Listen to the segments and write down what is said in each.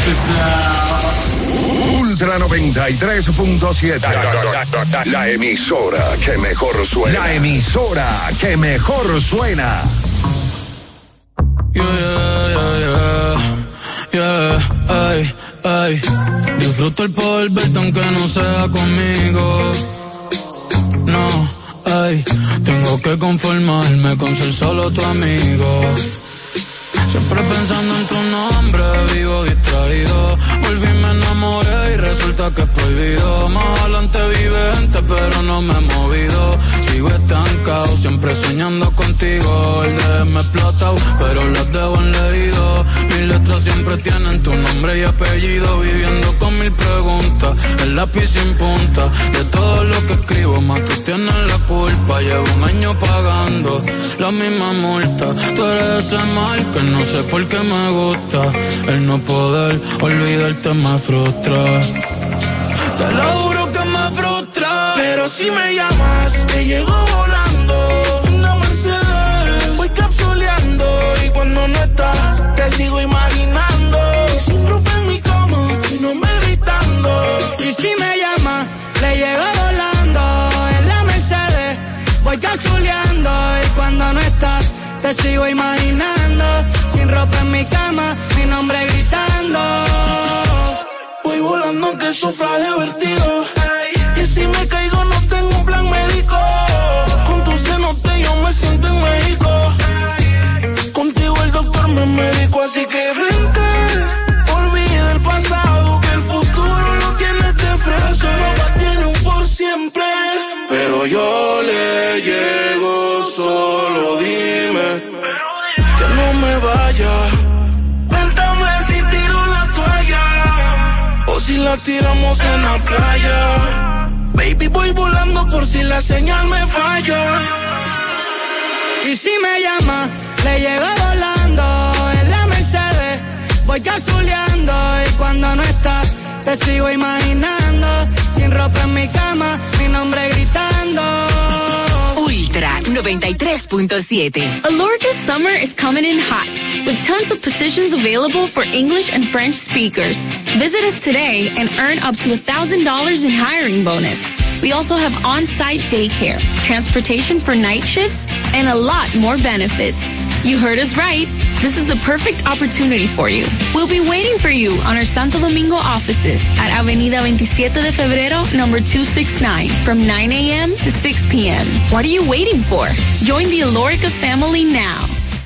Ultra 93.7. La emisora que mejor suena. La emisora que mejor suena. Ay, ay. Disfruto el poder verte aunque no sea conmigo. No, ay. Tengo que conformarme con ser solo tu amigo. Siempre pensando en tu nombre, vivo distraído. Volví, me enamoré y resulta que es prohibido. Más adelante vive gente, pero no me he movido. Sigo estancado, siempre soñando contigo. El DM me explota, pero las debo en leído. Mis letras siempre tienen tu nombre y apellido. Viviendo con mil preguntas, el lápiz sin punta. De todo lo que escribo, más tú tienes la culpa. Llevo un año pagando la misma multa. Tú eres ese mal que no sé por qué me gusta. El no poder olvidarte me frustra. Te lo juro que me frustra. Pero si me llamas, te llego volando. Una Mercedes, voy capsuleando. Y cuando no estás, te sigo imaginando. Y sin ropa en mi cama, mi nombre gritando. Y si me llamas, le llego volando. En la Mercedes, voy capsuleando. Y cuando no estás, te sigo imaginando. Sin ropa en mi cama, mi nombre gritando. Voy volando aunque sufra de vertigo. Y si me caigo no tengo un plan médico. Con tu cenote yo me siento en México. Contigo el doctor me medicó, así que vente. Olvida el pasado, que el futuro lo tienes de frente. Papá tiene un por siempre. Pero yo le llego, solo dime que no me vaya. Cuéntame si tiro la toalla o si la tiramos en la playa. Baby, voy volando por si la señal me falla. Y si me llama, le llego volando. En la Mercedes, voy capsuleando. Y cuando no está, te sigo imaginando. Sin ropa en mi cama, mi nombre gritando. Ultra 93.7. Alorca's summer is coming in hot, with tons of positions available for English and French speakers. Visit us today and earn up to $1,000 in hiring bonus. We also have on-site daycare, transportation for night shifts, and a lot more benefits. You heard us right. This is the perfect opportunity for you. We'll be waiting for you on our Santo Domingo offices at Avenida 27 de Febrero, number 269, from 9 a.m. to 6 p.m. What are you waiting for? Join the Alorica family now.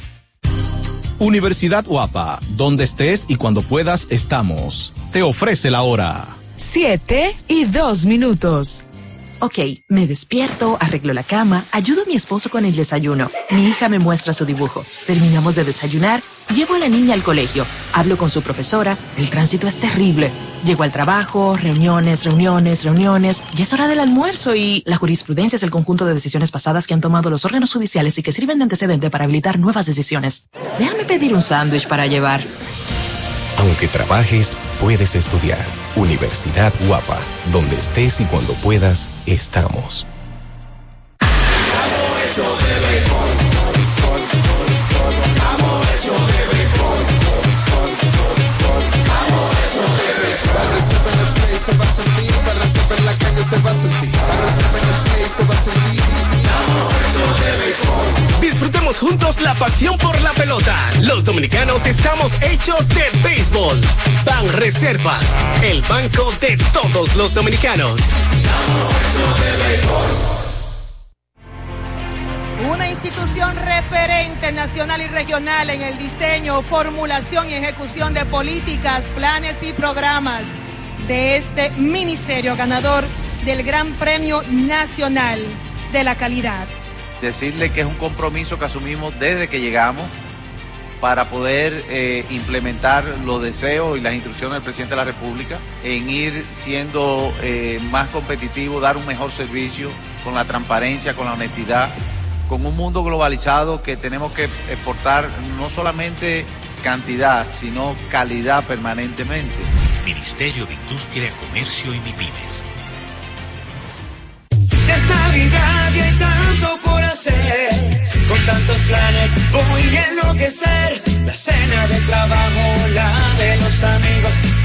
Universidad UAPA, donde estés y cuando puedas estamos. Te ofrece la hora. 7:02. Ok, me despierto, arreglo la cama, ayudo a mi esposo con el desayuno. Mi hija me muestra su dibujo. Terminamos de desayunar, llevo a la niña al colegio, hablo con su profesora, el tránsito es terrible. Llego al trabajo, reuniones, y es hora del almuerzo y la jurisprudencia es el conjunto de decisiones pasadas que han tomado los órganos judiciales y que sirven de antecedente para habilitar nuevas decisiones. Déjame pedir un sándwich para llevar. Aunque trabajes, puedes estudiar. Universidad UAPA, donde estés y cuando puedas, estamos. Disfrutemos juntos la pasión por la pelota. Los dominicanos estamos hechos de béisbol. Banreservas, el banco de todos los dominicanos. Una institución referente nacional y regional en el diseño, formulación y ejecución de políticas, planes y programas de este ministerio ganador del Gran Premio Nacional de la Calidad. Decirle que es un compromiso que asumimos desde que llegamos para poder implementar los deseos y las instrucciones del presidente de la República en ir siendo más competitivo, dar un mejor servicio con la transparencia, con la honestidad, con un mundo globalizado que tenemos que exportar no solamente cantidad, sino calidad permanentemente. Ministerio de Industria, Comercio y MIPYMES. Ya es Navidad y hay tanto por hacer, con tantos planes voy a enloquecer, la cena del trabajo, la de los amigos,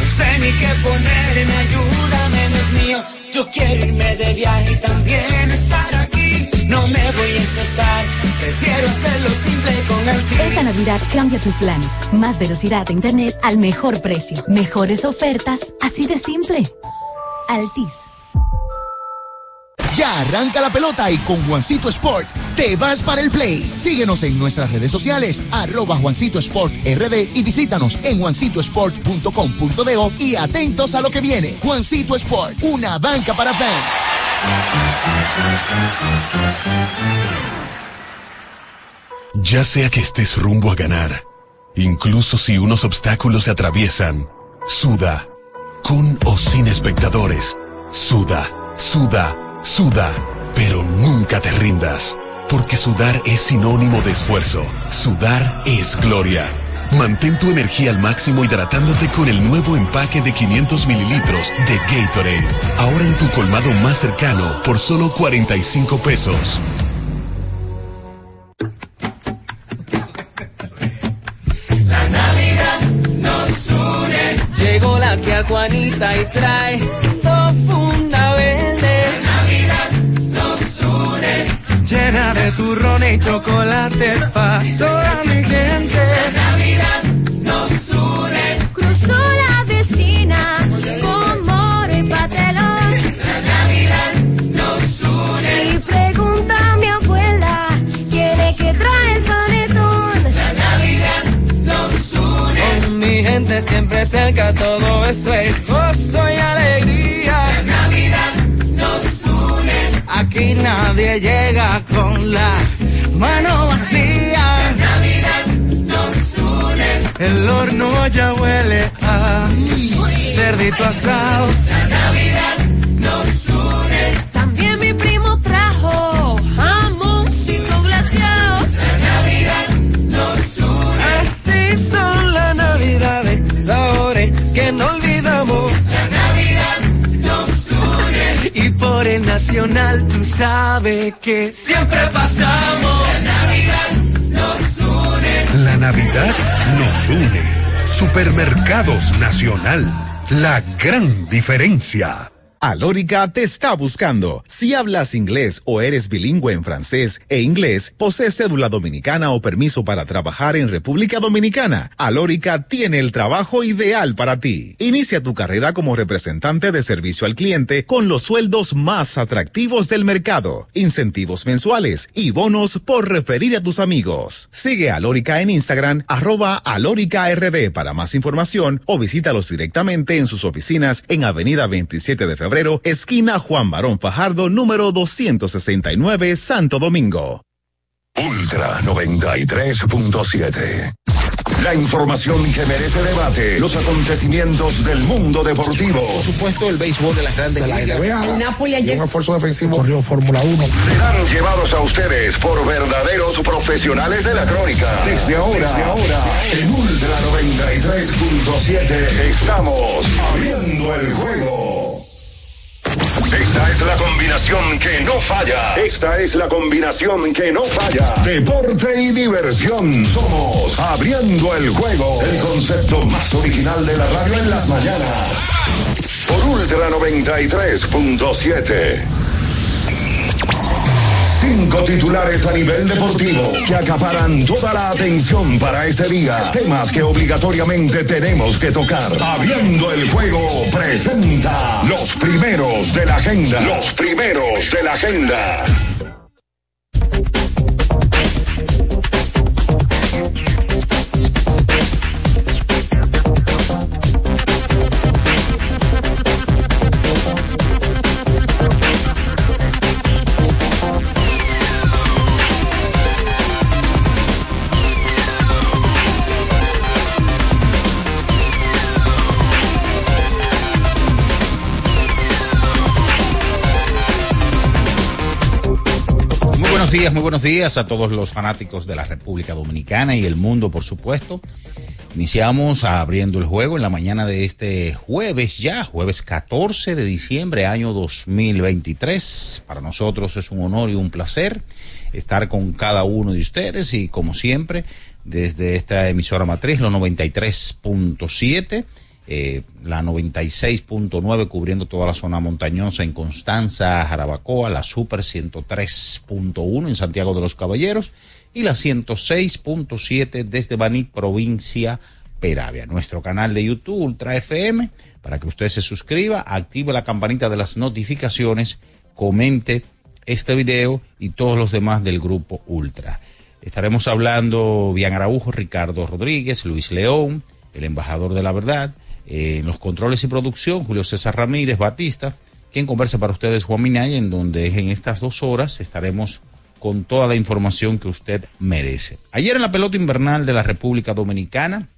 ni qué ponerme, ayúdame, Dios mío. Yo quiero irme de viaje y también estar aquí. No me voy a estresar, prefiero hacerlo simple con Altis. Esta Navidad cambia tus planes. Más velocidad de internet al mejor precio. Mejores ofertas, así de simple. Altis. Ya arranca la pelota y con Juancito Sport te vas para el play. Síguenos en nuestras redes sociales, @Juancito Sport RD, y visítanos en juancitosport.com.do y atentos a lo que viene. Juancito Sport, una banca para fans. Ya sea que estés rumbo a ganar, incluso si unos obstáculos se atraviesan, suda, con o sin espectadores, suda, suda, suda, pero nunca te rindas, porque sudar es sinónimo de esfuerzo. Sudar es gloria. Mantén tu energía al máximo hidratándote con el nuevo empaque de 500 mililitros de Gatorade. Ahora en tu colmado más cercano por solo 45 pesos. La Navidad nos une. Llegó la tía Juanita y trae dos funda verde. La Navidad nos une. Llena de turrones y chocolate pa' toda mi gente. La Navidad nos une. Cruzó la vecina con moro y patelón. La Navidad nos une. Y pregunta a mi abuela quién es que trae el panetón. La Navidad nos une. Con mi gente siempre cerca, todo eso es gozo y alegría. La Navidad nos une. Aquí nadie llega con la mano vacía. La Navidad nos une. El horno ya huele a cerdito asado. La Navidad nos une. También mi primo trajo jamoncito glaseado. La Navidad nos une. Así son las navidades, sabores que no olvidamos. La Navidad nos une. Y por el Nacional tú sabes que siempre pasamos. La Navidad nos une. La Navidad nos une. Supermercados Nacional. La gran diferencia. Alórica te está buscando. Si hablas inglés o eres bilingüe en francés e inglés, posees cédula dominicana o permiso para trabajar en República Dominicana, Alórica tiene el trabajo ideal para ti. Inicia tu carrera como representante de servicio al cliente con los sueldos más atractivos del mercado, incentivos mensuales y bonos por referir a tus amigos. Sigue a Alórica en Instagram, @AlóricaRD para más información o visítalos directamente en sus oficinas en Avenida 27 de Febrero, esquina Juan Barón Fajardo, número 269, Santo Domingo. Ultra 93.7. La información que merece debate, los acontecimientos del mundo deportivo. Por supuesto, el béisbol de las grandes ligas. El Napoli ayer. Un esfuerzo defensivo. Corrió Fórmula 1. Serán llevados a ustedes por verdaderos profesionales de la crónica. Desde ahora, en Ultra 93.7 estamos abriendo el juego. Esta es la combinación que no falla. Esta es la combinación que no falla. Deporte y diversión. Somos Abriendo el Juego. El concepto más original de la radio en las mañanas. Por Ultra 93.7. 5 titulares a nivel deportivo que acaparan toda la atención para este día. Temas que obligatoriamente tenemos que tocar. Abriendo el Juego presenta los primeros de la agenda. Los primeros de la agenda. Muy buenos días a todos los fanáticos de la República Dominicana y el mundo, por supuesto. Iniciamos abriendo el juego en la mañana de este jueves 14 de diciembre, año 2023. Para nosotros es un honor y un placer estar con cada uno de ustedes y, como siempre, desde esta emisora matriz, los 93.7, la 96.9 cubriendo toda la zona montañosa en Constanza, Jarabacoa, la Super 103.1 en Santiago de los Caballeros y la 106.7 desde Baní, provincia Peravia. Nuestro canal de YouTube Ultra FM, para que usted se suscriba, active la campanita de las notificaciones, comente este video y todos los demás del Grupo Ultra. Estaremos hablando Bian Araujo, Ricardo Rodríguez, Luis León, el embajador de la verdad, en los controles y producción, Julio César Ramírez Batista, quien conversa para ustedes, Juan Minaya, en donde en estas 2 horas estaremos con toda la información que usted merece. Ayer en la pelota invernal de la República Dominicana,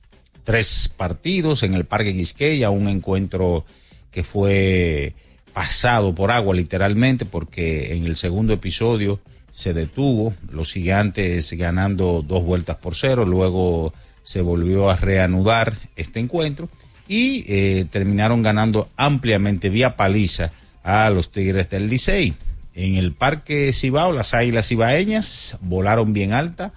3 partidos en el Parque Quisqueya, un encuentro que fue pasado por agua literalmente, porque en el segundo episodio se detuvo, los Gigantes ganando 2-0, luego se volvió a reanudar este encuentro y terminaron ganando ampliamente vía paliza a los Tigres del Licey. En el Parque Cibao, las Águilas Cibaeñas volaron bien alto,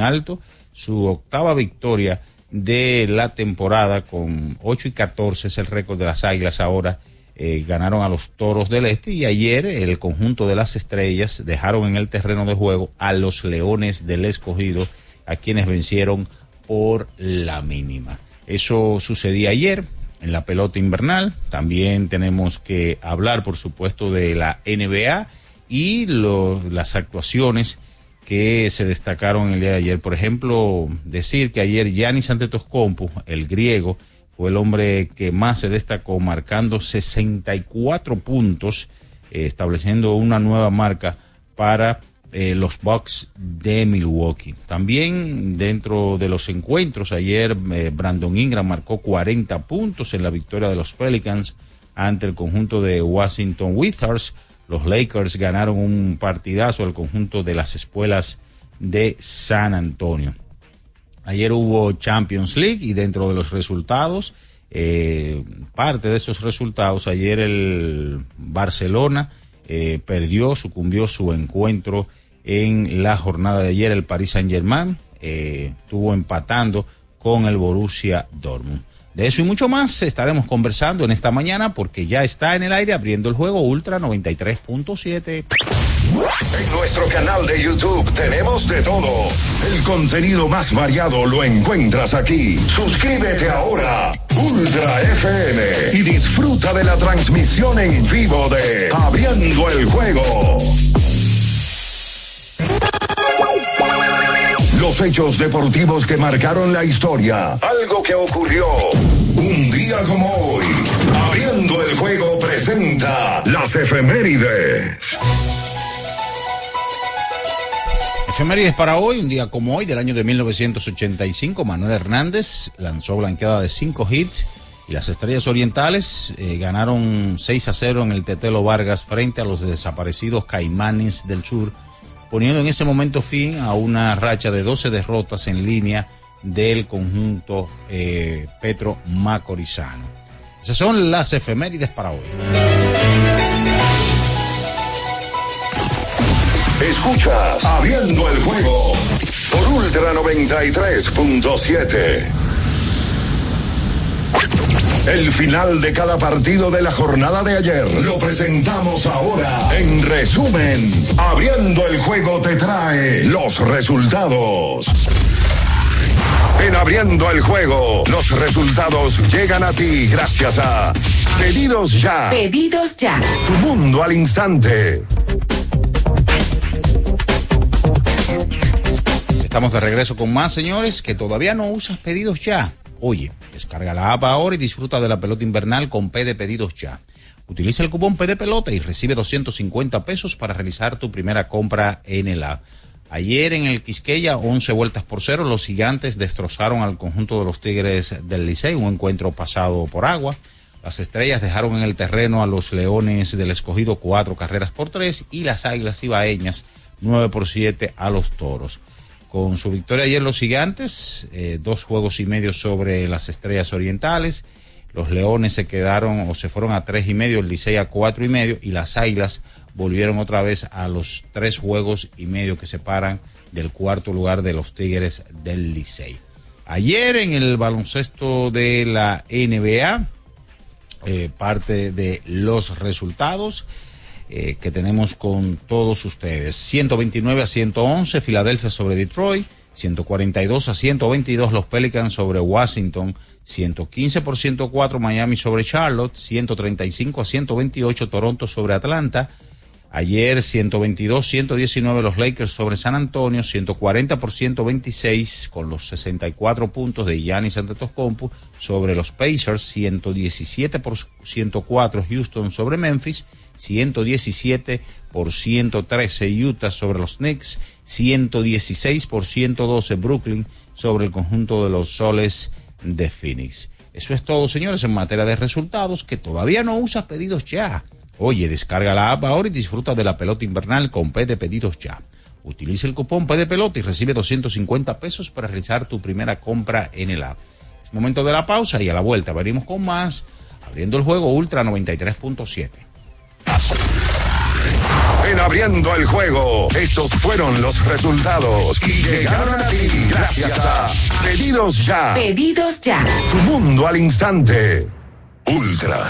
su 8ª victoria de la temporada con 8-14 es el récord de las Águilas ahora. Ganaron a los Toros del Este y ayer el conjunto de las Estrellas dejaron en el terreno de juego a los Leones del Escogido, a quienes vencieron por la mínima. Eso sucedía ayer en la pelota invernal. También tenemos que hablar, por supuesto, de la NBA y las actuaciones que se destacaron el día de ayer. Por ejemplo, decir que ayer Giannis Antetokounmpo, el griego, fue el hombre que más se destacó, marcando 64 puntos, estableciendo una nueva marca para los Bucks de Milwaukee. También dentro de los encuentros, ayer Brandon Ingram marcó 40 puntos en la victoria de los Pelicans ante el conjunto de Washington Wizards. Los Lakers ganaron un partidazo al conjunto de las Espuelas de San Antonio. Ayer hubo Champions League y dentro de los resultados, parte de esos resultados, ayer el Barcelona sucumbió su encuentro en la jornada de ayer. El Paris Saint-Germain estuvo empatando con el Borussia Dortmund. De eso y mucho más estaremos conversando en esta mañana, porque ya está en el aire abriendo el juego Ultra 93.7. En nuestro canal de YouTube tenemos de todo. El contenido más variado lo encuentras aquí. Suscríbete ahora, Ultra FM, y disfruta de la transmisión en vivo de Abriendo el Juego. Los hechos deportivos que marcaron la historia. Algo que ocurrió un día como hoy. Abriendo el Juego presenta las efemérides. Efemérides para hoy, un día como hoy, del año de 1985, Manuel Hernández lanzó blanqueada de 5 hits y las Estrellas Orientales ganaron 6-0 en el Tetelo Vargas frente a los desaparecidos Caimanes del Sur, poniendo en ese momento fin a una racha de 12 derrotas en línea del conjunto Petro Macorizano. Esas son las efemérides para hoy. Escuchas Abriendo el Juego por Ultra 93.7. El final de cada partido de la jornada de ayer lo presentamos ahora. En resumen, Abriendo el Juego te trae los resultados. En Abriendo el Juego, los resultados llegan a ti gracias a Pedidos Ya. Pedidos Ya. Tu mundo al instante. Estamos de regreso con más, señores. Que todavía no usas Pedidos Ya. Oye, descarga la app ahora y disfruta de la pelota invernal con P de Pedidos Ya. Utiliza el cupón P de Pelota y recibe 250 pesos para realizar tu primera compra en el app. Ayer en el Quisqueya, 11-0, los Gigantes destrozaron al conjunto de los Tigres del Licey, un encuentro pasado por agua. Las Estrellas dejaron en el terreno a los Leones del Escogido 4-3 y las Águilas Cibaeñas 9-7 a los Toros. Con su victoria ayer los Gigantes, 2 juegos y medio sobre las Estrellas Orientales. Los Leones se fueron a 3.5, el Licey a 4.5 y las Águilas volvieron otra vez a los 3 juegos y medio que separan del cuarto lugar de los Tigres del Licey. Ayer en el baloncesto de la NBA, parte de los resultados que tenemos con todos ustedes. 129-111 Filadelfia sobre Detroit, 142-122 los Pelicans sobre Washington, 115-104 Miami sobre Charlotte, 135-128 Toronto sobre Atlanta. Ayer 122-119 los Lakers sobre San Antonio, 140-126 con los 64 puntos de Giannis Antetokounmpo sobre los Pacers, 117-104 Houston sobre Memphis, 117-113 Utah sobre los Knicks, 116-112 Brooklyn sobre el conjunto de los Soles de Phoenix. Eso es todo, señores, en materia de resultados. Que todavía no usas Pedidos Ya. Oye, descarga la app ahora y disfruta de la pelota invernal con P de Pedidos Ya. Utiliza el cupón P de Pelota y recibe 250 pesos para realizar tu primera compra en el app. Es momento de la pausa y a la vuelta venimos con más, abriendo el juego Ultra 93.7. En Abriendo el Juego, estos fueron los resultados y llegaron a ti gracias a Pedidos Ya. Pedidos Ya. Tu mundo al instante. Ultra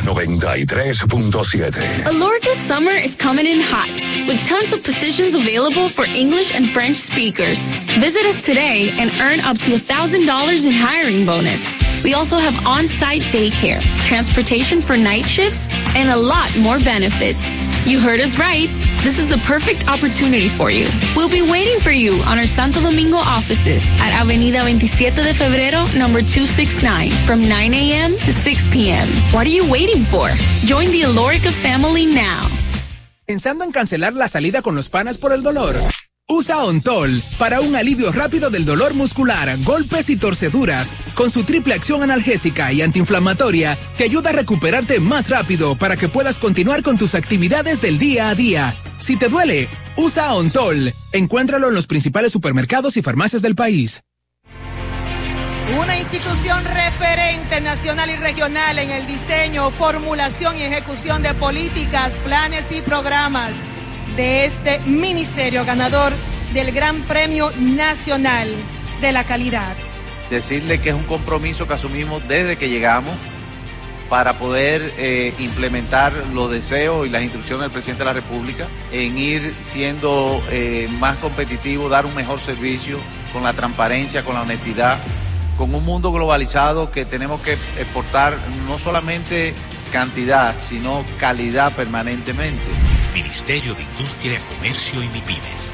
93.7. Alorca's summer is coming in hot, with tons of positions available for English and French speakers. Visit us today and earn up to $1,000 in hiring bonus. We also have on-site daycare, transportation for night shifts, and a lot more benefits. You heard us right. This is the perfect opportunity for you. We'll be waiting for you on our Santo Domingo offices at Avenida 27 de Febrero, number 269, from 9 a.m. to 6 p.m. What are you waiting for? Join the Alorica family now. ¿Pensando en cancelar la salida con los panas por el dolor? Usa Ontol para un alivio rápido del dolor muscular, golpes y torceduras. Con su triple acción analgésica y antiinflamatoria, te ayuda a recuperarte más rápido para que puedas continuar con tus actividades del día a día. Si te duele, usa Ontol. Encuéntralo en los principales supermercados y farmacias del país. Una institución referente nacional y regional en el diseño, formulación y ejecución de políticas, planes y programas de este ministerio ganador del Gran Premio Nacional de la Calidad. Decirle que es un compromiso que asumimos desde que llegamos para poder implementar los deseos y las instrucciones del presidente de la República en ir siendo más competitivo, dar un mejor servicio con la transparencia, con la honestidad, con un mundo globalizado que tenemos que exportar no solamente cantidad, sino calidad permanentemente. Ministerio de Industria, Comercio y MIPYMES.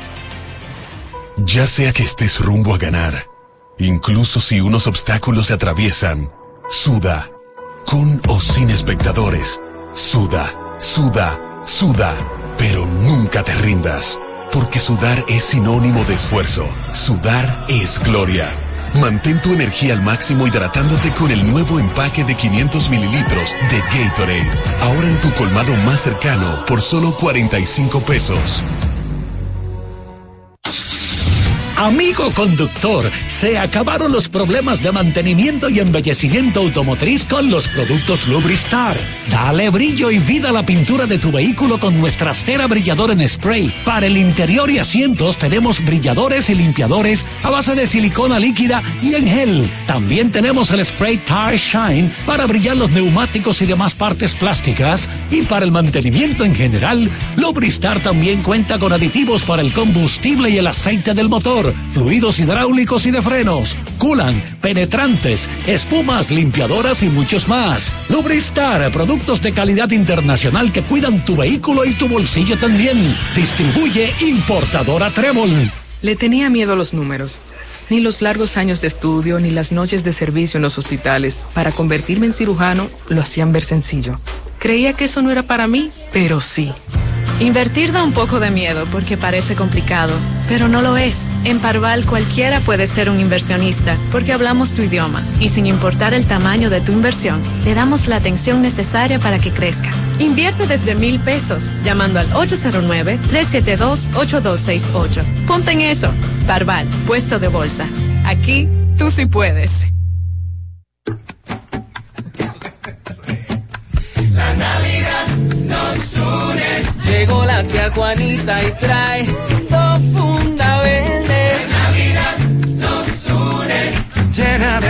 Ya sea que estés rumbo a ganar, incluso si unos obstáculos se atraviesan, suda, con o sin espectadores, suda, suda, suda, pero nunca te rindas, porque sudar es sinónimo de esfuerzo, sudar es gloria. Mantén tu energía al máximo hidratándote con el nuevo empaque de 500 mililitros de Gatorade. Ahora en tu colmado más cercano por solo 45 pesos. Amigo conductor, se acabaron los problemas de mantenimiento y embellecimiento automotriz con los productos Lubristar. Dale brillo y vida a la pintura de tu vehículo con nuestra cera brilladora en spray. Para el interior y asientos tenemos brilladores y limpiadores a base de silicona líquida y en gel. También tenemos el spray Tire Shine para brillar los neumáticos y demás partes plásticas. Y para el mantenimiento en general, Lubristar también cuenta con aditivos para el combustible y el aceite del motor, fluidos hidráulicos y de frenos, culan, penetrantes, espumas, limpiadoras y muchos más. Lubristar, productos de calidad internacional que cuidan tu vehículo y tu bolsillo también. Distribuye importadora Trébol. Le tenía miedo a los números. Ni los largos años de estudio, ni las noches de servicio en los hospitales para convertirme en cirujano lo hacían ver sencillo. Creía que eso no era para mí, pero sí. Invertir da un poco de miedo porque parece complicado, pero no lo es. En Parval cualquiera puede ser un inversionista porque hablamos tu idioma y sin importar el tamaño de tu inversión, le damos la atención necesaria para que crezca. Invierte desde $1,000 llamando al 809-372-8268. Ponte en eso. Parval, puesto de bolsa. Aquí tú sí puedes. La Navidad nos une. Llegó la tía Juanita y trae 2 fundas verdes. La Navidad nos une.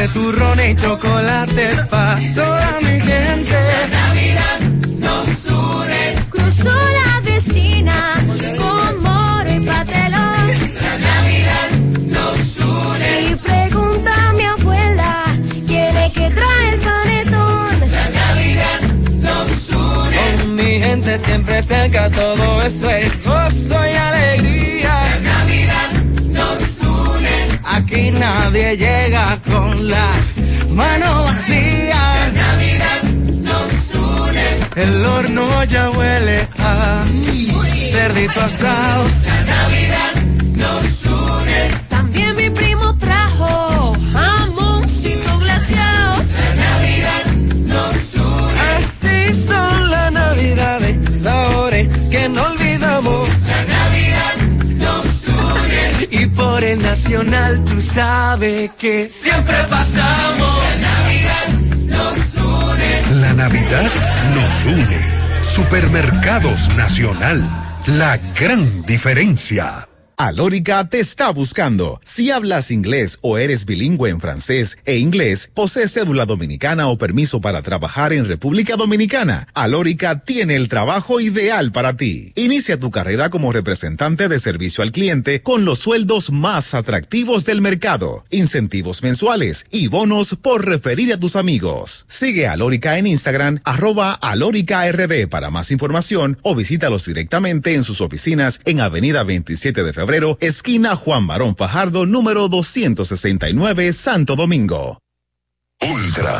de turrón y chocolate pa' toda mi gente. La Navidad nos une. Cruzó la vecina con moro y pastelón. La Navidad nos une. Y pregunta a mi abuela, ¿quién es que trae el panetón? La Navidad nos une. Con mi gente siempre cerca, todo eso es gozo y alegría. La Navidad nos une. Aquí nadie llega con la mano vacía. La Navidad nos une. El horno ya huele a cerdito asado. La Navidad nos une. También mi primo trajo jamoncito glaseado. La Navidad nos une. Así son las navidades, sabores que no olvidamos. La Navidad nos une. Y por el Nacional tú sabes que siempre pasamos. La Navidad nos une. La Navidad nos une. Supermercados Nacional. La gran diferencia. Alórica te está buscando. Si hablas inglés o eres bilingüe en francés e inglés, posees cédula dominicana o permiso para trabajar en República Dominicana, Alórica tiene el trabajo ideal para ti. Inicia tu carrera como representante de servicio al cliente con los sueldos más atractivos del mercado, incentivos mensuales y bonos por referir a tus amigos. Sigue a Alórica en Instagram, @AlóricaRD para más información o visítalos directamente en sus oficinas en Avenida 27 de Febrero, esquina Juan Barón Fajardo, número 269, Santo Domingo. Ultra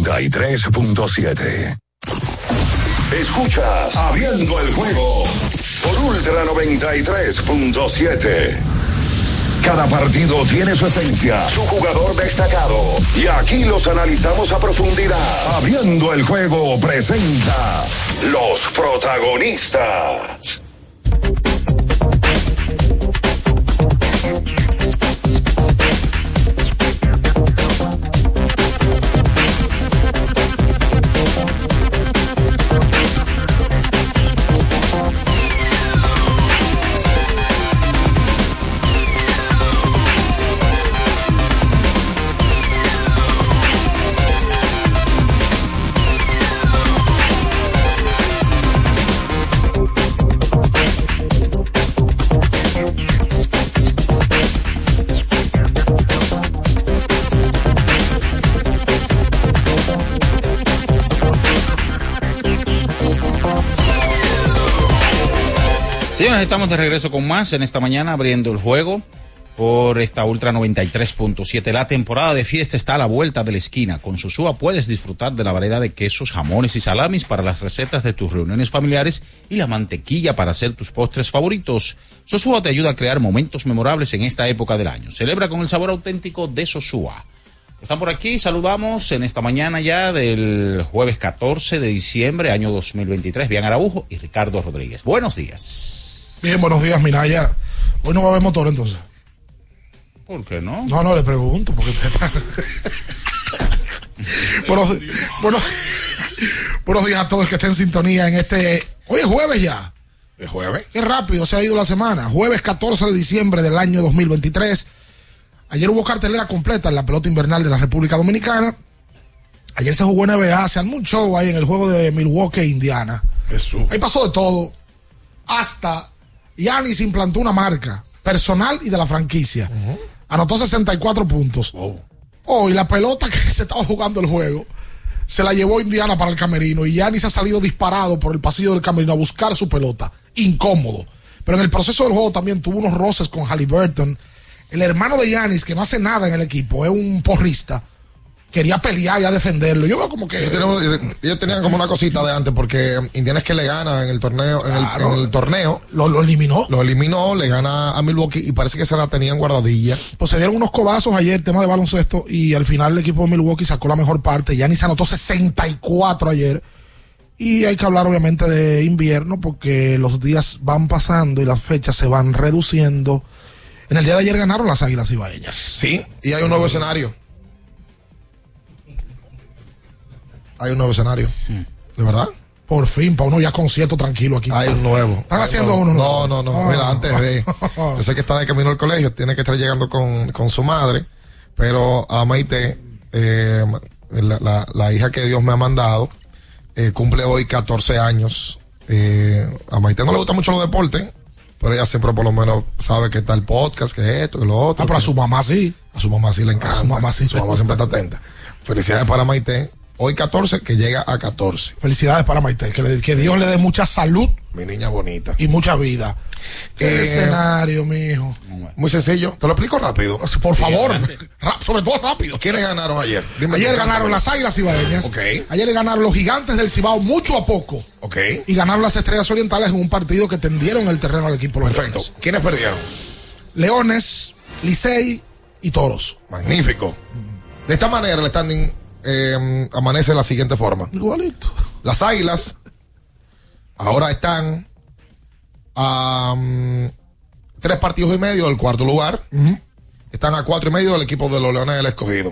93.7. Escuchas Abriendo el Juego por Ultra 93.7. Cada partido tiene su esencia, su jugador destacado, y aquí los analizamos a profundidad. Abriendo el Juego presenta los protagonistas. Señores, estamos de regreso con más en esta mañana, abriendo el juego por esta Ultra 93.7. La temporada de fiesta está a la vuelta de la esquina. Con Sosúa puedes disfrutar de la variedad de quesos, jamones y salamis para las recetas de tus reuniones familiares y la mantequilla para hacer tus postres favoritos. Sosúa te ayuda a crear momentos memorables en esta época del año. Celebra con el sabor auténtico de Sosúa. Están por aquí, saludamos en esta mañana ya del jueves 14 de diciembre, año 2023, Bian Araujo y Ricardo Rodríguez. Buenos días. Bien, buenos días, Minaya. Hoy no va a haber motor entonces. ¿Por qué no? No, le pregunto, porque usted está... buenos días a todos que estén en sintonía en este... Hoy es jueves ya. ¿Es jueves? Qué rápido se ha ido la semana. Jueves 14 de diciembre del año 2023. Ayer hubo cartelera completa en la pelota invernal de la República Dominicana. Ayer se jugó NBA, se armó un show ahí en el juego de Milwaukee e Indiana. Jesús. Ahí pasó de todo. Hasta Giannis implantó una marca personal y de la franquicia. Anotó 64 puntos. Y la pelota que se estaba jugando el juego se la llevó Indiana para el camerino y Giannis ha salido disparado por el pasillo del camerino a buscar su pelota. Incómodo. Pero en el proceso del juego también tuvo unos roces con Haliburton. El hermano de Giannis, que no hace nada en el equipo, es un porrista, quería pelear y a defenderlo. Yo veo como que... Ellos tenían como una cosita de antes, porque Indiana es que le gana en el torneo, claro, en el torneo. Lo eliminó. Lo eliminó, le gana a Milwaukee y parece que se la tenían guardadilla. Pues se dieron unos codazos ayer, tema de baloncesto, y al final el equipo de Milwaukee sacó la mejor parte. Giannis anotó 64 ayer. Y hay que hablar obviamente de invierno, porque los días van pasando y las fechas se van reduciendo. En el día de ayer ganaron las Águilas Ibaeñas. Sí, y hay un nuevo escenario. Hay un nuevo escenario. ¿De verdad? Por fin, para uno ya concierto tranquilo aquí. Hay un nuevo. ¿Están haciendo uno nuevo? No. Mira, antes de... Yo sé que está de camino al colegio, tiene que estar llegando con su madre, pero a Maite la hija que Dios me ha mandado, cumple hoy 14 años. A Maite no le gusta mucho los deportes, pero ella siempre por lo menos sabe que está el podcast, que esto, que lo otro. Pero a su mamá sí. A su mamá sí le encanta. A su mamá sí. Su mamá siempre está atenta. Felicidades para Maite. Hoy 14, que llega a 14. Felicidades para Maite. Que Dios le dé mucha salud. Mi niña bonita. Y mucha vida. ¿Qué escenario, mijo? Muy sencillo. Te lo explico rápido. Por favor. Sobre todo rápido. ¿Quiénes ganaron ayer? Ayer ganaron las Águilas Cibaeñas. Okay. Ayer le ganaron los Gigantes del Cibao mucho a poco. Okay. Y ganaron las Estrellas Orientales en un partido que tendieron el terreno al equipo. Perfecto. ¿Quiénes perdieron? Leones, Licey y Toros. Magnífico. De esta manera el standing amanece de la siguiente forma. Igualito. Las Águilas ahora están a 3 partidos y medio del cuarto lugar. Están a 4 y medio del equipo de los Leones del Escogido.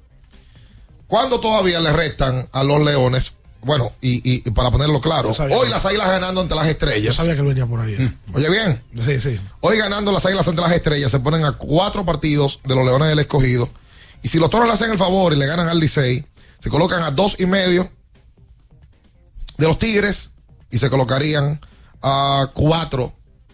Cuando todavía le restan a los Leones, bueno, y para ponerlo claro, hoy las Águilas ganando ante las Estrellas. Yo sabía que él venía por ahí. Oye bien. Sí. Hoy ganando las Águilas ante las Estrellas se ponen a 4 partidos de los Leones del Escogido. Y si los Toros le hacen el favor y le ganan al Licey, se colocan a 2 y medio de los Tigres y se colocarían a 4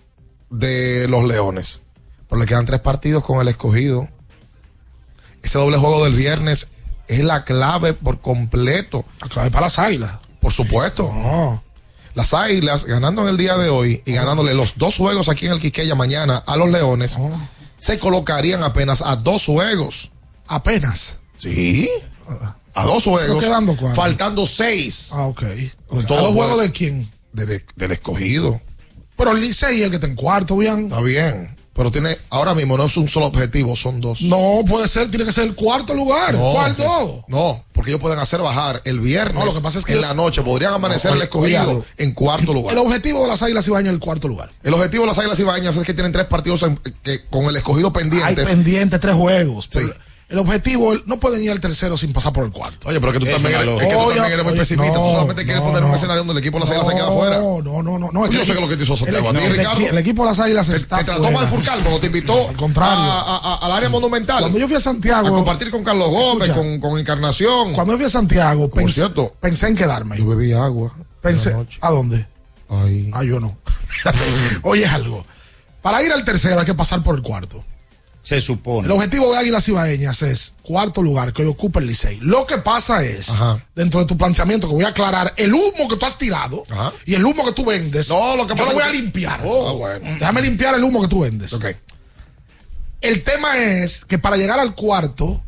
de los Leones. Pero le quedan 3 partidos con el Escogido. Ese doble juego del viernes es la clave por completo. La clave para las Águilas. Por supuesto. Las Águilas ganando en el día de hoy y ganándole los 2 juegos aquí en el Quisqueya mañana a los Leones, se colocarían apenas a 2 juegos. ¿Apenas? Sí. A 2 juegos. ¿Quedando cuándo? Faltando 6. Ok. ¿A los juegos de quién? Del Escogido. Pero el Licey es el que está en cuarto, bien. Está bien. Pero tiene, ahora mismo no es un solo objetivo, son 2. No, puede ser, tiene que ser el cuarto lugar. ¿Cuál 2? No, porque ellos pueden hacer bajar el viernes. No, lo que pasa es que en la noche podrían amanecer el Escogido en cuarto lugar. El objetivo de las Águilas Cibaeñas es el cuarto lugar. El objetivo de las Águilas Cibaeñas es que tienen 3 partidos con el Escogido pendientes. Hay pendientes 3 juegos. Sí. El objetivo, no pueden ir al tercero sin pasar por el cuarto. Oye, pero que tú también eres muy pesimista. Tú solamente quieres poner un escenario donde el equipo de las Águilas se queda afuera. No. Yo sé que lo que te hizo Santiago a ti, Ricardo. El equipo de las Águilas está te trató mal Furcal cuando te invitó al contrario al área monumental. Cuando yo fui a Santiago. A compartir con Carlos Gómez, con Encarnación. Cuando yo fui a Santiago, pensé en quedarme. Yo bebí agua. Pensé, ¿a dónde? Ahí. Yo no. Oye, algo. Para ir al tercero hay que pasar por el cuarto. Se supone. El objetivo de Águilas Cibaeñas es cuarto lugar, que hoy ocupa el Licey. Lo que pasa es, dentro de tu planteamiento, que voy a aclarar, el humo que tú has tirado y el humo que tú vendes, yo lo voy a limpiar. Bueno. Déjame limpiar el humo que tú vendes. Okay. El tema es que para llegar al cuarto,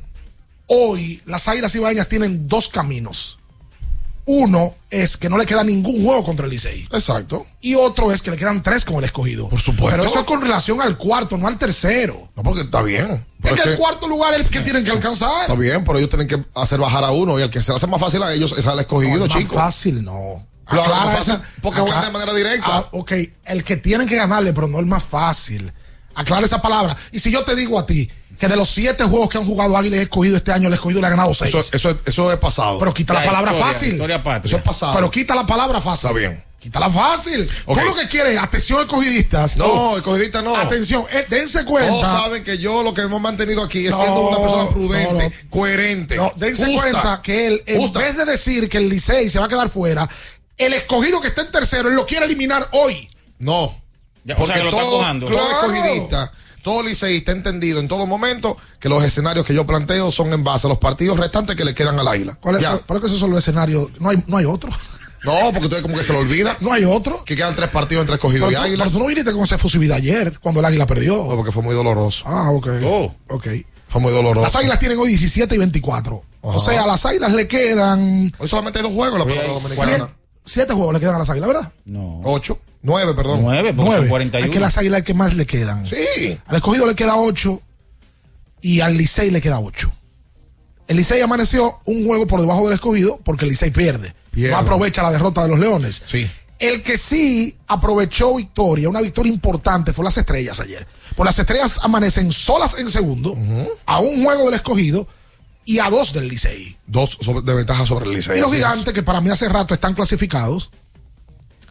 hoy las Águilas Cibaeñas tienen 2 caminos. Uno es que no le queda ningún juego contra el Licey. Exacto. Y otro es que le quedan 3 con el Escogido. Por supuesto. Pero eso es con relación al cuarto, no al tercero. No, porque está bien. Es que el cuarto lugar es el que tienen que alcanzar. Está bien, pero ellos tienen que hacer bajar a uno. Y el que se hace más fácil a ellos es al Escogido, chico. Más fácil, no. Porque juegan de manera directa. Ok, el que tienen que ganarle, pero no el más fácil. Aclara esa palabra. Y si yo te digo a ti que de los 7 juegos que han jugado Águilas y Escogido este año, el Escogido le ha ganado 6. Eso es pasado. Pero quita la palabra fácil. Eso es pasado. Pero quita la palabra fácil. Está bien. Quítala fácil. Okay. Tú lo que quieres, atención, escogidistas. No, escogidistas no. Atención, dense cuenta. Todos saben que yo lo que hemos mantenido aquí es siendo una persona prudente, coherente. No, dense cuenta que él, en vez de decir que el Licey se va a quedar fuera, el Escogido que está en tercero, él lo quiere eliminar hoy. No. Porque todo escogidista, todo liceísta ha entendido en todo momento que los escenarios que yo planteo son en base a los partidos restantes que le quedan al Águila. ¿Cuál es? ¿Por qué esos son los escenarios? No hay otro. No, porque usted como que se lo olvida. No hay otro. Que quedan 3 partidos entre Escogido y Águilas. Pero tú no viniste con esa efusividad ayer, cuando el Águila perdió. No, porque fue muy doloroso. Ok. Ok. Fue muy doloroso. Las Águilas tienen hoy 17 y 24. O sea, a las Águilas le quedan... Hoy solamente hay 2 juegos en la pelota dominicana. 7 juegos le quedan a las Águilas, ¿verdad? No. 9, perdón. 9, porque son 41. Es que las Águilas que más le quedan. Sí. Al Escogido le queda 8 y al Licey le queda 8. El Licey amaneció un juego por debajo del Escogido porque el Licey pierde. No aprovecha la derrota de los Leones. Sí. El que sí aprovechó victoria, una victoria importante, fue las Estrellas ayer. Pues las Estrellas amanecen solas en segundo, a un juego del Escogido y a 2 del Licey. 2 de ventaja sobre el Licey. Y los Gigantes, que para mí hace rato están clasificados,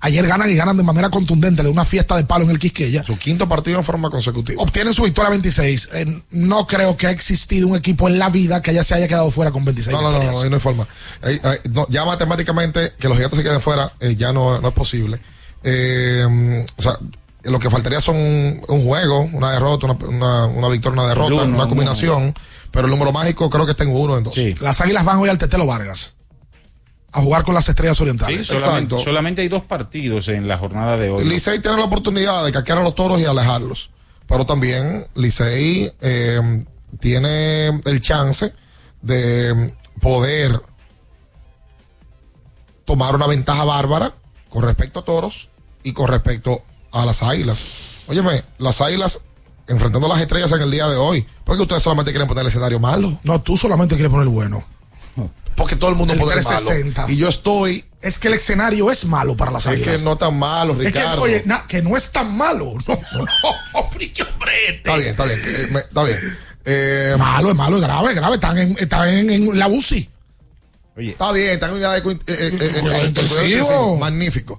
Ayer ganan y ganan de manera contundente de una fiesta de palo en el Quisqueya. Su quinto partido en forma consecutiva. Obtienen su victoria 26. No creo que ha existido un equipo en la vida que se haya quedado fuera con 26 victorias. No, ahí no hay forma. Ya matemáticamente que los Gigantes se queden fuera ya no es posible. O sea, lo que faltaría son un juego, una derrota, una victoria, una derrota, una combinación. Pero el número mágico creo que está en 1 en 2. Sí. Las Águilas van hoy al Tetelo Vargas a jugar con las Estrellas Orientales. Sí, solamente hay 2 partidos en la jornada de hoy. Licey tiene la oportunidad de caquear a los Toros y alejarlos, pero también Licey tiene el chance de poder tomar una ventaja bárbara con respecto a Toros y con respecto a las Águilas. Óyeme, las Águilas enfrentando a las Estrellas en el día de hoy, porque ustedes solamente quieren poner el escenario malo. No, tú solamente quieres poner el bueno. Porque todo el mundo pone el malo. Y yo estoy... Es que el escenario es malo para las Águilas. Es que no tan malo, Ricardo. Es que, que no es tan malo. No, Está bien. Está bien. Malo, es grave. Están en la UCI. Oye. Está bien, están en unidad de intensivo. Magnífico.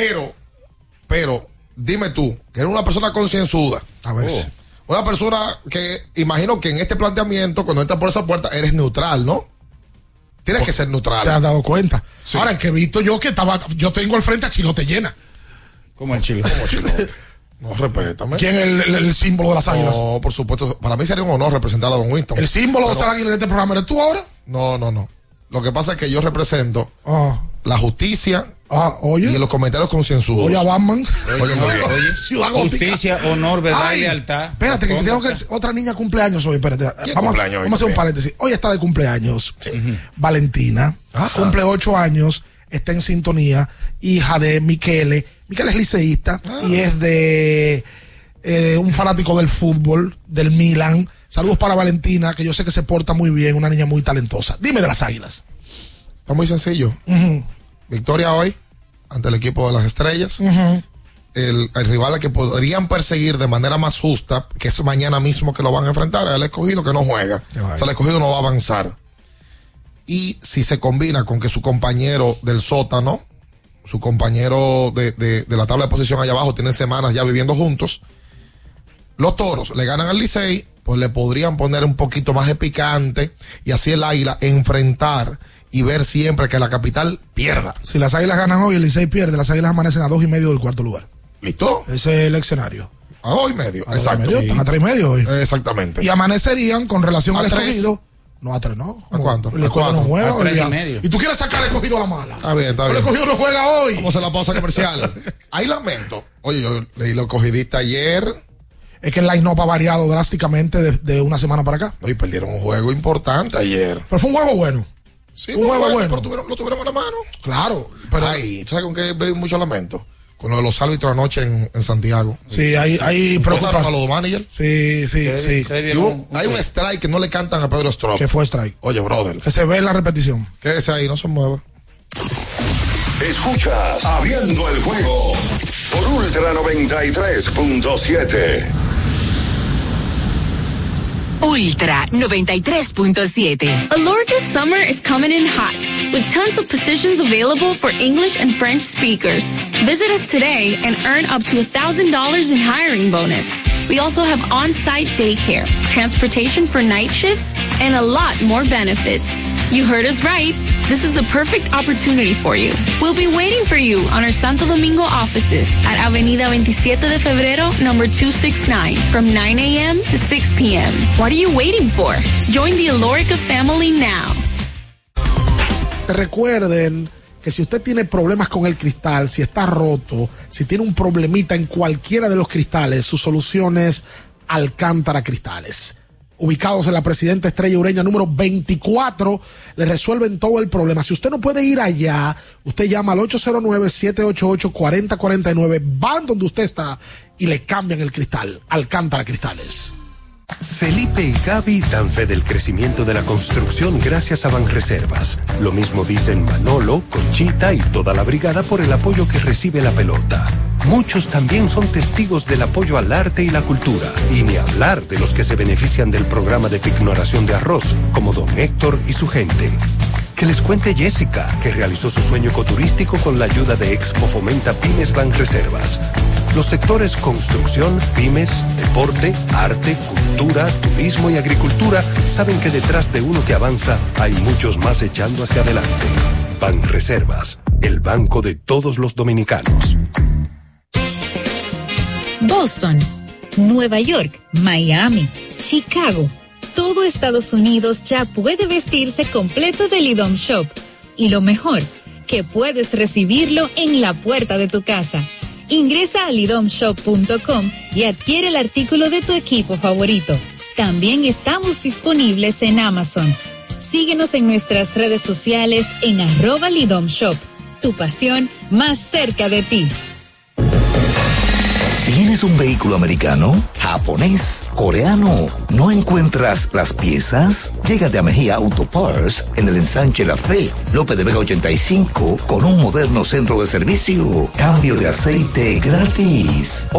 Pero, dime tú, que eres una persona concienzuda. A ver. Una persona que, imagino que en este planteamiento, cuando entras por esa puerta, eres neutral, ¿no? Tienes que ser neutral. ¿Te has dado cuenta? Sí. Ahora, el que he visto yo yo tengo al frente a Chilote Llena. ¿Cómo el Chilote? No, respétame. ¿Quién es el símbolo de las Águilas? No, por supuesto. Para mí sería un honor representar a Don Winston. ¿El símbolo de las Águilas en este programa eres tú ahora? No. Lo que pasa es que yo represento la justicia y en los comentarios concienzudos. Oye, a Batman. Oye, justicia, honor, verdad y lealtad. Espérate, que tengo que... Otra niña cumpleaños hoy, espérate. Vamos a hacer un paréntesis. Hoy está de cumpleaños. Sí. Valentina. Cumple 8 años. Está en sintonía. Hija de Michele. Michele es liceísta y es de un fanático del fútbol, del Milan. Saludos para Valentina, que yo sé que se porta muy bien, una niña muy talentosa. Dime de las Águilas. Está muy sencillo. Victoria hoy ante el equipo de las Estrellas. El rival al que podrían perseguir de manera más justa, que es mañana mismo que lo van a enfrentar, es el Escogido, que no juega. O sea, el Escogido no va a avanzar. Y si se combina con que su compañero del sótano, su compañero de la tabla de posición allá abajo, tienen semanas ya viviendo juntos, los Toros le ganan al Licey, pues le podrían poner un poquito más de picante y así el Águila enfrentar y ver siempre que la capital pierda. Si las Águilas ganan hoy y el Licey pierde, las Águilas amanecen a 2.5 del cuarto lugar. ¿Listo? Ese es el escenario. A 2.5, exacto. Sí. Están a 3.5 hoy. Exactamente. Y amanecerían con relación al Escogido. No, a 3, ¿no? ¿A cuánto? El Escogido no juega. A 3.5. Y tú quieres sacar el Escogido a la mala. Está bien. El Escogido no juega hoy. Vamos a la pausa comercial. Ahí lamento. Oye, yo leí lo escogidista ayer. Es que el line-up ha variado drásticamente de una semana para acá. No, y perdieron un juego importante ayer. Pero fue un juego bueno. Sí, un juego bueno. Pero lo tuvieron en la mano. Claro. Pero ahí, ¿tú sabes con qué veo mucho lamento? Con lo de los árbitros anoche en Santiago. Sí, hay preocupación a los managers. Sí. Hay un strike que no le cantan a Pedro Strop. ¿Qué fue strike? Oye, brother. Que se ve en la repetición. Quédese ahí, no se mueva. Escuchas Abriendo el Juego por Ultra 93.7. Ultra 93.7. Alorca's summer is coming in hot, with tons of positions available for English and French speakers. Visit us today and earn up to $1,000 in hiring bonus. We also have on-site daycare, transportation for night shifts, and a lot more benefits. You heard us right. This is the perfect opportunity for you. We'll be waiting for you on our Santo Domingo offices at Avenida 27 de Febrero, number 269, from 9 a.m. to 6 p.m. What are you waiting for? Join the Alorica family now. Recuerden que si usted tiene problemas con el cristal, si está roto, si tiene un problemita en cualquiera de los cristales, su solución es Alcántara Cristales. Ubicados en la Presidenta Estrella Ureña número 24, le resuelven todo el problema. Si usted no puede ir allá, usted llama al 809-788-4049, van donde usted está y le cambian el cristal. Alcántara Cristales. Felipe y Gaby dan fe del crecimiento de la construcción gracias a Banreservas. Lo mismo dicen Manolo, Conchita y toda la brigada por el apoyo que recibe la pelota. Muchos también son testigos del apoyo al arte y la cultura. Y ni hablar de los que se benefician del programa de pignoración de arroz, como don Héctor y su gente. Que les cuente Jessica, que realizó su sueño ecoturístico con la ayuda de Expo Fomenta Pymes Banreservas. Los sectores construcción, pymes, deporte, arte, cultura, turismo y agricultura saben que detrás de uno que avanza hay muchos más echando hacia adelante. Banreservas, el banco de todos los dominicanos. Boston, Nueva York, Miami, Chicago. Todo Estados Unidos ya puede vestirse completo del IDOM Shop. Y lo mejor, que puedes recibirlo en la puerta de tu casa. Ingresa a lidomshop.com y adquiere el artículo de tu equipo favorito. También estamos disponibles en Amazon. Síguenos en nuestras redes sociales en @lidomshop. Tu pasión más cerca de ti. ¿Tienes un vehículo americano, japonés, coreano? ¿No encuentras las piezas? Llégate a Mejía Auto Parts en el ensanche La Fe, López de Vega 85, con un moderno centro de servicio. Cambio de aceite gratis.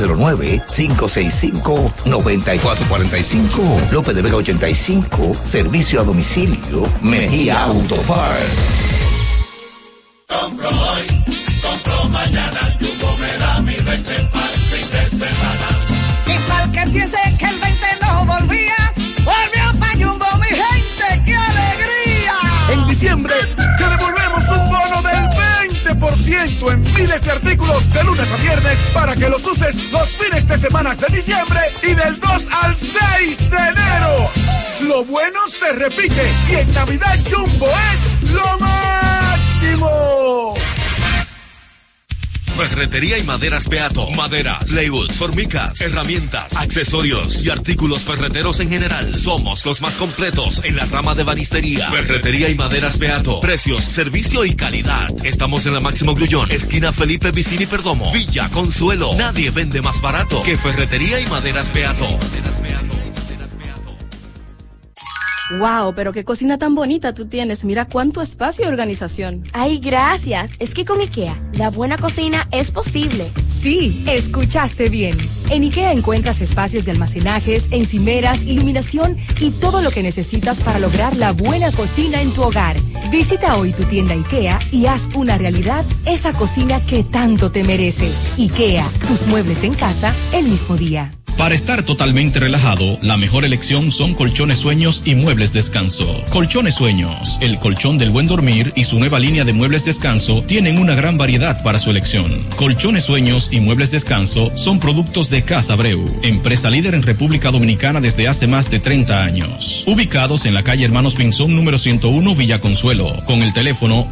809-565-9445. López de Vega 85, servicio a domicilio. Mejía Auto Parts. Compro hoy, compro mañana, Jumbo me da mi 20 para el fin de semana. Y para que piense que el 20 no volvía, volvió pa' Jumbo, mi gente, ¡qué alegría! En diciembre, te devolvemos un bono del 20% en miles de artículos de lunes a viernes para que los uses los fines de semana de diciembre y del 2 al 6 de enero. Lo bueno se repite y en Navidad Jumbo es lo máximo. Ferretería y maderas Beato. Maderas, plywood, formicas, herramientas, accesorios y artículos ferreteros en general. Somos los más completos en la rama de banistería. Ferretería y maderas Beato. Precios, servicio y calidad. Estamos en la Máximo Grullón, esquina Felipe Vicini Perdomo, Villa Consuelo. Nadie vende más barato que Ferretería y maderas Beato. Wow, pero qué cocina tan bonita tú tienes. Mira cuánto espacio y organización. Ay, gracias. Es que con IKEA, la buena cocina es posible. Sí, escuchaste bien. En IKEA encuentras espacios de almacenajes, encimeras, iluminación y todo lo que necesitas para lograr la buena cocina en tu hogar. Visita hoy tu tienda IKEA y haz una realidad esa cocina que tanto te mereces. IKEA, tus muebles en casa el mismo día. Para estar totalmente relajado, la mejor elección son Colchones Sueños y Muebles Descanso. Colchones Sueños, el colchón del buen dormir y su nueva línea de muebles descanso tienen una gran variedad para su elección. Colchones Sueños y Muebles Descanso son productos de Casa Abreu, empresa líder en República Dominicana desde hace más de 30 años. Ubicados en la calle Hermanos Pinzón número 101 Villa Consuelo, con el teléfono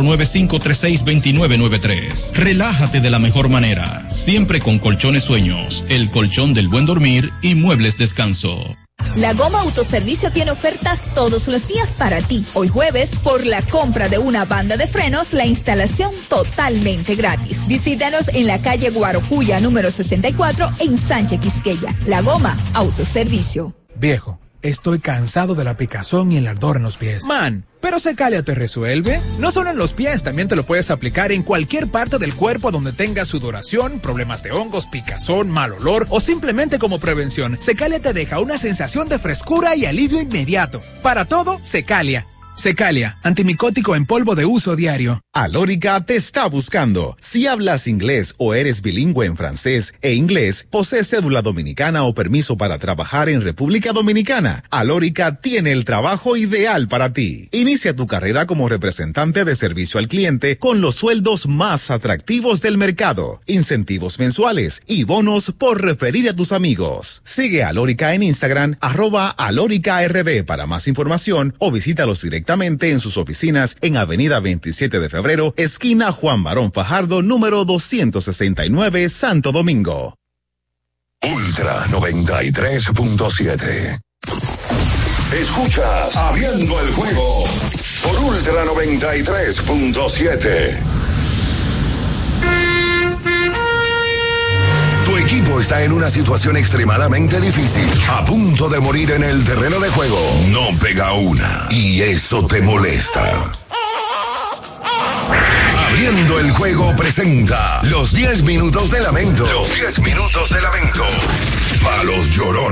809-536-2993. Relájate de la mejor manera, siempre con Colchones Sueños, el colchón del buen dormir y Muebles Descanso. La Goma Autoservicio tiene ofertas todos los días para ti. Hoy jueves, por la compra de una banda de frenos, la instalación totalmente gratis. Visítanos en la calle Guarocuya número 64 en Sánchez Quisqueya. La Goma Autoservicio. Viejo, estoy cansado de la picazón y el ardor en los pies. Man, pero Secalia te resuelve. No solo en los pies, también te lo puedes aplicar en cualquier parte del cuerpo donde tengas sudoración, problemas de hongos, picazón, mal olor o simplemente como prevención. Secalia te deja una sensación de frescura y alivio inmediato. Para todo, Secalia. Secalia, antimicótico en polvo de uso diario. Alórica te está buscando. Si hablas inglés o eres bilingüe en francés e inglés, posees cédula dominicana o permiso para trabajar en República Dominicana, Alórica tiene el trabajo ideal para ti. Inicia tu carrera como representante de servicio al cliente con los sueldos más atractivos del mercado, incentivos mensuales y bonos por referir a tus amigos. Sigue a Alórica en Instagram, @AlóricaRD para más información o visítalos directamente en sus oficinas en Avenida 27 de Febrero, esquina Juan Barón Fajardo, número 269, Santo Domingo. Ultra 93.7. Escuchas Abriendo el Juego por Ultra 93.7. Tu equipo está en una situación extremadamente difícil, a punto de morir en el terreno de juego. No pega una y eso te molesta. Abriendo el Juego presenta los 10 minutos de lamento. Los 10 minutos de lamento para los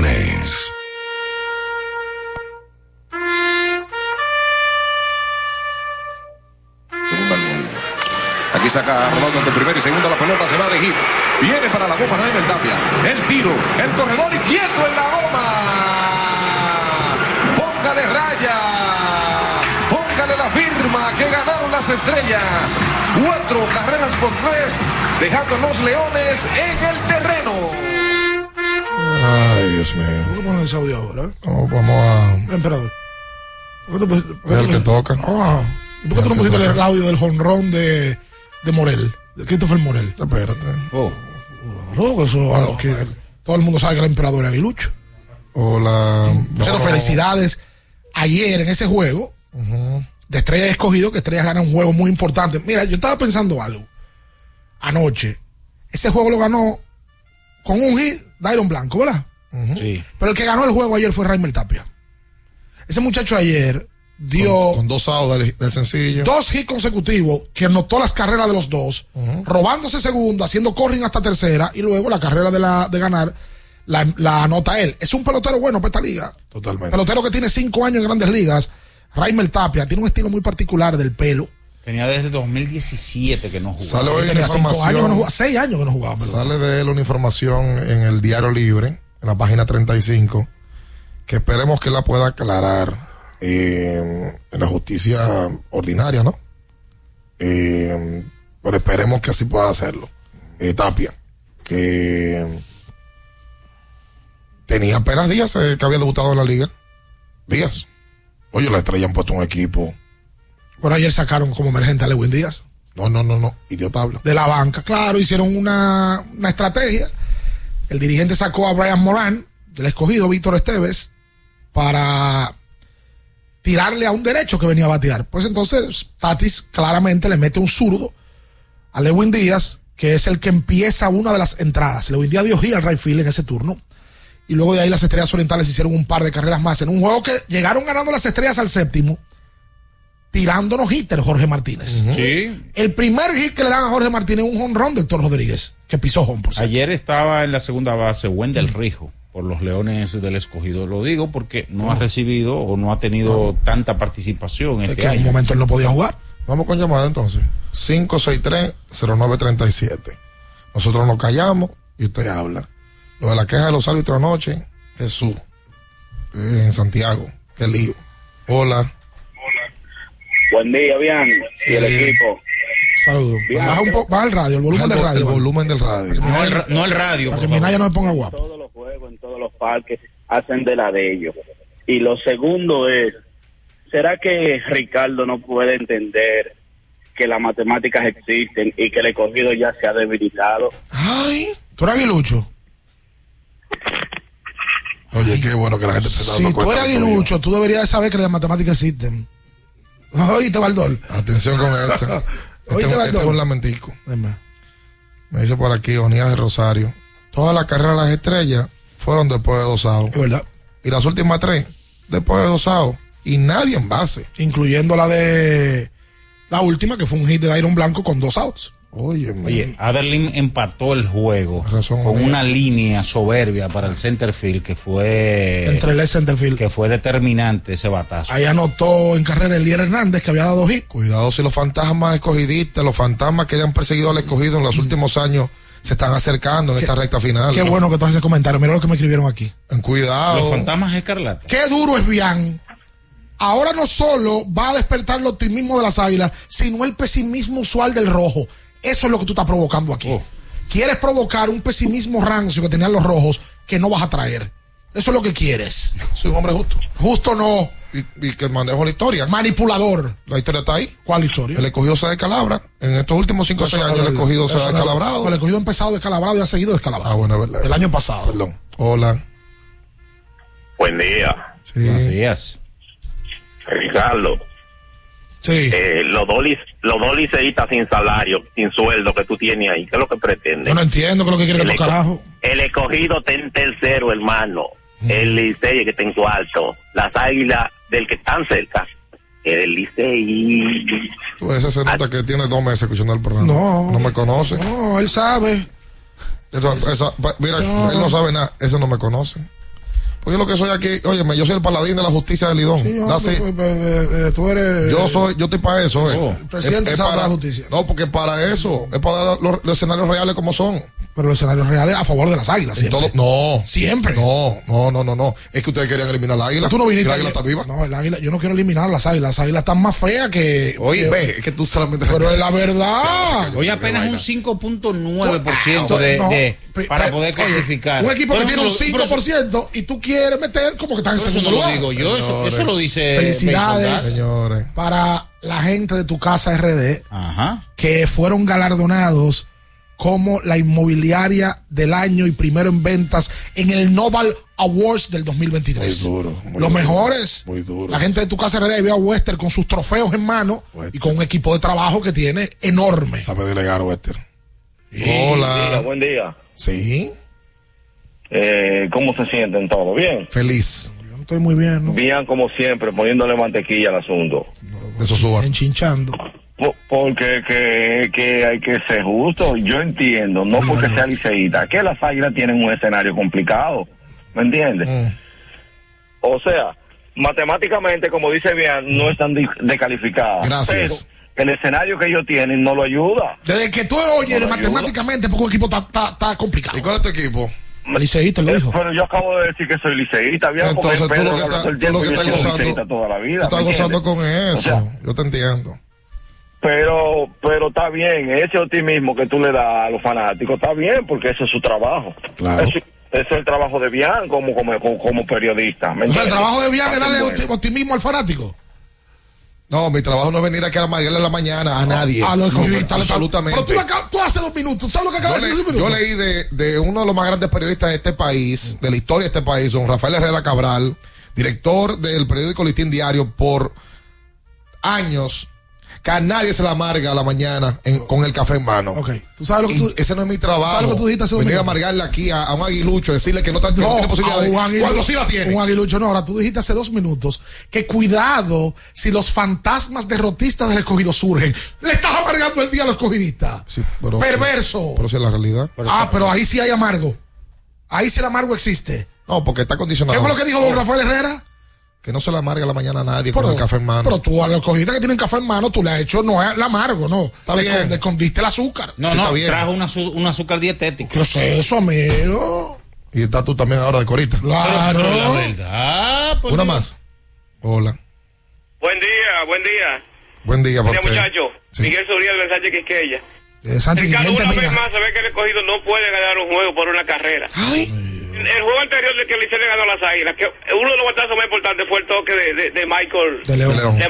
llorones. y saca rodando entre primera y segunda. La pelota se va a elegir. Viene para la goma Raimel Tapia. El tiro, el corredor y quieto en la goma. Póngale raya. Póngale la firma que ganaron las estrellas. 4 carreras por 3, dejando a los Leones en el terreno. Ay, Dios mío. ¿Por qué pones ese audio ahora? Vamos a... Emperador. Es el que toca. ¿Por qué tú no pusiste el audio del jonrón de Morel? De Christopher Morel. Espérate. Eso, que todo el mundo sabe que el emperador es aguilucho. Hola. Felicidades. Ayer en ese juego de Estrellas Escogido, que Estrellas gana un juego muy importante. Mira, yo estaba pensando algo. Anoche, ese juego lo ganó con un hit de Iron Blanco, ¿verdad? Sí. Pero el que ganó el juego ayer fue Raimel Tapia. Ese muchacho ayer dio... Con 2 outs del sencillo. 2 hits consecutivos que anotó las carreras de los dos, robándose segunda, haciendo corring hasta tercera, y luego la carrera de ganar la anota él. Es un pelotero bueno para esta liga. Totalmente. Pelotero que tiene 5 años en Grandes Ligas. Raimel Tapia tiene un estilo muy particular del pelo. Tenía desde 2017 que no jugaba. Sale hoy tenía una información. 6 años que no jugaba. Sale de él una información en el Diario Libre, en la página 35, que esperemos que la pueda aclarar en la justicia ordinaria, ¿no? Pero esperemos que así pueda hacerlo. Tapia, que tenía apenas días que había debutado en la liga. Días. Oye, la Estrella han puesto un equipo. Por ayer sacaron como emergente a Lewin Díaz. No. Idiota habla. De la banca. Claro, hicieron una estrategia. El dirigente sacó a Brian Morán, del escogido Víctor Esteves, para tirarle a un derecho que venía a batear. Pues entonces Tatis claramente le mete un zurdo a Lewin Díaz, que es el que empieza una de las entradas. Lewin Díaz dio gira al right field en ese turno. Y luego de ahí las Estrellas Orientales hicieron un par de carreras más en un juego que llegaron ganando las Estrellas al séptimo, tirándonos hitter Jorge Martínez. Sí. El primer hit que le dan a Jorge Martínez es un jonrón de Héctor Rodríguez, que pisó home, por cierto. Ayer estaba en la segunda base Wendell Rijo por los Leones del Escogido. Lo digo porque no ha recibido o no ha tenido tanta participación este año. En un momento él no podía jugar. Vamos con llamada entonces. 563-0937. Nosotros nos callamos y usted habla. Lo de la queja de los árbitros anoche, Jesús, en Santiago, qué lío. Hola. Buen día, bien. Y el equipo. Saludos. Baja el radio, el volumen del radio. El volumen del radio. No el radio. Para que Minaya no me ponga guapo. Todos los juegos, en todos los parques, hacen de la de ellos. Y lo segundo es, ¿será que Ricardo no puede entender que las matemáticas existen y que el escogido ya se ha debilitado? Ay, tú eres aguilucho. Oye, qué bueno que la gente se está dando cuenta. Si tú eres aguilucho, tú deberías saber que las matemáticas existen. Oíste, Baldor. Atención con esto. Este es un lamentico. Me dice por aquí, Onías de Rosario. Todas las carreras de las Estrellas fueron después de 2 outs. Es verdad. Y las últimas 3, después de 2 outs. Y nadie en base. Incluyendo la última, que fue un hit de Iron Blanco con 2 outs. Oye, Adelín empató el juego con una línea soberbia para el centerfield que fue entre el centerfield, que fue determinante ese batazo. Ahí anotó en carrera Elier Hernández, que había dado hit. Cuidado si los fantasmas escogidistas, los fantasmas que le han perseguido al escogido en los últimos años se están acercando en esta recta final. Qué bueno que tú haces ese comentario. Mira lo que me escribieron aquí. Cuidado. Los fantasmas escarlata. Qué duro es Bian. Ahora no solo va a despertar el optimismo de las Águilas, sino el pesimismo usual del rojo. Eso es lo que tú estás provocando aquí. Quieres provocar un pesimismo rancio que tenían los rojos que no vas a traer. Eso es lo que quieres. Soy un hombre justo. Justo no. Y que manejo la historia. Manipulador. La historia está ahí. ¿Cuál historia? El escogido se descalabra. En estos últimos 5 o 6 años el escogido se ha descalabrado. El escogido ha empezado descalabrado y ha seguido descalabrado. Ah, bueno, es verdad. El año pasado. Perdón. Hola. Buen día. Sí. Buenos días. Ricardo. Sí. Los dos liceístas sin salario, sin sueldo que tú tienes ahí, ¿qué es lo que pretendes? Yo no entiendo qué es lo que quiere que tu carajo. El escogido está en tercero, hermano. El Licey que está en cuarto. Las Águilas del que están cerca. El Licey. Tú ese se nota que tiene 2 meses escuchando el programa. No me conoce. No, él sabe. Mira, él no sabe nada. Ese no me conoce. Pues yo lo que soy aquí, óyeme, yo soy el paladín de la justicia de Lidón. Sí, tú eres. Yo estoy para eso, El presidente sabe la justicia. No, porque para eso, es para dar los escenarios reales como son. Pero los escenarios reales a favor de las águilas. Siempre. No. Siempre. No. Es que ustedes querían eliminar la águila. Tú no viniste. La águila está viva. No, el águila, yo no quiero eliminar las águilas. Las águilas están más feas que. Oye, ve, es que tú solamente. Pero es la verdad. Hoy apenas un 5.9% para poder clasificar. Un equipo que tiene un 5% y tú quieres meter como que están en segundo lugar. Eso no lo digo yo, eso lo dice. Felicidades, señores, para la gente de Tu Casa RD, que fueron galardonados como la inmobiliaria del año y primero en ventas en el Nobel Awards del 2023. Muy duro. Los mejores. Muy duro. La gente de Tu Casa RD vio a Wester con sus trofeos en mano y con un equipo de trabajo que tiene enorme. Sabe delegar, Wester. Hola. Buen día. Sí. ¿Cómo se sienten todos? ¿Bien? Feliz. Yo no estoy muy bien, ¿no? Bien, como siempre, poniéndole mantequilla al asunto. Eso suba. Enchinchando. Porque que hay que ser justo. Yo entiendo, no porque sea liceísta, que las águilas tienen un escenario complicado. ¿Me entiendes? O sea, matemáticamente, como dice bien, no están descalificadas. Gracias. Pero el escenario que ellos tienen no lo ayuda. Desde que tú oyes matemáticamente, porque un equipo está complicado. ¿Y cuál es tu equipo? Liceísta, lo dijo. Pero yo acabo de decir que soy liceísta. Entonces tú lo que estás gozando, toda la vida, tú estás gozando con eso. O sea, yo te entiendo. Pero está bien, ese optimismo que tú le das a los fanáticos está bien, porque ese es su trabajo. Claro. Ese es el trabajo de Bian como periodista. O sea, el trabajo de Bian es darle optimismo al fanático. No, mi trabajo no es venir aquí a amargarle en la mañana a nadie. A los escogidistas. Absolutamente. Pero tú hace 2 minutos, ¿sabes lo que acabas de decir? Yo leí de uno de los más grandes periodistas de este país, de la historia de este país, don Rafael Herrera Cabral, director del periódico Listín Diario por años, que a nadie se la amarga a la mañana con el café en mano. Okay. ¿Tú sabes lo que tú, ese no es mi trabajo. ¿Sabes lo que tú dijiste hace 2 minutos? Venir a amargarle aquí a un aguilucho, decirle que no tiene posibilidad cuando sí la tiene. Un aguilucho, no. Ahora, tú dijiste hace 2 minutos que cuidado si los fantasmas derrotistas del escogido surgen. Le estás amargando el día a los escogidistas. Sí, pero perverso. Pero sí es la realidad. Pero ahí sí hay amargo. Ahí sí el amargo existe. No, porque está condicionado. ¿Qué fue lo que dijo don Rafael Herrera? Que no se le amarga a la mañana a nadie con el café en mano. Pero tú a los escogidistas que tienen café en mano, tú le has hecho, no es el amargo, no. Está bien. Le escondiste el azúcar. No, trajo un azúcar dietético. ¿Qué es eso, amigo? Y estás tú también ahora de corita. Claro. Pero la verdad. Pues una más. Hola. Buen día. Buen día, muchacho. Sí. Miguel Suriel de Sánchez Quisqueya. Ricardo, una vez más se ve que el escogido no puede ganar un juego por una carrera. Ay. El juego anterior de que el Licey le ganó a las Águilas, que uno de los batazos más importantes fue el toque de Michael de León.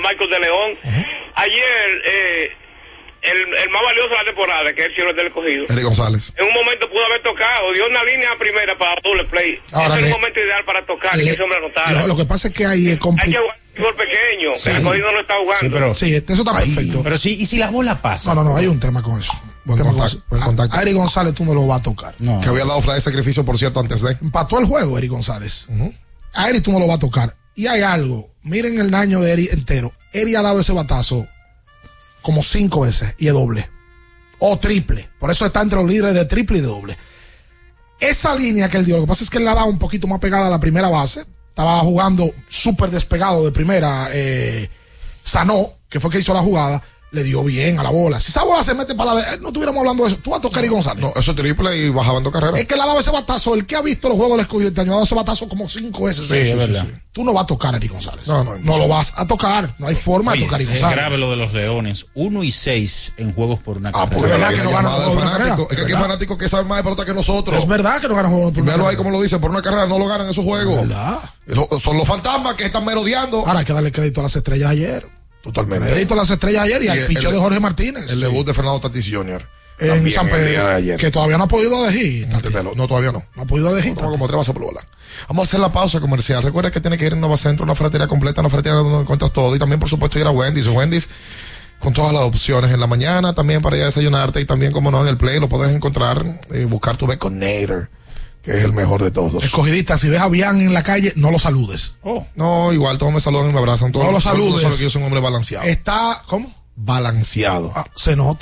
Ayer, el más valioso de la temporada, que es el cielo del escogido, Eric González, en un momento pudo haber tocado, dio una línea primera para doble play. Ahora, es un momento ideal para tocar y que ese hombre anotara. Lo que pasa es que ahí es complicado. Hay que jugar pequeño, sí. El escogido no está jugando. Sí, pero eso está perfecto. Pero sí, ¿y si la bola pasa? No, hay un tema con eso. Buen contacto. A Eric González tú no lo vas a tocar. No. Que había dado flag de sacrificio, por cierto, antes de. Empató el juego, Eric González. A Eric tú no lo vas a tocar. Y hay algo. Miren el daño de Eric entero. Eric ha dado ese batazo como 5 veces y es doble. O triple. Por eso está entre los líderes de triple y de doble. Esa línea que él dio, lo que pasa es que él la ha dado un poquito más pegada a la primera base. Estaba jugando súper despegado de primera. Sanó, que fue que hizo la jugada. Le dio bien a la bola. Si esa bola se mete para la no estuviéramos hablando de eso. Tú vas a tocar Eric González. No, eso es triple y bajaban 2 carreras. Es que le ha dado ese batazo. El que ha visto los juegos del escogido este año ha dado ese batazo como 5 veces. Sí, es verdad. Tú no vas a tocar a Eric González. No lo vas a tocar. No hay forma de tocar a Eric González. Es grave lo de los Leones. 1-6 en juegos por una carrera. Pues verdad que no ganan juegos por una carrera. Es que aquí hay fanáticos que saben más de pelota que nosotros. Es verdad que no ganan juegos por una carrera. Míralo ahí como lo dice, por una carrera no lo ganan esos juegos. Son los fantasmas que están merodeando. Ahora hay que darle crédito a las estrellas ayer. Totalmente. Crédito a las estrellas ayer y al picheo de Jorge Martínez. El debut de Fernando Tatis Jr. En San Pedro, que todavía no ha podido elegir. No, todavía no. No ha podido elegir. Como 3 bases por bola. Vamos a hacer la pausa comercial. Recuerda que tiene que ir en Nova Centro, una ferretería completa, una ferretería donde encuentras todo. Y también, por supuesto, ir a Wendy's. Wendy's con todas las opciones en la mañana, también para ir a desayunarte. Y también, como no, en el Play lo puedes encontrar, buscar tu Baconator, que es el mejor de todos. Escogidista, si ves a Bian en la calle, no lo saludes. No, igual, todos me saludan y me abrazan. No lo saludes. Solo que yo soy un hombre balanceado. Está, ¿cómo? Balanceado. Se nota.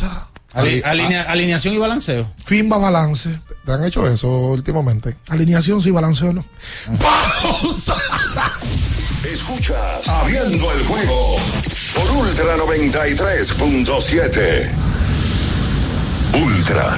Alineación y balanceo. Finba balance. ¿Te han hecho eso últimamente? Alineación sí, balanceo no. ¡Pausa! Escuchas Abriendo el Juego por Ultra 93.7. Ultra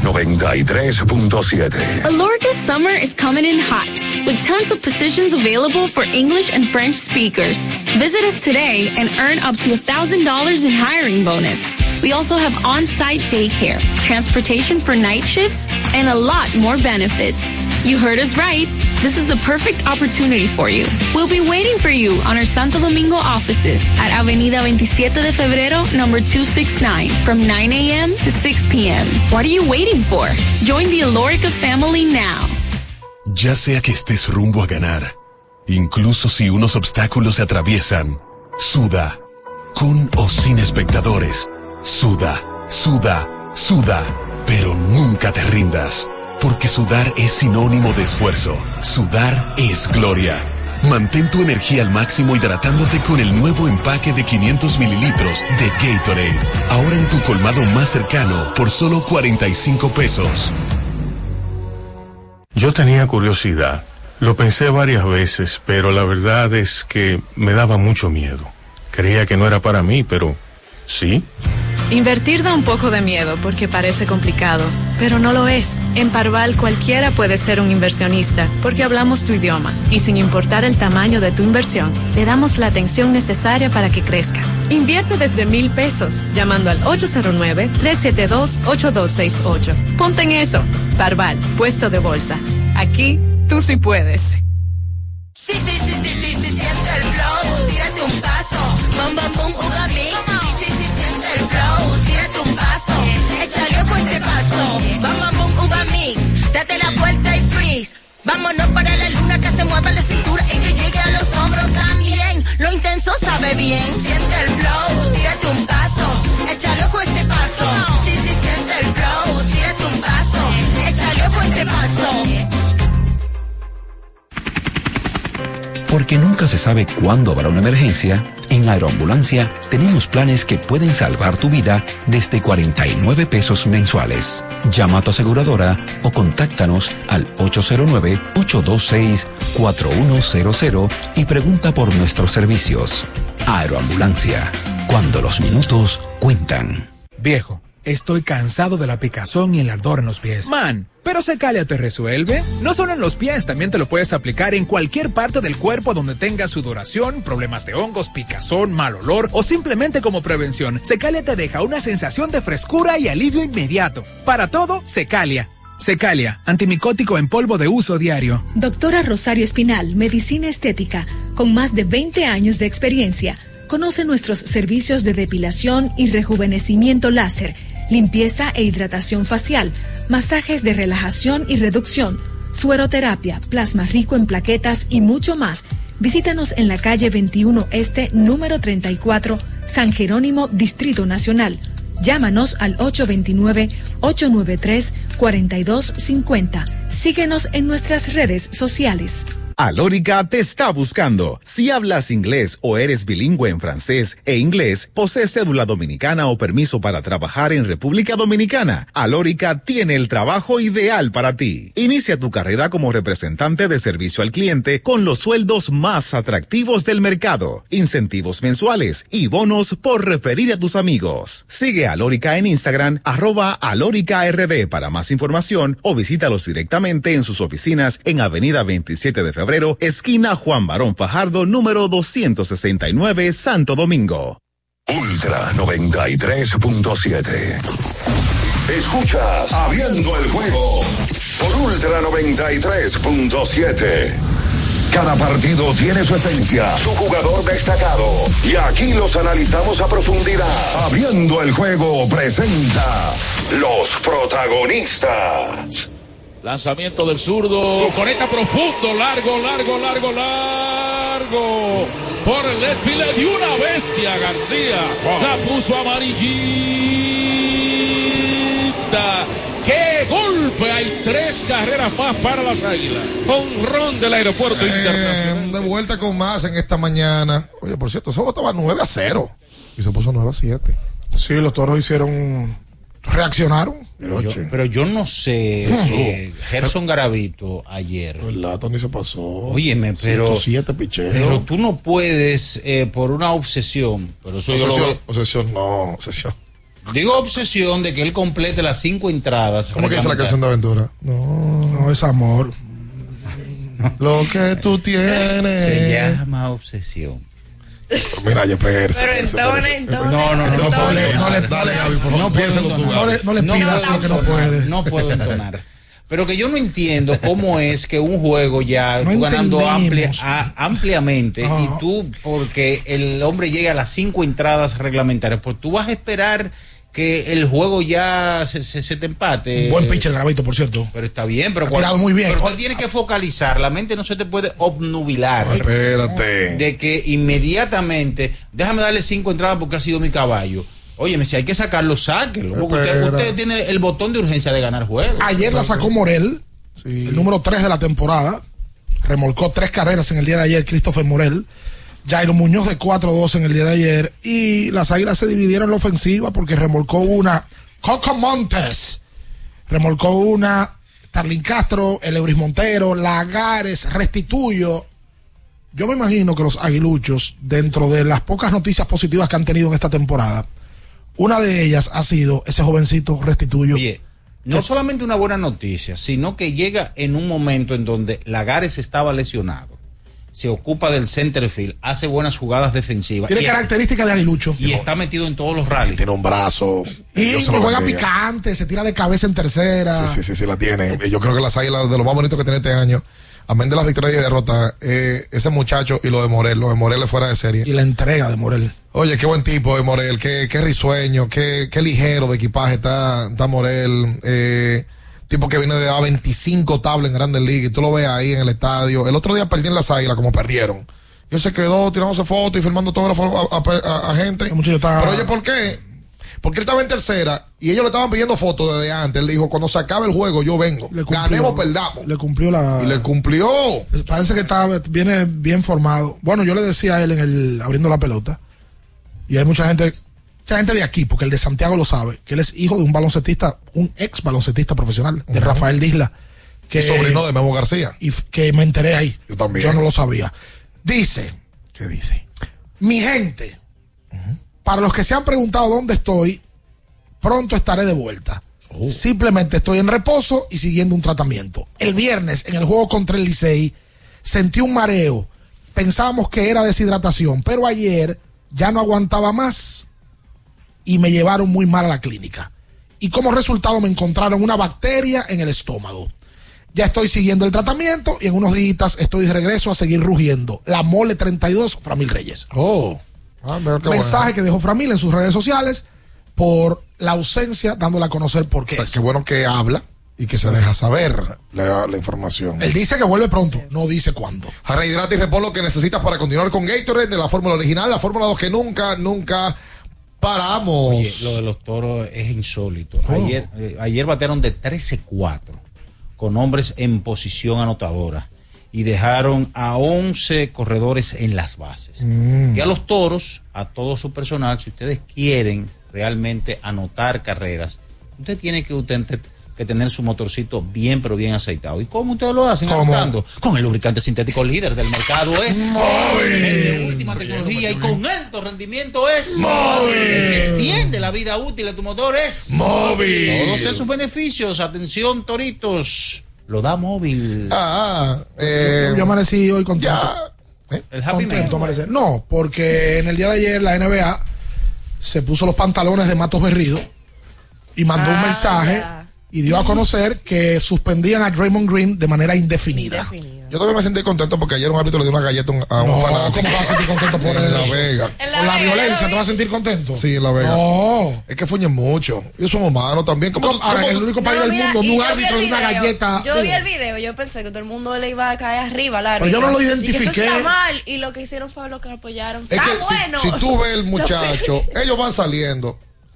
93.7. Alorca summer is coming in hot, with tons of positions available for English and French speakers. Visit us today and earn up to $1,000 in hiring bonus. We also have on-site daycare, transportation for night shifts, and a lot more benefits. You heard us right. This is the perfect opportunity for you. We'll be waiting for you on our Santo Domingo offices at Avenida 27 de Febrero, number 269, from 9 a.m. to 6 p.m. What are you waiting for? Join the Alorica family now. Ya sea que estés rumbo a ganar, incluso si unos obstáculos se atraviesan, suda, con o sin espectadores, suda, suda, suda, pero nunca te rindas. Porque sudar es sinónimo de esfuerzo. Sudar es gloria. Mantén tu energía al máximo hidratándote con el nuevo empaque de 500 mililitros de Gatorade. Ahora en tu colmado más cercano por solo 45 pesos. Yo tenía curiosidad. Lo pensé varias veces, pero la verdad es que me daba mucho miedo. Creía que no era para mí, pero sí. Invertir da un poco de miedo porque parece complicado, pero no lo es. En Parval cualquiera puede ser un inversionista porque hablamos tu idioma y sin importar el tamaño de tu inversión, le damos la atención necesaria para que crezca. Invierte desde $1,000 llamando al 809-372-8268. Ponte en eso. Parval, puesto de bolsa. Aquí, tú sí puedes. Sí, siente el flow, tírate un paso. Bam, bam, boom, uga mix. El flow, tírate un paso, échale ojo este paso, vamos boom, uva mix, date la vuelta y freeze, vámonos para la luna que se mueva la cintura y que llegue a los hombros también, lo intenso sabe bien, siente el flow, tírate un paso, échale ojo este paso, sí, siente el flow, tírate un paso, échale ojo este paso. Porque nunca se sabe cuándo habrá una emergencia, en Aeroambulancia tenemos planes que pueden salvar tu vida desde 49 pesos mensuales. Llama a tu aseguradora o contáctanos al 809-826-4100 y pregunta por nuestros servicios. Aeroambulancia, cuando los minutos cuentan. Viejo, estoy cansado de la picazón y el ardor en los pies. Man, ¿pero Secalia te resuelve? No solo en los pies, también te lo puedes aplicar en cualquier parte del cuerpo donde tengas sudoración, problemas de hongos, picazón, mal olor o simplemente como prevención. Secalia te deja una sensación de frescura y alivio inmediato. Para todo, Secalia. Secalia, antimicótico en polvo de uso diario. Doctora Rosario Espinal, Medicina Estética, con más de 20 años de experiencia. Conoce nuestros servicios de depilación y rejuvenecimiento láser, limpieza e hidratación facial, masajes de relajación y reducción, sueroterapia, plasma rico en plaquetas y mucho más. Visítanos en la calle 21 Este, número 34, San Jerónimo, Distrito Nacional. Llámanos al 829-893-4250. Síguenos en nuestras redes sociales. Alórica te está buscando. Si hablas inglés o eres bilingüe en francés e inglés, posees cédula dominicana o permiso para trabajar en República Dominicana, Alórica tiene el trabajo ideal para ti. Inicia tu carrera como representante de servicio al cliente con los sueldos más atractivos del mercado, incentivos mensuales y bonos por referir a tus amigos. Sigue a Alórica en Instagram, @AlóricaRD para más información o visítalos directamente en sus oficinas en Avenida 27 de Febrero, esquina Juan Barón Fajardo, número 269, Santo Domingo. Ultra 93.7. Escuchas Abriendo el Juego por Ultra 93.7. Cada partido tiene su esencia, su jugador destacado, y aquí los analizamos a profundidad. Abriendo el Juego presenta los protagonistas. Lanzamiento del zurdo, conecta profundo, largo. Por el left field de una bestia, García. Wow. La puso amarillita. ¡Qué golpe! Hay 3 carreras más para las Águilas. Honrón del Aeropuerto Internacional. De vuelta con más en esta mañana. Oye, por cierto, ese juego estaba 9-0 y se puso 9-7. Sí, los Toros hicieron Reaccionaron. Pero yo no sé, Gerson Garavito ayer. ¿Verdad? Tony se pasó. Óyeme, pero 107 picheos. Pero tú no puedes, por una obsesión. Pero eso obsesión. Digo obsesión de que él complete las 5 entradas. ¿Cómo que dice la canción de Aventura? No es amor. Lo que tú tienes. Se llama obsesión. Mira, yo pegué. Pero entonces. No le dale, Gaby, por favor, piénsalo tú. No le pidas lo que no puede. No puedo entonar. Pero que yo no entiendo cómo es que un juego ya tú ganando ampliamente y tú, porque el hombre llega a las 5 entradas reglamentarias, pues tú vas a esperar que el juego ya se te empate. Un buen pitcher, Garavito, por cierto. Pero está bien, pero tirado muy bien. Pero tú tienes que focalizar, la mente no se te puede obnubilar. Espérate. De que inmediatamente, déjame darle 5 entradas porque ha sido mi caballo. Óyeme, si hay que sacarlo, sáquelo. Porque usted tiene el botón de urgencia de ganar juegos. Ayer la sacó Morel, el número 3 de la temporada. Remolcó 3 carreras en el día de ayer, Christopher Morel. Jairo Muñoz de 4-2 en el día de ayer. Y las Águilas se dividieron en la ofensiva porque remolcó una Coco Montes, remolcó una Starlin Castro, Eleuris Montero, Lagares, Restituyo. Yo me imagino que los aguiluchos, dentro de las pocas noticias positivas que han tenido en esta temporada, una de ellas ha sido ese jovencito Restituyo. Oye, no solamente una buena noticia, sino que llega en un momento en donde Lagares estaba lesionado, se ocupa del center field, hace buenas jugadas defensivas. Tiene características de aguilucho. Y está metido en todos los rallies. Tiene un brazo. Y juega picante, se tira de cabeza en tercera. Sí, la tiene. Yo creo que las Águilas, de lo más bonito que tiene este año, amén de las victorias y derrotas, ese muchacho y lo de Morel es fuera de serie. Y la entrega de Morel. Oye, qué buen tipo de Morel, qué risueño, qué ligero de equipaje está Morel. Tipo que viene de dar 25 tablas en Grandes Ligas y tú lo ves ahí en el estadio. El otro día perdí en las Águilas como perdieron. Y él se quedó tirándose fotos y filmando autógrafos a gente. Pero oye, ¿por qué? Porque él estaba en tercera y ellos le estaban pidiendo fotos desde antes. Él dijo, cuando se acabe el juego yo vengo. Ganemos, perdamos. Le cumplió Y le cumplió. Parece que viene bien formado. Bueno, yo le decía a él abriendo la pelota. Y hay mucha gente de aquí, porque el de Santiago lo sabe, que él es hijo de un baloncetista, un ex baloncetista profesional, de Rafael Disla. Que sobrino de Memo García. Y que me enteré ahí. Yo también. Yo no lo sabía. Dice. ¿Qué dice? Mi gente, para los que se han preguntado dónde estoy, pronto estaré de vuelta. Simplemente estoy en reposo y siguiendo un tratamiento. El viernes, en el juego contra el Licey, sentí un mareo. Pensábamos que era deshidratación, pero ayer ya no aguantaba más y me llevaron muy mal a la clínica. Y como resultado me encontraron una bacteria en el estómago. Ya estoy siguiendo el tratamiento y en unos días estoy de regreso a seguir rugiendo. La Mole 32, Framil Reyes. Mensaje que dejó Framil en sus redes sociales por la ausencia, dándole a conocer por qué. Qué bueno que habla y que se deja saber la información. Él dice que vuelve pronto, no dice cuándo. Rehidrata y repon lo que necesitas para continuar con Gatorade de la fórmula original, la fórmula 2 que nunca paramos. Oye, lo de los Toros es insólito. Ayer batearon de 13-4 con hombres en posición anotadora y dejaron a 11 corredores en las bases. Y a los Toros, a todo su personal, si ustedes quieren realmente anotar carreras, usted tiene que tener su motorcito bien, pero bien aceitado. ¿Y cómo ustedes lo hacen? Anotando con el lubricante sintético líder del mercado es Móvil. El de última tecnología y con alto rendimiento es Móvil. El que extiende la vida útil de tu motor es Móvil. Todos esos beneficios, atención toritos, lo da Móvil. Yo amanecí hoy contento. El Happy contento amanecer. No, porque en el día de ayer la NBA se puso los pantalones de Matos Berrido y mandó un mensaje y dio a conocer que suspendían a Draymond Green de manera indefinida. Yo también me sentí contento porque ayer un árbitro le dio una galleta a un fanático. ¿Cómo te vas a sentir contento por en eso? La Vega. Por la violencia, ¿te vas a sentir contento? Sí, en La Vega. No. Es que fuñen mucho. Ellos son humanos también. El único país del mundo donde un árbitro le dio una galleta. Yo vi el video, yo pensé que todo el mundo le iba a caer arriba al árbitro. Pero yo no lo identifiqué. Y que eso está mal, y lo que hicieron fue lo que apoyaron. Es que bueno. si tú ves el muchacho, ellos van saliendo.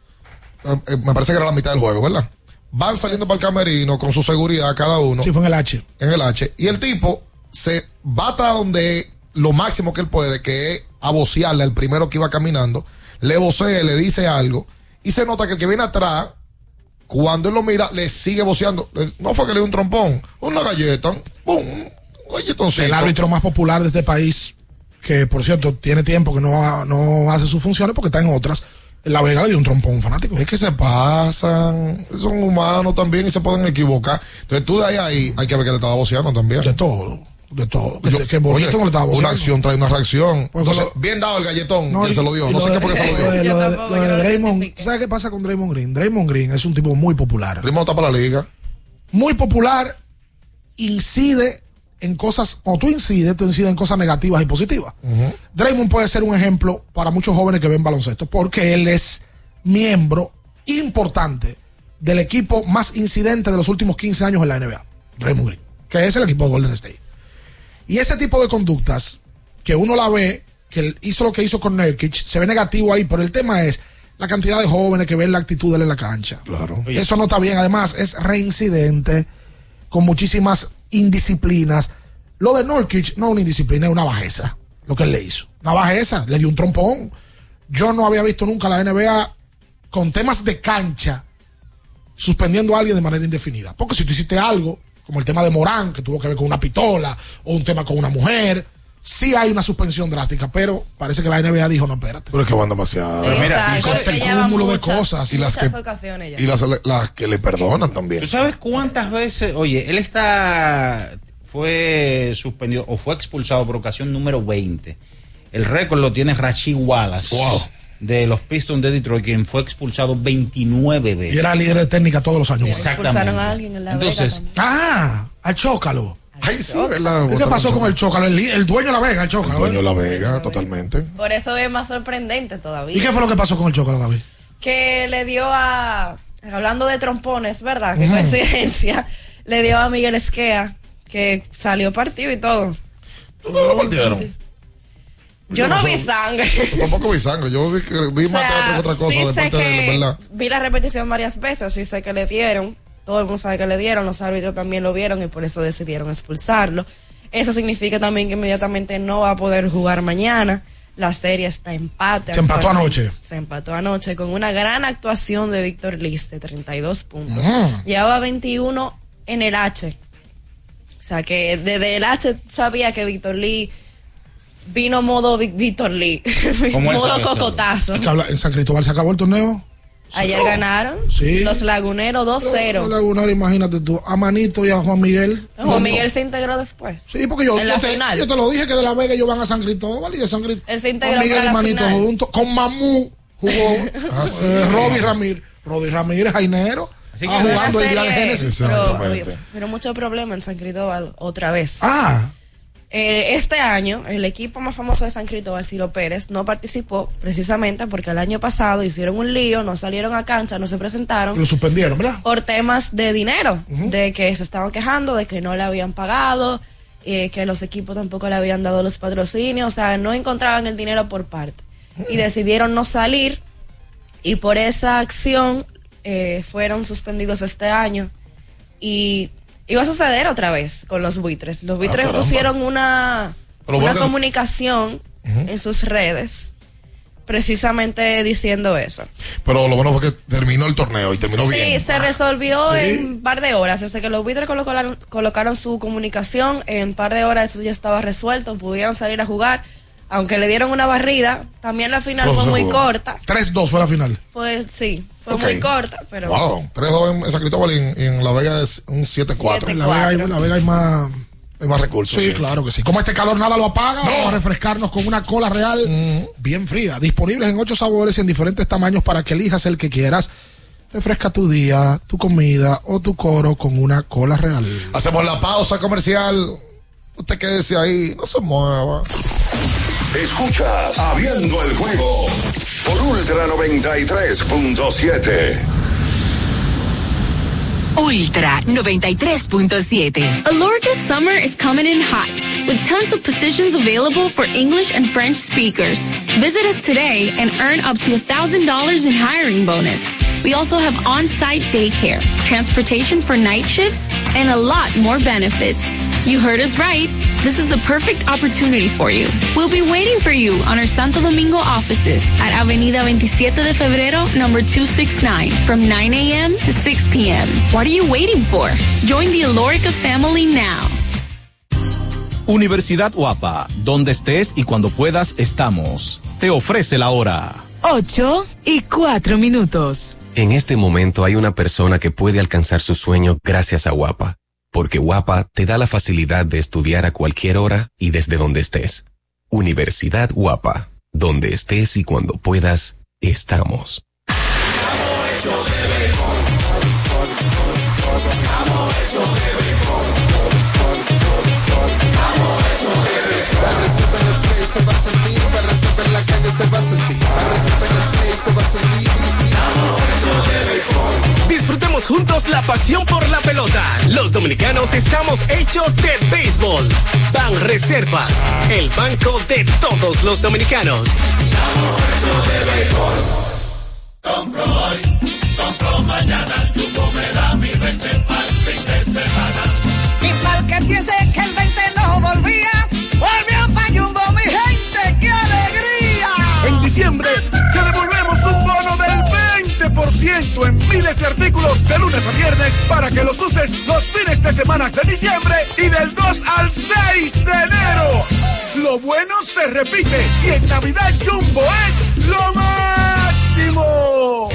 Me parece que era la mitad del juego, ¿verdad? Van saliendo para el camerino con su seguridad cada uno. Sí, fue en el H. En el H. Y el tipo se va hasta donde lo máximo que él puede, que es a vocearle al primero que iba caminando. Le vocea, le dice algo. Y se nota que el que viene atrás Cuando él lo mira, le sigue voceando. No fue que le dio un trompón, una galleta, ¡pum! Un galletoncito. El árbitro más popular de este país, que por cierto tiene tiempo que no hace sus funciones porque está en otras. En La Vega le dio un trompón a un fanático. Es que se pasan, son humanos también y se pueden equivocar. Entonces tú de ahí hay que ver que le estaba voceando también. De todo. Que bonito no le estaba voceando. Una acción trae una reacción. Entonces, bien dado el galletón que se lo dio. No sé qué por qué se lo dio. Lo de Draymond, ¿sabes qué pasa con Draymond Green? Draymond Green es un tipo muy popular. Draymond está para la liga. Muy popular, incide en cosas, o tú incides en cosas negativas y positivas. Draymond puede ser un ejemplo para muchos jóvenes que ven baloncesto, porque él es miembro importante del equipo más incidente de los últimos 15 años en la NBA, Draymond Green, que es el equipo de Golden State. Y ese tipo de conductas, que uno la ve, que él hizo lo que hizo con Nurkic, se ve negativo ahí, pero el tema es la cantidad de jóvenes que ven la actitud de él en la cancha. Claro. Eso no está bien. Además, es reincidente, con muchísimas indisciplinas. Lo de Nurkic no es una indisciplina, es una bajeza, lo que él le hizo. Una bajeza, le dio un trompón. Yo no había visto nunca la NBA con temas de cancha suspendiendo a alguien de manera indefinida. Porque si tú hiciste algo, como el tema de Morán, que tuvo que ver con una pistola, o un tema con una mujer, sí hay una suspensión drástica, pero parece que la NBA dijo, no, espérate. Pero es que van demasiado. Mira, ese cúmulo de cosas. Y las que le perdonan también. ¿Tú sabes cuántas veces? Oye, él fue suspendido o fue expulsado por ocasión número 20. El récord lo tiene Rasheed Wallace. Wow. De los Pistons de Detroit, quien fue expulsado 29 veces. Y era líder de técnica todos los años. Exactamente. Expulsaron a alguien en la Entonces, Vega al Chócalo. Ay, sí, ¿verdad? ¿Qué pasó con el Chócalo? El dueño de La Vega, el Chócalo. El dueño de La Vega, totalmente. Por eso es más sorprendente todavía. ¿Y qué fue lo que pasó con el Chócalo, David? Que le dio hablando de trompones, ¿verdad? Qué coincidencia. Le dio a Miguel Esquea, que salió partido y todo. ¿No lo partieron? Yo no vi sangre. Yo tampoco vi sangre. Yo vi matar otra cosa sí de parte de él, ¿verdad? Vi la repetición varias veces, sí sé que le dieron. Todo el mundo sabe que le dieron, los árbitros también lo vieron y por eso decidieron expulsarlo. Eso significa también que inmediatamente no va a poder jugar mañana. La serie está empate. Se empató anoche. Se empató anoche con una gran actuación de Víctor Liz de 32 puntos. Llevaba 21 en el H. O sea que desde el H sabía que Víctor Lee vino modo Víctor Lee. Modo cocotazo. ¿En San Cristóbal se acabó el torneo? Ayer ganaron los Laguneros 2-0. Los Laguneros, imagínate tú, a Manito y a Juan Miguel. Juan Miguel se integró después. Sí, porque yo te lo dije que de La Vega ellos van a San Cristóbal y de San Cristóbal. Él se integró Juan Miguel para y Manito final. juntos. Con Mamú jugó Rodi Ramírez Jainero. Jugando el día de Génesis. Pero mucho problema en San Cristóbal otra vez. Este año, el equipo más famoso de San Cristóbal, Ciro Pérez, no participó precisamente porque el año pasado hicieron un lío, no salieron a cancha, no se presentaron. Lo suspendieron, ¿verdad? Por temas de dinero, de que se estaban quejando, de que no le habían pagado, que los equipos tampoco le habían dado los patrocinios, o sea, no encontraban el dinero por parte. Y decidieron no salir y por esa acción fueron suspendidos este año. Y iba a suceder otra vez con los buitres. Los buitres pusieron una comunicación en sus redes precisamente diciendo eso. Pero lo bueno fue que terminó el torneo y terminó bien. Sí, se resolvió en un par de horas. Desde que los buitres colocaron su comunicación, en un par de horas eso ya estaba resuelto. Pudieron salir a jugar. Aunque le dieron una barrida, también la final fue muy corta. 3-2 fue la final. Pues sí, fue muy corta, pero... Wow, 3-2 en San Cristóbal y en La Vega es un 7-4. En La Vega hay más recursos. Sí, claro que sí. Como este calor nada lo apaga, vamos a refrescarnos con una cola real bien fría. Disponibles en 8 sabores y en diferentes tamaños para que elijas el que quieras. Refresca tu día, tu comida o tu coro con una cola real. Hacemos la pausa comercial. Usted quédese ahí, no se mueva. Escuchas Abriendo el Juego por Ultra 93.7. Ultra 93.7. Alorca's summer is coming in hot, with tons of positions available for English and French speakers. Visit us today and earn up to $1,000 in hiring bonus. We also have on-site daycare, transportation for night shifts, and a lot more benefits. You heard us right. this is the perfect opportunity for you. We'll be waiting for you on our Santo Domingo offices at Avenida 27 de Febrero, number 269, from 9 a.m. to 6 p.m. What are you waiting for? Join the Alorica family now. Universidad UAPA, donde estés y cuando puedas estamos. Te ofrece la hora. 8:04. En este momento hay una persona que puede alcanzar su sueño gracias a UAPA, porque UAPA te da la facilidad de estudiar a cualquier hora y desde donde estés. Universidad UAPA, donde estés y cuando puedas, estamos. Se va a sentir, para resolver la calle se va a sentir, para resolver el play se va a sentir. Disfrutemos juntos la pasión por la pelota. Los dominicanos estamos hechos de béisbol. Banreservas, el banco de todos los dominicanos. Compro hoy, compro mañana, Jumbo me da mi 20 pa'l fin de semana. Y pa'l que piense que el 20 no volvía, volvió pa' Jumbo, mi gente, ¡qué alegría! En diciembre te devolvemos un bono del 20% en miles de artículos de lunes a viernes para que los uses los fines de semana de diciembre y del 2 al 6 de enero. Lo bueno se repite y en Navidad Jumbo es lo máximo.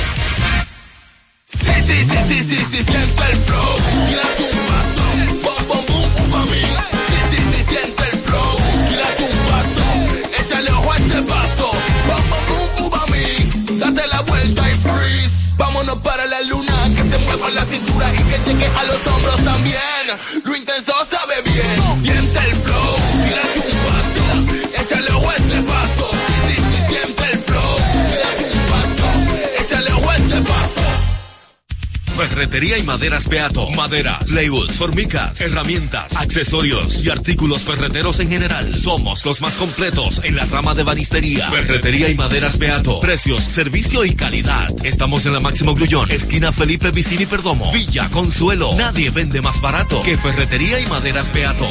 Sí, siente el flow, tírate un paso, bom, bom, boom, uva mix. Sí, siente el flow, tírate un paso, échale ojo a este paso, bom, bom, boom, uva mix. Date la vuelta y freeze, vámonos para la luna, que te mueva la cintura y que llegue a los hombros también. Lo intenso sabe bien, siente el flow, tírate un paso, échale ojo a este paso. Sí, siente el flow, tírate un paso, échale ojo a este paso. Ferretería y maderas Beato. Maderas, plywood, formicas, herramientas, accesorios y artículos ferreteros en general. Somos los más completos en la rama de banistería. Ferretería y maderas Beato. Precios, servicio y calidad. Estamos en la Máximo Grullón, esquina Felipe Vicini Perdomo, Villa Consuelo. Nadie vende más barato que Ferretería y maderas Beato.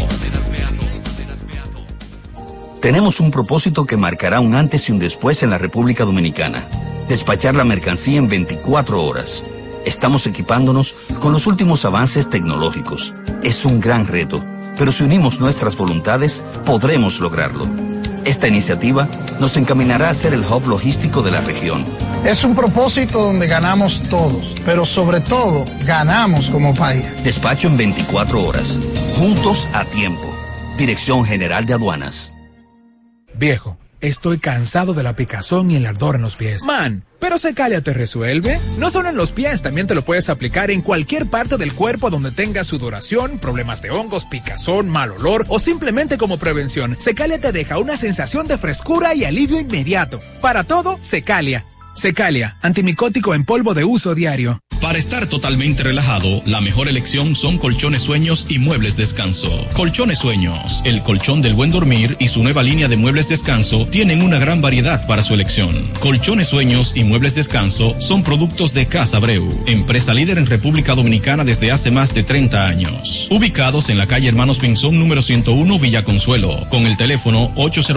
Tenemos un propósito que marcará un antes y un después en la República Dominicana. Despachar la mercancía en 24 horas. Estamos equipándonos con los últimos avances tecnológicos. Es un gran reto, pero si unimos nuestras voluntades, podremos lograrlo. Esta iniciativa nos encaminará a ser el hub logístico de la región. Es un propósito donde ganamos todos, pero sobre todo, ganamos como país. Despacho en 24 horas. Juntos a tiempo. Dirección General de Aduanas. Viejo, estoy cansado de la picazón y el ardor en los pies. Man, ¿pero Secalia te resuelve? No solo en los pies, también te lo puedes aplicar en cualquier parte del cuerpo donde tengas sudoración, problemas de hongos, picazón, mal olor o simplemente como prevención. Secalia te deja una sensación de frescura y alivio inmediato. Para todo, Secalia. Secalia, antimicótico en polvo de uso diario. Para estar totalmente relajado, la mejor elección son Colchones Sueños y Muebles Descanso. Colchones Sueños, el colchón del buen dormir y su nueva línea de muebles descanso tienen una gran variedad para su elección. Colchones Sueños y Muebles Descanso son productos de Casa Abreu, empresa líder en República Dominicana desde hace más de 30 años. Ubicados en la calle Hermanos Pinzón número 101 Villa Consuelo, con el teléfono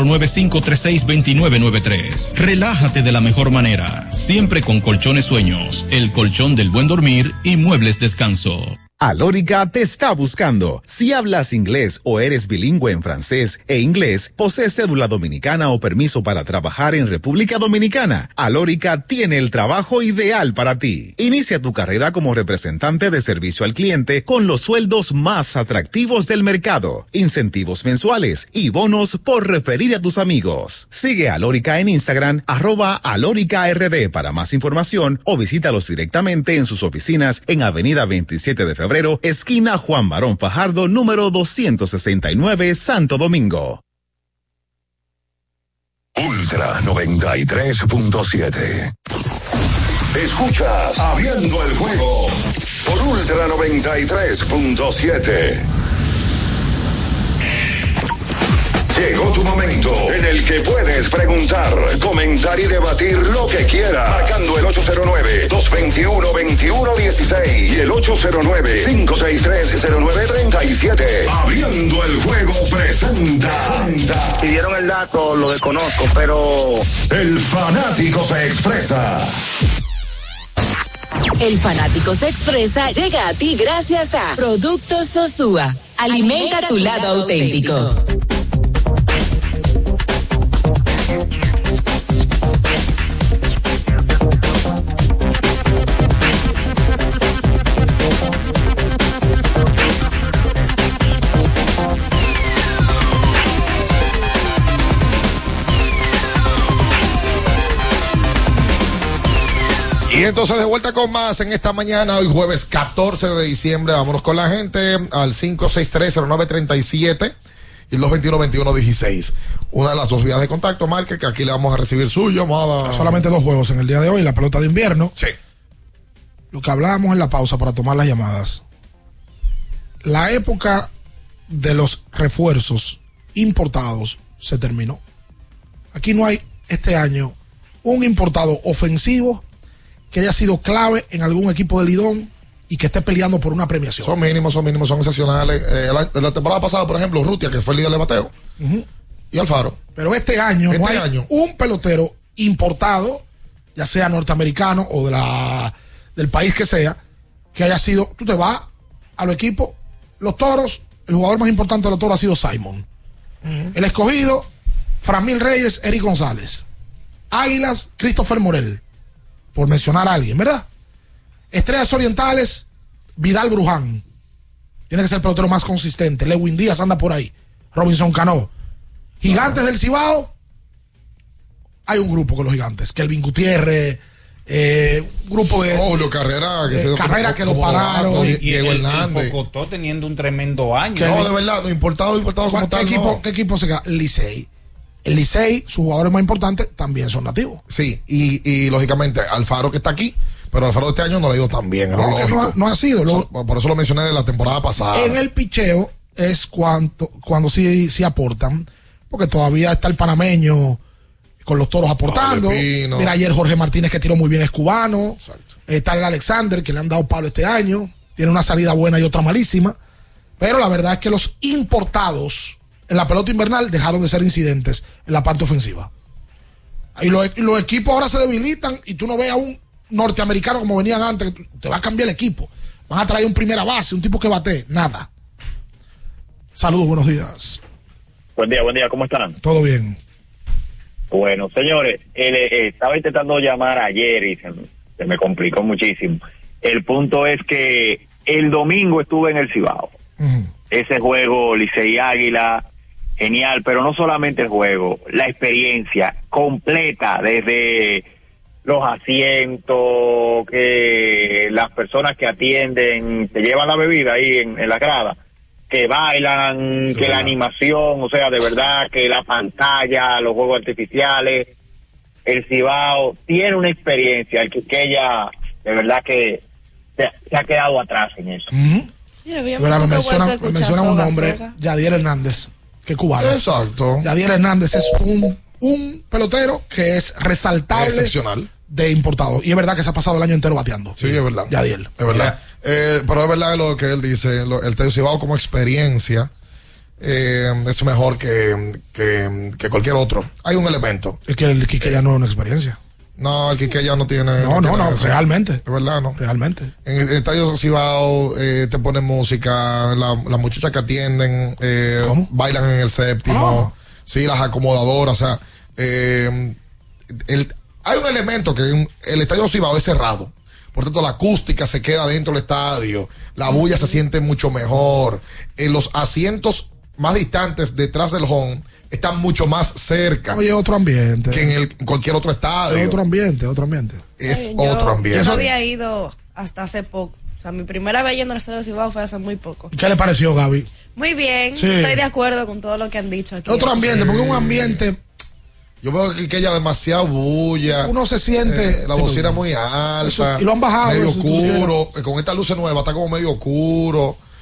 809-536-2993. Relájate de la mejor manera, siempre con Colchones Sueños, el colchón del buen dormir y Muebles Descanso. Alórica te está buscando. Si hablas inglés o eres bilingüe en francés e inglés, posees cédula dominicana o permiso para trabajar en República Dominicana, Alórica tiene el trabajo ideal para ti. Inicia tu carrera como representante de servicio al cliente con los sueldos más atractivos del mercado, incentivos mensuales y bonos por referir a tus amigos. Sigue a Alórica en Instagram, @AlóricaRD para más información o visítalos directamente en sus oficinas en Avenida 27 de Febrero, esquina Juan Barón Fajardo, número 269, Santo Domingo. Ultra 93.7. Escuchas Abriendo el Juego por Ultra 93.7. Llegó tu momento en el que puedes preguntar, comentar y debatir lo que quieras. Marcando el 809-221-2116 y el 809-563-0937. Abriendo el juego presenta. Si dieron el dato, lo desconozco, pero... El fanático se expresa. El fanático se expresa llega a ti gracias a Productos Sosúa. Alimenta tu lado auténtico. Y entonces de vuelta con más en esta mañana, hoy jueves 14 de diciembre. Vámonos con la gente al 5630937 y el 221-2116. Una de las dos vías de contacto, marque que aquí le vamos a recibir su llamada. Solamente 2 juegos en el día de hoy, la pelota de invierno. Sí. Lo que hablábamos en la pausa para tomar las llamadas. La época de los refuerzos importados se terminó. Aquí no hay este año un importado ofensivo que haya sido clave en algún equipo de Lidón y que esté peleando por una premiación. Son mínimos, son excepcionales. La temporada pasada, por ejemplo, Rutia, que fue el líder de bateo, y Alfaro. Pero este año no hay un pelotero importado, ya sea norteamericano o del país que sea, que haya sido. Tú te vas a los equipos, los Toros, el jugador más importante de los Toros ha sido Simon. El Escogido, Framil Reyes, Eric González. Águilas, Christopher Morel, por mencionar a alguien, ¿verdad? Estrellas Orientales, Vidal Bruján. Tiene que ser el pelotero más consistente. Lewin Díaz anda por ahí. Robinson Cano. Gigantes del Cibao. Hay un grupo con los Gigantes. Kelvin Gutiérrez. Grupo de... Julio Carrera. Carrera que lo pararon. Diego Hernández. Y Cocotó teniendo un tremendo año. No, de verdad, importado como tal. ¿Qué equipo se queda? Licey. El Licey, sus jugadores más importantes también son nativos. Sí, y lógicamente Alfaro que está aquí, pero Alfaro de este año no le ha ido tan bien. No ha sido. Por eso lo mencioné de la temporada pasada. En el picheo es cuando sí aportan, porque todavía está el panameño con los Toros aportando. Mira, ayer Jorge Martínez, que tiró muy bien, es cubano. Exacto. Está el Alexander, que le han dado palo este año. Tiene una salida buena y otra malísima. Pero la verdad es que los importados en la pelota invernal dejaron de ser incidentes en la parte ofensiva. Y los equipos ahora se debilitan y tú no ves a un norteamericano como venían antes, que te va a cambiar el equipo. Van a traer un primera base, un tipo que bate, nada. Saludos, buenos días. Buen día, ¿cómo están? Todo bien. Bueno, señores, estaba intentando llamar ayer y se me complicó muchísimo. El punto es que el domingo estuve en el Cibao. Ese juego Licey Águila, genial, pero no solamente el juego, la experiencia completa, desde los asientos, que las personas que atienden te llevan la bebida ahí en la grada, que bailan, que la animación, o sea, de verdad, que la pantalla, los juegos artificiales, el Cibao tiene una experiencia, el Quisqueya, de verdad que se ha quedado atrás en eso. Me mencionan un nombre, Yadier Hernández, que es cubano. Exacto. Yadier Hernández es un pelotero que es resaltable, excepcional, de importado. Y es verdad que se ha pasado el año entero bateando. Sí, es verdad. Yadier. Es verdad. Pero es verdad lo que él dice, el Estadio Cibao como experiencia es mejor que cualquier otro. Hay un elemento. Es que el Quisqueya no es una experiencia. No, el Quisqueya no tiene. No, realmente. Es verdad, ¿no? Realmente. En el Estadio Cibao te ponen música, las muchachas que atienden bailan en el séptimo. Sí, las acomodadoras, o sea, hay un elemento que el Estadio Cibao es cerrado. Por tanto, la acústica se queda dentro del estadio, la bulla se siente mucho mejor. Los asientos más distantes detrás del home están mucho más cerca. Oye, otro ambiente. Que en cualquier otro estadio. Es otro ambiente. Es otro ambiente. Yo no había ido hasta hace poco. O sea, mi primera vez yendo al Estadio Cibao fue hace muy poco. ¿Qué le pareció, Gaby? Muy bien, estoy de acuerdo con todo lo que han dicho aquí. Otro ambiente, porque es un ambiente... Yo veo que hella demasiado bulla. Uno se siente... la bocina muy alta. Y lo han bajado. Medio oscuro. Con esta luz nueva está como medio oscuro.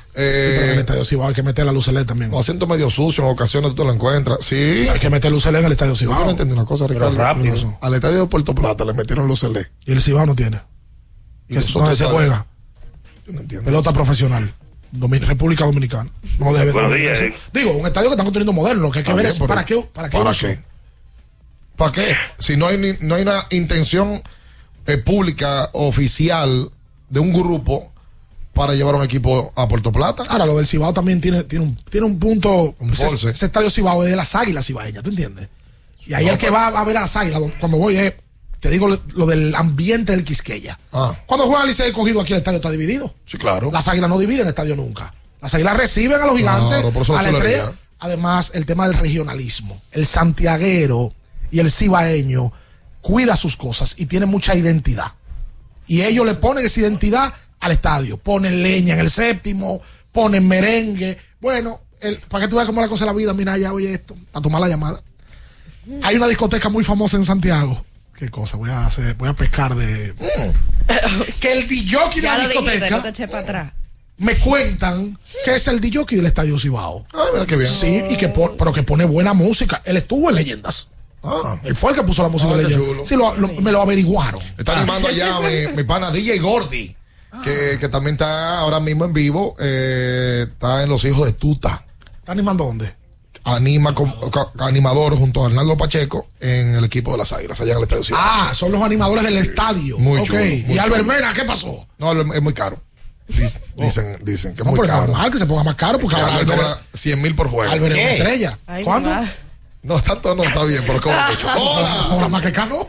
pero en el Estadio Cibao hay que meter la luz LED también. Asiento medio sucio, en ocasiones tú te lo encuentras. Sí. Hay que meter luz LED en el Estadio Cibao. Yo no entendí una cosa, Ricardo. Pero rápido. Al Estadio de Puerto Plata le metieron luz LED. Y el Cibao no tiene. ¿Y que eso donde se está juega? Yo no entiendo. Pelota profesional. República Dominicana. No debe. Buenos no debe días, ser. Digo, un estadio que están construyendo moderno. Lo que hay que ver es ¿para qué? ¿Para qué? ¿Para qué? Si no hay una intención pública, oficial, de un grupo para llevar un equipo a Puerto Plata. Ahora, lo del Cibao también tiene un punto. Force. Ese estadio Cibao es de las Águilas cibaeñas, ¿tú entiendes? Y ahí el que va a ver a las Águilas, cuando voy te digo lo del ambiente del Quisqueya. Cuando juega el Licey cogido aquí, el estadio está dividido. Sí, claro. Las Águilas no dividen el estadio nunca. Las Águilas reciben a los gigantes, a la estrella. Además, el tema del regionalismo. El santiaguero y el cibaeño cuida sus cosas y tiene mucha identidad. Y ellos le ponen esa identidad al estadio. Ponen leña en el séptimo, ponen merengue. Bueno, para que tú veas cómo la cosa de la vida, mira, ya oye esto, a tomar la llamada. Hay una discoteca muy famosa en Santiago. ¿Qué cosa? Voy a pescar de... que el DJ de la discoteca... No te eché para atrás. Me cuentan que es el DJ del Estadio Cibao. Mira qué bien. Sí, y pero que pone buena música. Él estuvo en Leyendas. Él fue el que puso la música de Leyendas. Sí, me lo averiguaron. Está animando allá mi pana DJ Gordy, que también está ahora mismo en vivo. Está en Los Hijos de Tuta. ¿Está animando dónde? Anima animador junto a Arnaldo Pacheco en el equipo de las Águilas, allá en el Estadio Cibao. Son los animadores del estadio. Muy chulo. ¿Y Albert Mena qué pasó? No, es muy caro. Dicen que es muy pero caro. Es normal que se ponga más caro porque Albert cobra 100,000 por juego. Albert es una estrella. ¿Cuándo? No, tanto no, está bien, pero cobra mucho. ¡Hola! ¿Ahora más que Cano?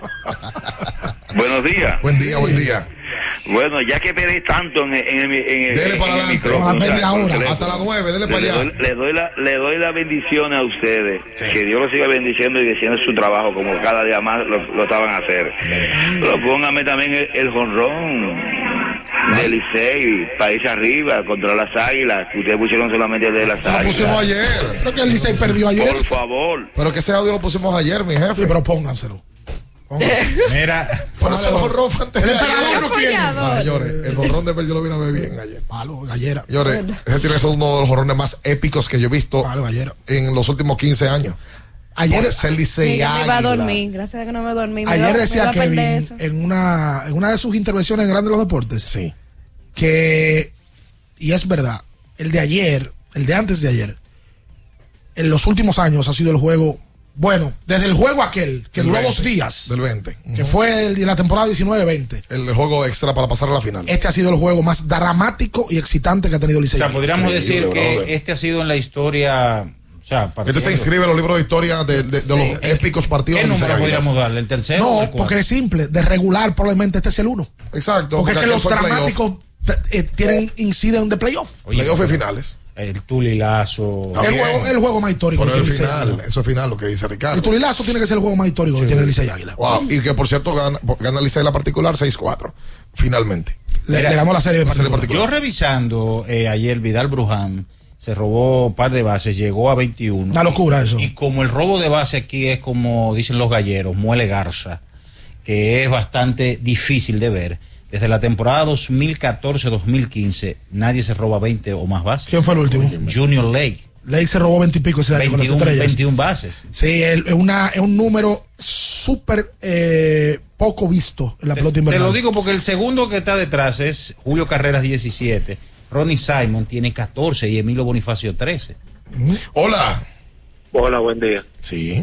Buenos días. Buen día. Bueno, ya que perdí tanto en el dele para adelante, a media hora, hasta las 9, dele para allá. Le doy la bendición a ustedes. Sí. Que Dios los siga bendiciendo y haciendo su trabajo como cada día más lo estaban a hacer. Pero póngame también el jonrón del Licey, país arriba, contra las Águilas, que ustedes pusieron solamente de las Águilas. Lo pusimos ayer. Creo que el Licey perdió ayer. Por favor. Pero que ese audio lo pusimos ayer, mi jefe. Sí, pero pónganselo. Mira, por eso el jonrón fue antes de ayer. Señores, el jonrón de él yo lo vine a ver bien ayer. Palo, gallera. Señores, ese tiene que ser uno de los jonrones más épicos que yo he visto en los últimos 15 años. Ayer me iba a dormir, gracias a que no me dormí. Ayer decía Kevin en una de sus intervenciones en Grandes los Deportes, sí, que, y es verdad, el de antes de ayer, en los últimos años ha sido el juego. Bueno, desde el juego aquel, que duró 2 días. Del 20. Que fue el de la temporada 19-20. El juego extra para pasar a la final. Este ha sido el juego más dramático y excitante que ha tenido Licey. O sea, podríamos decir que este ha sido en la historia... Este se inscribe en los libros de historia de los épicos partidos. ¿Qué número podríamos darle? ¿El tercero? No, porque es simple. De regular probablemente este es el 1. Exacto. Porque es que los dramáticos inciden de playoff. Playoff y finales. El Tulilazo. El juego más histórico. Pero el final, eso es final lo que dice Ricardo. El Tulilazo tiene que ser el juego más histórico que tiene el Licey Águila. Wow. Y que por cierto gana el Licey la particular 6-4. Finalmente. Le ganó la serie particular. Yo revisando ayer Vidal Bruján se robó un par de bases, llegó a 21. Una locura eso. Y como el robo de base aquí es como dicen los galleros, muele garza, que es bastante difícil de ver. Desde la temporada 2014-2015, nadie se roba 20 o más bases. ¿Quién fue el último? Junior Lake. Lake se robó 20 y pico ese año con las estrellas. 21 bases. Sí, es un número súper poco visto en la pelota invernal. Te lo digo porque el segundo que está detrás es Julio Carreras 17. Ronnie Simon tiene 14 y Emilio Bonifacio 13. Hola. Hola, buen día. Sí.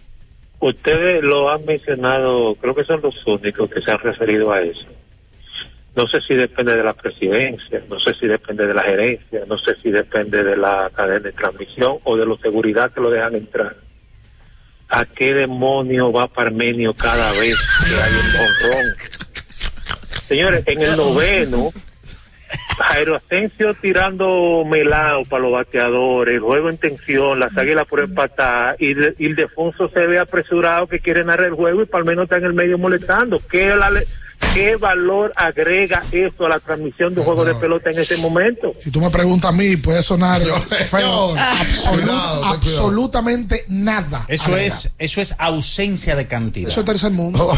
Ustedes lo han mencionado, creo que son los únicos que se han referido a eso. No sé si depende de la presidencia, no sé si depende de la gerencia, no sé si depende de la cadena de transmisión o de la seguridad que lo dejan entrar. ¿A qué demonio va Parmenio cada vez que hay un honrón? Señores, en el noveno, Jairo Asensio tirando melao para los bateadores, el juego en tensión, las Águilas por empatar, y Ildefonso se ve apresurado que quiere narrar el juego y Palmeno está en el medio molestando. ¿Qué ¿qué valor agrega eso a la transmisión de un juego de pelota en ese momento? Si tú me preguntas a mí, puede sonar feo. Absolutamente nada. Eso es ausencia de cantidad. Eso es tercer mundo.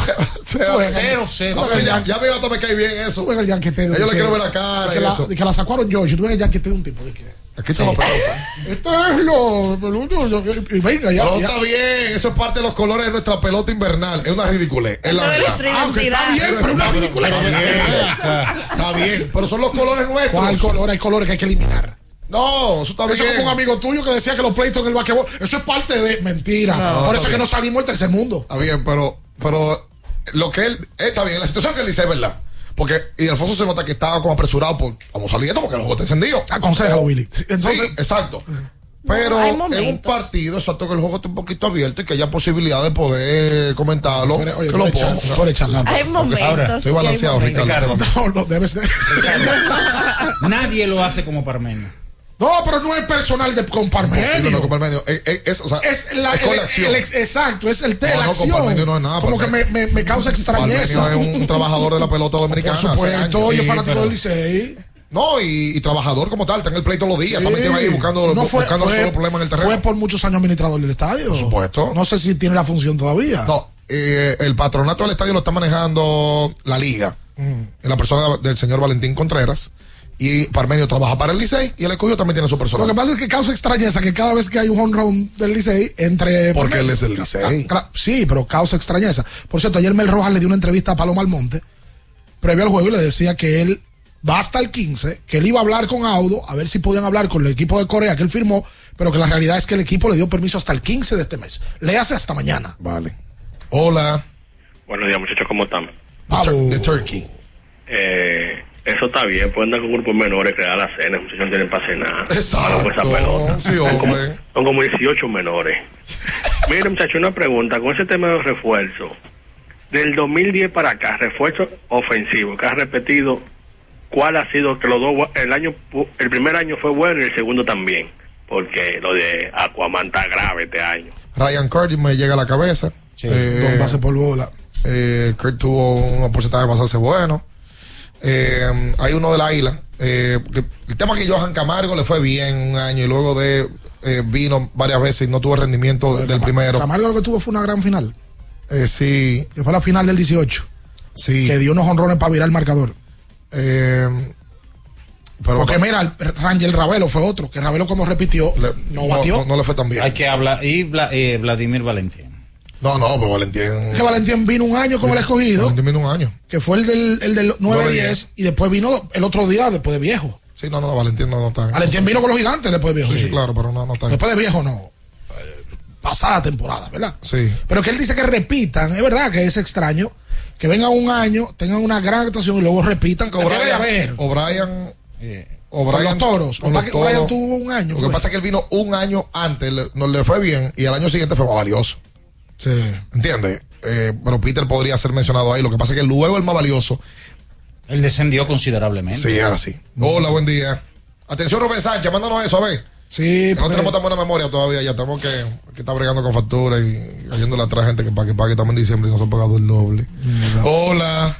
0-0. Ya me me cae bien eso. Tú ves el yanqueteo. Yo le quiero ver la cara. De que la sacaron George. Tú ves el yanqueteo de un tipo. De que aquí está la pelota. Esto es lo peludo. Y venga, ya. Pero está bien. Eso es parte de los colores de nuestra pelota invernal. Es una ridiculez. Es la verdad. Aunque está bien, pero una ridícula. Está bien. Pero son los colores nuestros. ¿Cuál color? Hay colores que hay que eliminar. No, eso está bien. Eso es como un amigo tuyo que decía que los pleitos en el basquetbol, eso es parte de mentira. No, por eso es que bien. no salimos del tercer mundo. Está bien, pero lo que él está bien, la situación que él dice es verdad. Porque y Alfonso se nota que estaba como apresurado por vamos saliendo porque el juego está encendido. Aconsejalo, Willy. Entonces, sí, exacto. Pero hay es un partido, exacto, que el juego está un poquito abierto y que haya posibilidad de poder comentarlo. Oye, que lo ponga. Hay momentos. Estoy balanceado, Ricardo. No, debe ser. Nadie lo hace como Parmenio. No, pero no es personal con Parmenio. No, con Parmenio. Es con la acción. Exacto, es el tema. No, con Parmenio no es nada. Como que me causa extrañeza. Parmenio es un trabajador de la pelota dominicana. Por supuesto, yo fanático del Licey. No, y trabajador como tal, está en el pleito todos los días, está metido ahí buscando los problemas en el terreno. Fue por muchos años administrador del estadio. Por supuesto. No sé si tiene la función todavía. No, el patronato del estadio lo está manejando la liga, en la persona del señor Valentín Contreras, y Parmenio trabaja para el Licey, y el escogido también tiene su personal. Lo que pasa es que causa extrañeza que cada vez que hay un home run del Licey, entre... Porque él es el Licey. Sí, pero causa extrañeza. Por cierto, ayer Mel Rojas le dio una entrevista a Paloma Almonte, previo al juego, y le decía que él va hasta el 15, que él iba a hablar con Audo, a ver si podían hablar con el equipo de Corea que él firmó, pero que la realidad es que el equipo le dio permiso hasta el 15 de este mes. Léase hasta mañana. Vale. Hola. Buenos días, muchachos, ¿cómo están? The Turkey. Eso está bien, pueden dar con grupos menores, crear la cena, muchachos no tienen para cenar. Exacto. Esa pelota. Sí, hombre. Son como 18 menores. Miren, muchachos, una pregunta, con ese tema de refuerzo, del 2010 para acá, refuerzo ofensivo, que ha repetido, ¿cuál ha sido que los dos, el primer año fue bueno y el segundo también? Porque lo de Aquaman está grave este año. Ryan Curtis me llega a la cabeza. Sí, 2 bases por bola. Kurt tuvo un porcentaje de pasarse bueno. Hay uno del Águila. El tema que Johan Camargo le fue bien un año y luego vino varias veces y no tuvo rendimiento del primero. Camargo lo que tuvo fue una gran final. Sí. Que fue la final del 18. Sí. Que dio unos honrones para virar el marcador. Porque mira, Rangel Ravelo fue otro, que Ravelo cuando repitió, no batió. No le fue tan bien. Hay que hablar. Y Vladimir Valentín. No, pero Valentín. Que Valentín vino un año con el escogido. Valentín vino un año. Que fue el del 9-10 y después vino el otro día después de viejo. Sí, no, Valentín no está. Valentín vino con los gigantes después de viejo. Sí, claro, pero no está. Después de viejo no. Pasada temporada, ¿verdad? Sí. Pero que él dice que repitan, es verdad que es extraño que vengan un año, tengan una gran actuación y luego repitan. O'Brien con los Toros. O'Brien tuvo un año. Lo que pasa es que él vino un año antes, no le fue bien y al año siguiente fue más valioso. Sí. ¿Entiendes? Pero Peter podría ser mencionado ahí. Lo que pasa es que luego el más valioso. Él descendió considerablemente. Sí, es así. Hola, buen día. Atención, Rubén Sánchez, mándanos eso, a ver. Sí, no tenemos tan buena memoria todavía, ya tenemos que estar bregando con facturas y cayéndole atrás gente para que pague, estamos en diciembre y no se ha pagado el doble. Hola.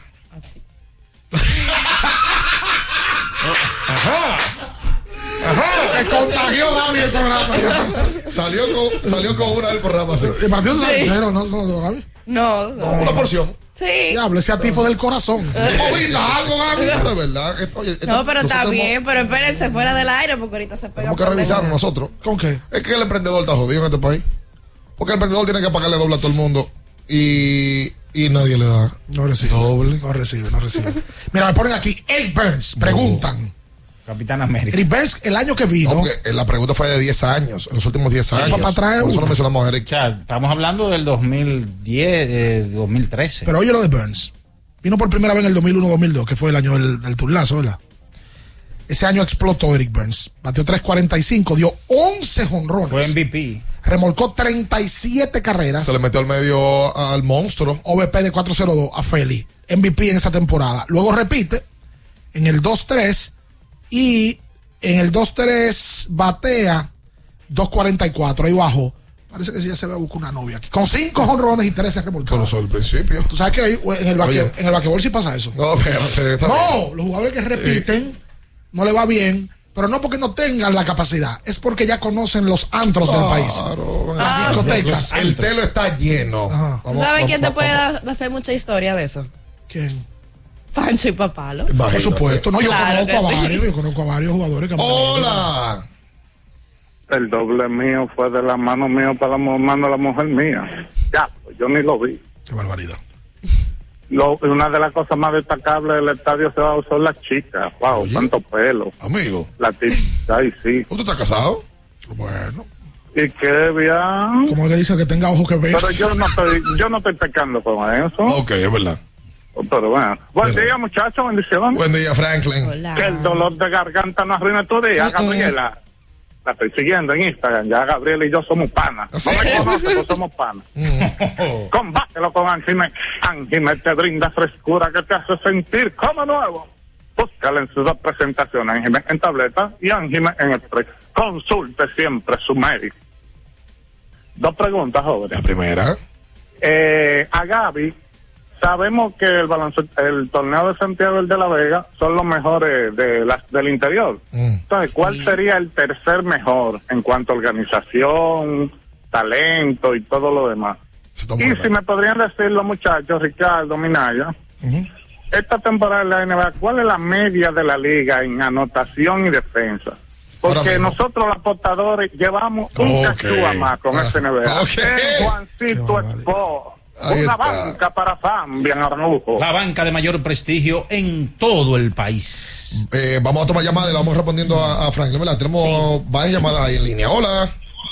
Ajá. Se contagió Gaby el programa. Salió con una del programa. ¿Sí? ¿El partido no, Gaby? No. Una porción. Sí. Diablo, ese atifo del corazón. algo, Gaby. Pero es verdad. No, pero está bien, pero espérense fuera del aire porque ahorita se pega. Tenemos que revisarlo nosotros. ¿Con qué? Es que el emprendedor está jodido en este país. Porque el emprendedor tiene que pagarle doble a todo el mundo. Y nadie le da. No recibe. Doble. No recibe. Mira, me ponen aquí, Eric Burns, preguntan. Capitán América. Eric Burns, el año que vino. No, porque la pregunta fue de 10 años, en los últimos 10 años. Para traer por eso no mencionamos a Eric. O sea, estamos hablando del 2010, 2013. Pero oye lo de Burns. Vino por primera vez en el 2001-2002, que fue el año del turlazo, ¿verdad? Ese año explotó Eric Burns. Bateó 3.45, dio 11 jonrones. Fue MVP. Remolcó 37 carreras. Se le metió al medio al monstruo. OVP de 4.02 a Feli. MVP en esa temporada. Luego repite en el 2.3 y en el 2.3 batea 2.44. Ahí bajó. Parece que sí ya se va a buscar una novia aquí. Con 5 jonrones y 13 remolcados. Pero eso al principio. Tú sabes que en el basquetbol sí pasa eso. No, espérate. No, los jugadores que repiten no le va bien. Pero no porque no tengan la capacidad, es porque ya conocen los antros del país. Las discotecas. El telo está lleno. ¿Tú sabes quién te puede hacer mucha historia de eso? ¿Quién? Pancho y Papalo. Por supuesto. No, Claro yo que conozco a varios jugadores que ¡Hola! El doble mío fue de la mano mío para la mano de la mujer mía. Ya, pues yo ni lo vi. Qué barbaridad. Una de las cosas más destacables del estadio son las chicas. Wow, tanto pelo. Amigo. La tita, ay, sí. ¿Tú estás casado? Bueno. Y qué bien. Como le dice que tenga ojos que vean. Pero yo no estoy pecando con eso. Ok, es verdad. Pero bueno. Buen día, muchachos, bendiciones. Buen día, Franklin. Hola. Que el dolor de garganta no arruine tu día, Gabriela. La estoy siguiendo en Instagram. Ya Gabriela y yo somos panas. No me conoces, pero somos panas. Combátelo con Angime. Angime te brinda frescura que te hace sentir como nuevo. Búscala en sus dos presentaciones, Angime en tableta y Angime en Express. Consulte siempre su médico. 2 preguntas, jóvenes. La primera. A Gaby, sabemos que el torneo de Santiago de la Vega son los mejores del interior. Entonces, ¿cuál sería el tercer mejor en cuanto a organización, talento y todo lo demás? Y si me podrían decir los muchachos, Ricardo, Minaya, esta temporada de la NBA, ¿cuál es la media de la liga en anotación y defensa? Porque nosotros los apostadores llevamos un cachúa más con este NBA. Juancito Expo. Una banca para Zambian Arnulfo. La banca de mayor prestigio en todo el país. Vamos a tomar llamadas y le vamos respondiendo a Franklin, ¿verdad? Tenemos varias llamadas ahí en línea. Hola.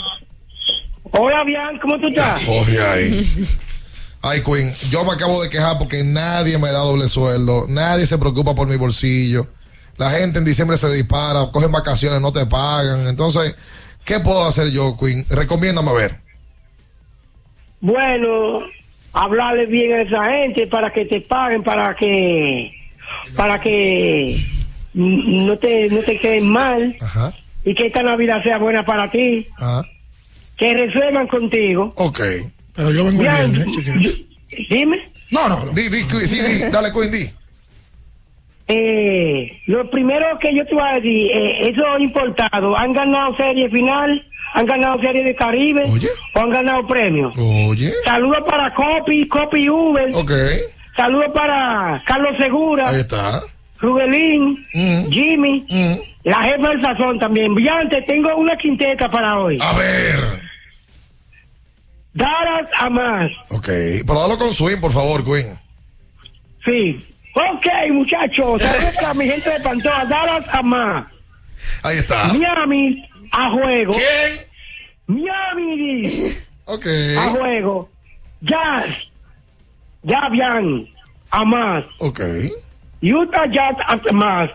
Hola, Bian, ¿cómo tú estás? Coge ahí. Ay, Queen, yo me acabo de quejar porque nadie me da doble sueldo. Nadie se preocupa por mi bolsillo. La gente en diciembre se dispara, cogen vacaciones, no te pagan. Entonces, ¿qué puedo hacer yo, Queen? Recomiéndame a ver. Bueno, hablarle bien a esa gente para que te paguen, para que no te queden mal. Ajá. Y que esta Navidad sea buena para ti. Ajá. Que resuelvan contigo. Ok. Pero yo vengo bien, Dime. No. Di, dale, Queen, di. Lo primero que yo te voy a decir, esos importados han ganado serie final, han ganado serie de Caribe. Oye. O han ganado premios. Oye. Saludos para Copy Uber. Ok. Saludos para Carlos Segura. Ahí está. Rubelín, Jimmy, la jefa del sazón también. Brillante, tengo una quinteta para hoy. A ver. Daras a más. Ok, pero dalo con swing, por favor, Queen. Sí. Ok, muchachos, saludos a mi gente de Pantoja. Daras a más. Ahí está. Miami a juego. ¿Quién? Miami. Ok. A juego. Jazz. Javian a más. Ok. Utah Jazz a más.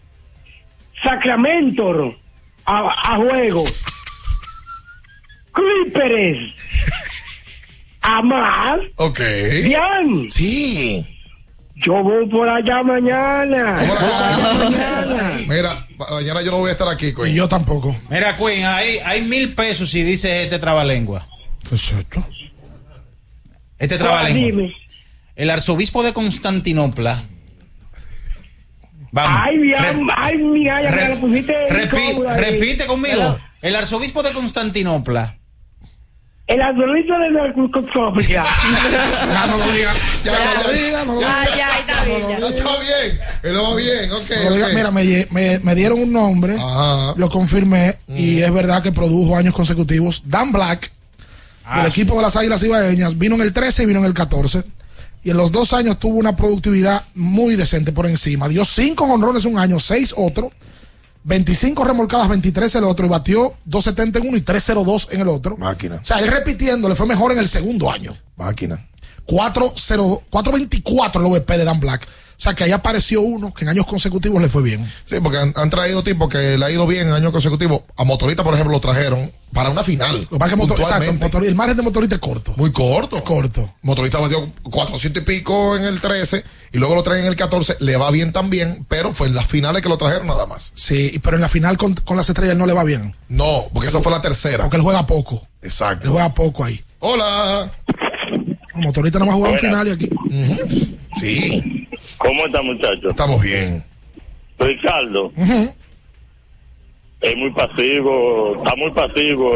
Sacramento a juego. Clippers a más. Ok. Bien. Sí. Yo voy por allá mañana. Mira, mañana yo no voy a estar aquí, Queen. Y yo tampoco. Mira, Queen, hay $1,000 si dice este trabalengua. ¿Qué es esto? Este trabalengua. Dime. El arzobispo de Constantinopla. Vamos. Ay, bien. Ay, mira, ya me la pusiste. Repite conmigo. El arzobispo de Constantinopla. El arzobispo de Constantinopla. Ya no lo digas. Ya no lo digas. Está bien. Está bien. Él va bien, ok. Mira, me dieron un nombre. Ajá. Lo confirmé. Y es verdad que produjo años consecutivos. Dan Black, del equipo de las Águilas Ibaeñas, vino en el 13 y vino en el 14. Y en los 2 años tuvo una productividad muy decente por encima. Dio 5 jonrones un año, 6 otro. 25 remolcadas, 23 el otro, y batió 270 en uno y 302 en el otro. Máquina. O sea, él repitiendo, le fue mejor en el segundo año. Máquina. 424 el OVP de Dan Black. O sea, que ahí apareció uno que en años consecutivos le fue bien. Sí, porque han traído tipos que le ha ido bien en años consecutivos. A Motorista, por ejemplo, lo trajeron para una final. Lo que pasa es que el margen de Motorista es corto. Muy corto. Es corto. Motorista batió 400 y pico en el 13 y luego lo traen en el 14. Le va bien también, pero fue en las finales que lo trajeron nada más. Sí, pero en la final con las estrellas no le va bien. No, porque esa fue la tercera. Porque él juega poco. Exacto. Él juega poco ahí. Hola. Motorista no va a jugar en final y aquí. Sí. ¿Cómo está, muchachos? Estamos bien. Ricardo. Es muy pasivo, está muy pasivo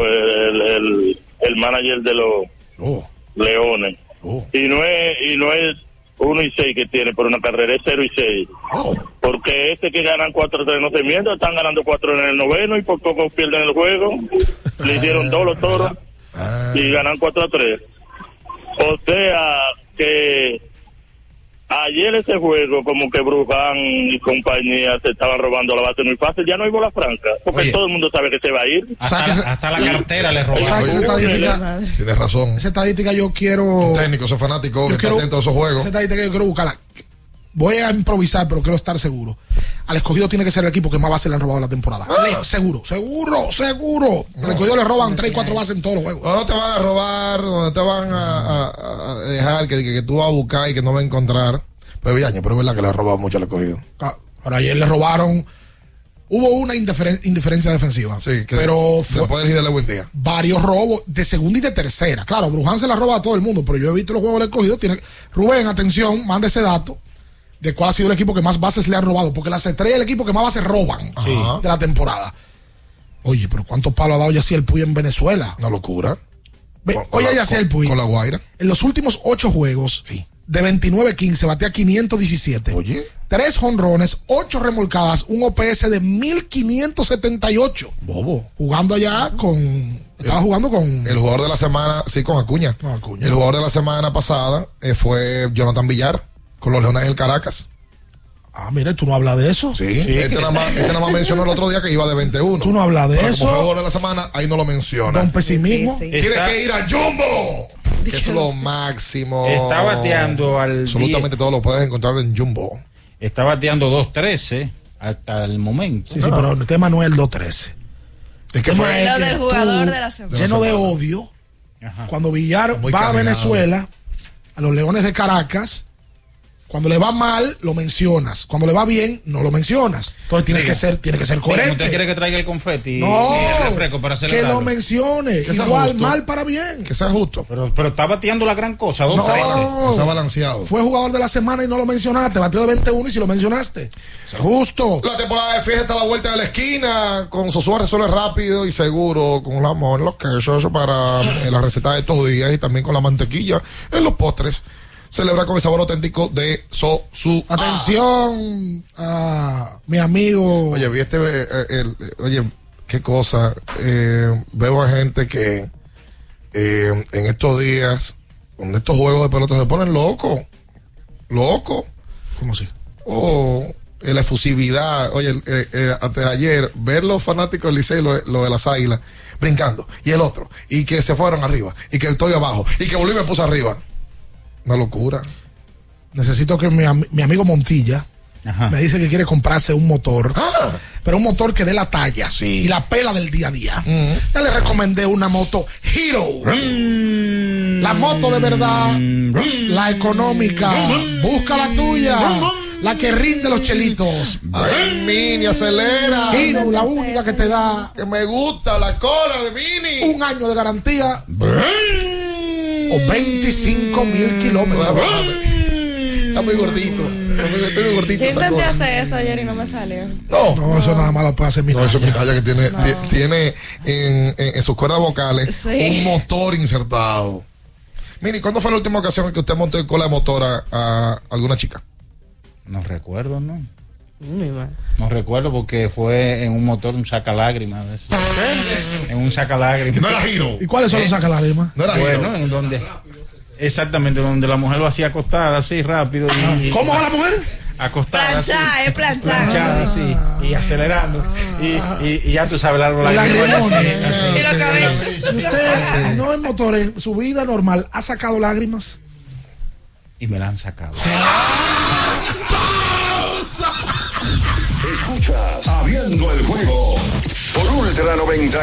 el manager de los Leones. Y no es 1-6 que tiene por una carrera, es 0-6. Porque que ganan 4-3 no se mienten, están ganando 4 en el noveno y por poco pierden el juego. Le hicieron 2 los Toros y ganan 4-3. O sea que ayer ese juego como que Bruján y compañía se estaban robando la base muy fácil. Ya no hay bola franca porque todo el mundo sabe que se va a ir. Hasta la cartera le robaron. Tienes razón. Esa estadística yo quiero... Un técnico, soy fanático que está atento a esos juegos. Esa estadística yo quiero buscarla. Voy a improvisar, pero quiero estar seguro. Al Escogido tiene que ser el equipo que más bases le han robado la temporada. Seguro. Al Escogido le roban 3 y 4 bases en todos los juegos. No te van a robar, donde te van a dejar que tú vas a buscar y que no vas a encontrar. Pero es verdad que le han robado mucho al Escogido. Ahora ayer le robaron. Hubo una indiferencia defensiva. Sí, que pero después del líder de buen día. Varios robos de segunda y de tercera. Claro, Bruján se la roba a todo el mundo, pero yo he visto los juegos del Escogido. Rubén, atención, manda ese dato de cuál ha sido el equipo que más bases le han robado, porque las estrellas es el equipo que más bases roban de la temporada. Oye, pero ¿cuántos palos ha dado Yaciel Puig en Venezuela? Una locura. Oye, Yaciel Puig. Con la Guaira. En los últimos 8 juegos, de 29-15, batea 517. Oye. 3 jonrones, 8 remolcadas, un OPS de 1578. Bobo. Jugando allá estaba jugando con... El jugador de la semana, sí, con Acuña. El jugador de la semana pasada fue Jonathan Villar. Con los Leones del Caracas. Mira, tú no hablas de eso. Sí. Este nada más mencionó el otro día que iba de 21. Tú no hablas de eso. Como jugador de la semana, ahí no lo menciona. Con pesimismo. Tienes que ir a Jumbo. Que es lo máximo. Está bateando absolutamente todo lo puedes encontrar en Jumbo. Está bateando 2.13 hasta el momento. Sí, pero el tema no es el 2.13. Es que fue lo del jugador de la semana. Lleno de odio. Cuando Villar va a Venezuela, a los Leones de Caracas. Cuando le va mal, lo mencionas. Cuando le va bien, no lo mencionas. Entonces tiene que ser coherente. ¿Usted quiere que traiga el confeti y el refresco para celebrarlo? Que lo mencione. Que igual, justo. mal para bien. Que sea justo. Pero está bateando la gran cosa, 2.13. Que sea balanceado. Fue jugador de la semana y no lo mencionaste. Bateó de 21 y si lo mencionaste. Sea justo. La temporada de fiesta está a la vuelta de la esquina. Con Sosúa resuelve rápido y seguro. Con el amor en los quesos para la receta de estos días. Y también con la mantequilla en los postres. Celebra con el sabor auténtico de Sosúa. Atención a mi amigo. Oye, oye, qué cosa. Veo a gente que en estos días, con estos juegos de pelota, se ponen locos. Loco. ¿Cómo así? La efusividad. Oye, antes de ayer, ver los fanáticos del Licey, lo de las Águilas, brincando. Y el otro. Y que se fueron arriba. Y que estoy abajo. Y que Bolívar me puso arriba. Una locura. Necesito que mi amigo Montilla me dice que quiere comprarse un motor, pero un motor que dé la talla y la pela del día a día. Ya le recomendé una moto Hero. La moto de verdad, la económica. Busca la tuya. La que rinde los chelitos. Ay, Mini, acelera. Hero, la única que te da. Que me gusta la cola de Mini. 1 año de garantía. O 25,000 kilómetros. Está muy gordito. Estoy muy gordito. Yo intenté hacer eso ayer y no me salió. No, eso nada más lo puede hacer Minaya. No, eso es Minaya que tiene en sus cuerdas vocales un motor insertado. Mini, ¿cuándo fue la última ocasión en que usted montó en cola de motor a alguna chica? No recuerdo, ¿no? No recuerdo porque fue en un motor, un sacalágrimas. En un sacalágrimas. No era Giro. ¿Y cuáles son los sacalágrimas? No era Bueno, Giro. en donde... Exactamente, donde la mujer lo hacía acostada, así, rápido. ¿Cómo va la mujer? Acostada, planchada, planchada, así, y acelerando. Y ya tú sabes, la Y los cabellos. ¿Usted no en motor, en su vida normal, ha sacado lágrimas? Y me la han sacado. Escuchas Abriendo el Juego por Ultra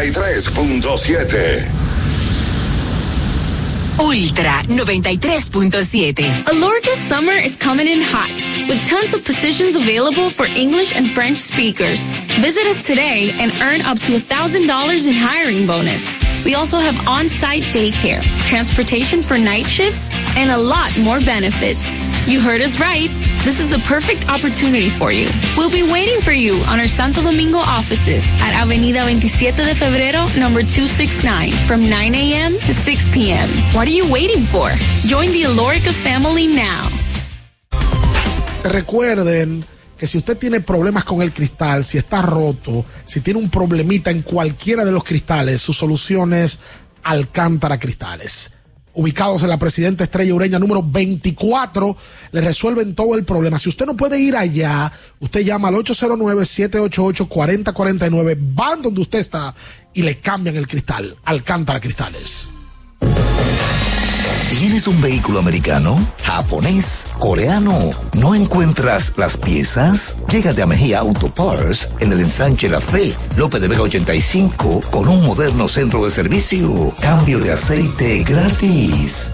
93.7. Ultra 93.7. Alorca's summer is coming in hot, with tons of positions available for English and French speakers. Visit us today and earn up to $1,000 in hiring bonus. We also have on-site daycare, transportation for night shifts, and a lot more benefits. You heard us right. This is the perfect opportunity for you. We'll be waiting for you on our Santo Domingo offices at Avenida 27 de Febrero, number 269, from 9 a.m. to 6 p.m. What are you waiting for? Join the Alorica family now. Recuerden que si usted tiene problemas con el cristal, si está roto, si tiene un problemita en cualquiera de los cristales, su solución es Alcántara Cristales. Ubicados en la Presidenta Estrella Ureña número 24, le resuelven todo el problema. Si usted no puede ir allá, usted llama al 809-788-4049, van donde usted está y le cambian el cristal. Alcántara Cristales. ¿Tienes un vehículo americano, japonés, coreano? ¿No encuentras las piezas? Llégate a Mejía Auto Parts en el ensanche La Fe, López de Vega 85, con un moderno centro de servicio. Cambio de aceite gratis.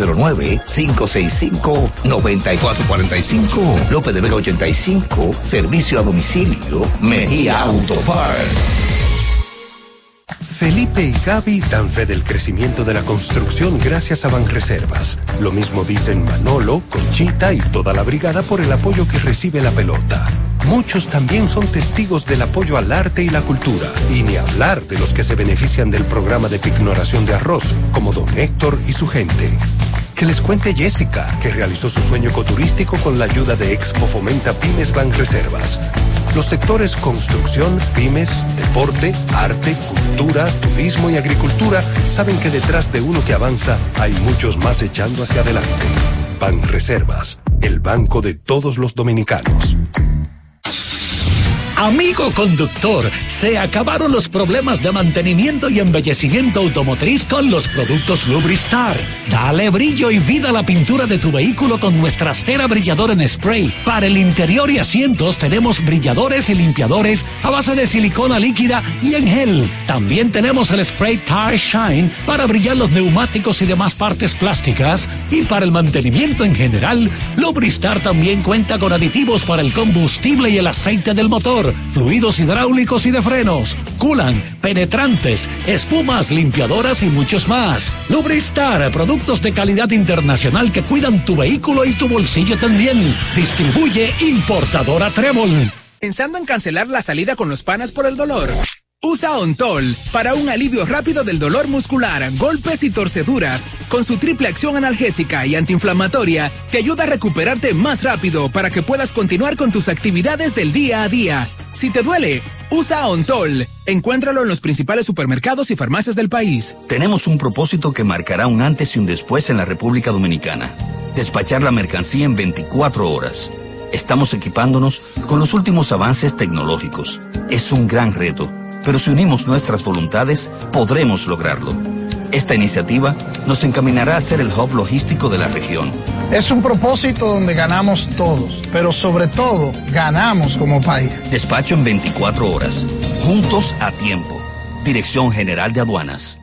809-565-9445. López de Vega 85, servicio a domicilio. Mejía Auto Parts. Felipe y Gaby dan fe del crecimiento de la construcción gracias a Banreservas. Lo mismo dicen Manolo, Conchita y toda la brigada por el apoyo que recibe la pelota. Muchos también son testigos del apoyo al arte y la cultura. Y ni hablar de los que se benefician del programa de pignoración de arroz, como don Héctor y su gente. Que les cuente Jessica, que realizó su sueño ecoturístico con la ayuda de Expo Fomenta Pymes Banreservas. Los sectores construcción, pymes, deporte, arte, cultura, turismo y agricultura saben que detrás de uno que avanza hay muchos más echando hacia adelante. Banreservas, el banco de todos los dominicanos. Amigo conductor, se acabaron los problemas de mantenimiento y embellecimiento automotriz con los productos Lubristar. Dale brillo y vida a la pintura de tu vehículo con nuestra cera brilladora en spray. Para el interior y asientos tenemos brilladores y limpiadores a base de silicona líquida y en gel. También tenemos el spray Tire Shine para brillar los neumáticos y demás partes plásticas. Y para el mantenimiento en general, Lubristar también cuenta con aditivos para el combustible y el aceite del motor, fluidos hidráulicos y de frenos, culan, penetrantes, espumas, limpiadoras y muchos más. Lubristar, productos de calidad internacional que cuidan tu vehículo y tu bolsillo también. Distribuye importadora Trébol. ¿Pensando en cancelar la salida con los panas por el dolor? Usa Ontol para un alivio rápido del dolor muscular, golpes y torceduras. Con su triple acción analgésica y antiinflamatoria, te ayuda a recuperarte más rápido para que puedas continuar con tus actividades del día a día. Si te duele, usa Ontol. Encuéntralo en los principales supermercados y farmacias del país. Tenemos un propósito que marcará un antes y un después en la República Dominicana. Despachar la mercancía en 24 horas. Estamos equipándonos con los últimos avances tecnológicos. Es un gran reto, pero si unimos nuestras voluntades, podremos lograrlo. Esta iniciativa nos encaminará a ser el hub logístico de la región. Es un propósito donde ganamos todos, pero sobre todo, ganamos como país. Despacho en 24 horas. Juntos a tiempo. Dirección General de Aduanas.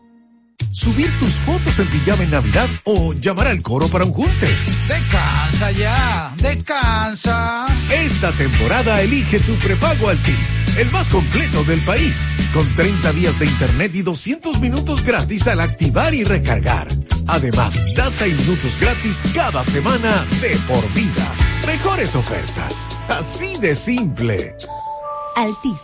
Subir tus fotos en pijama en Navidad o llamar al coro para un junte. Descansa ya, descansa. Esta temporada elige tu prepago Altis, el más completo del país, con 30 días de internet y 200 minutos gratis al activar y recargar. Además, data y minutos gratis cada semana de por vida. Mejores ofertas, así de simple. Altis.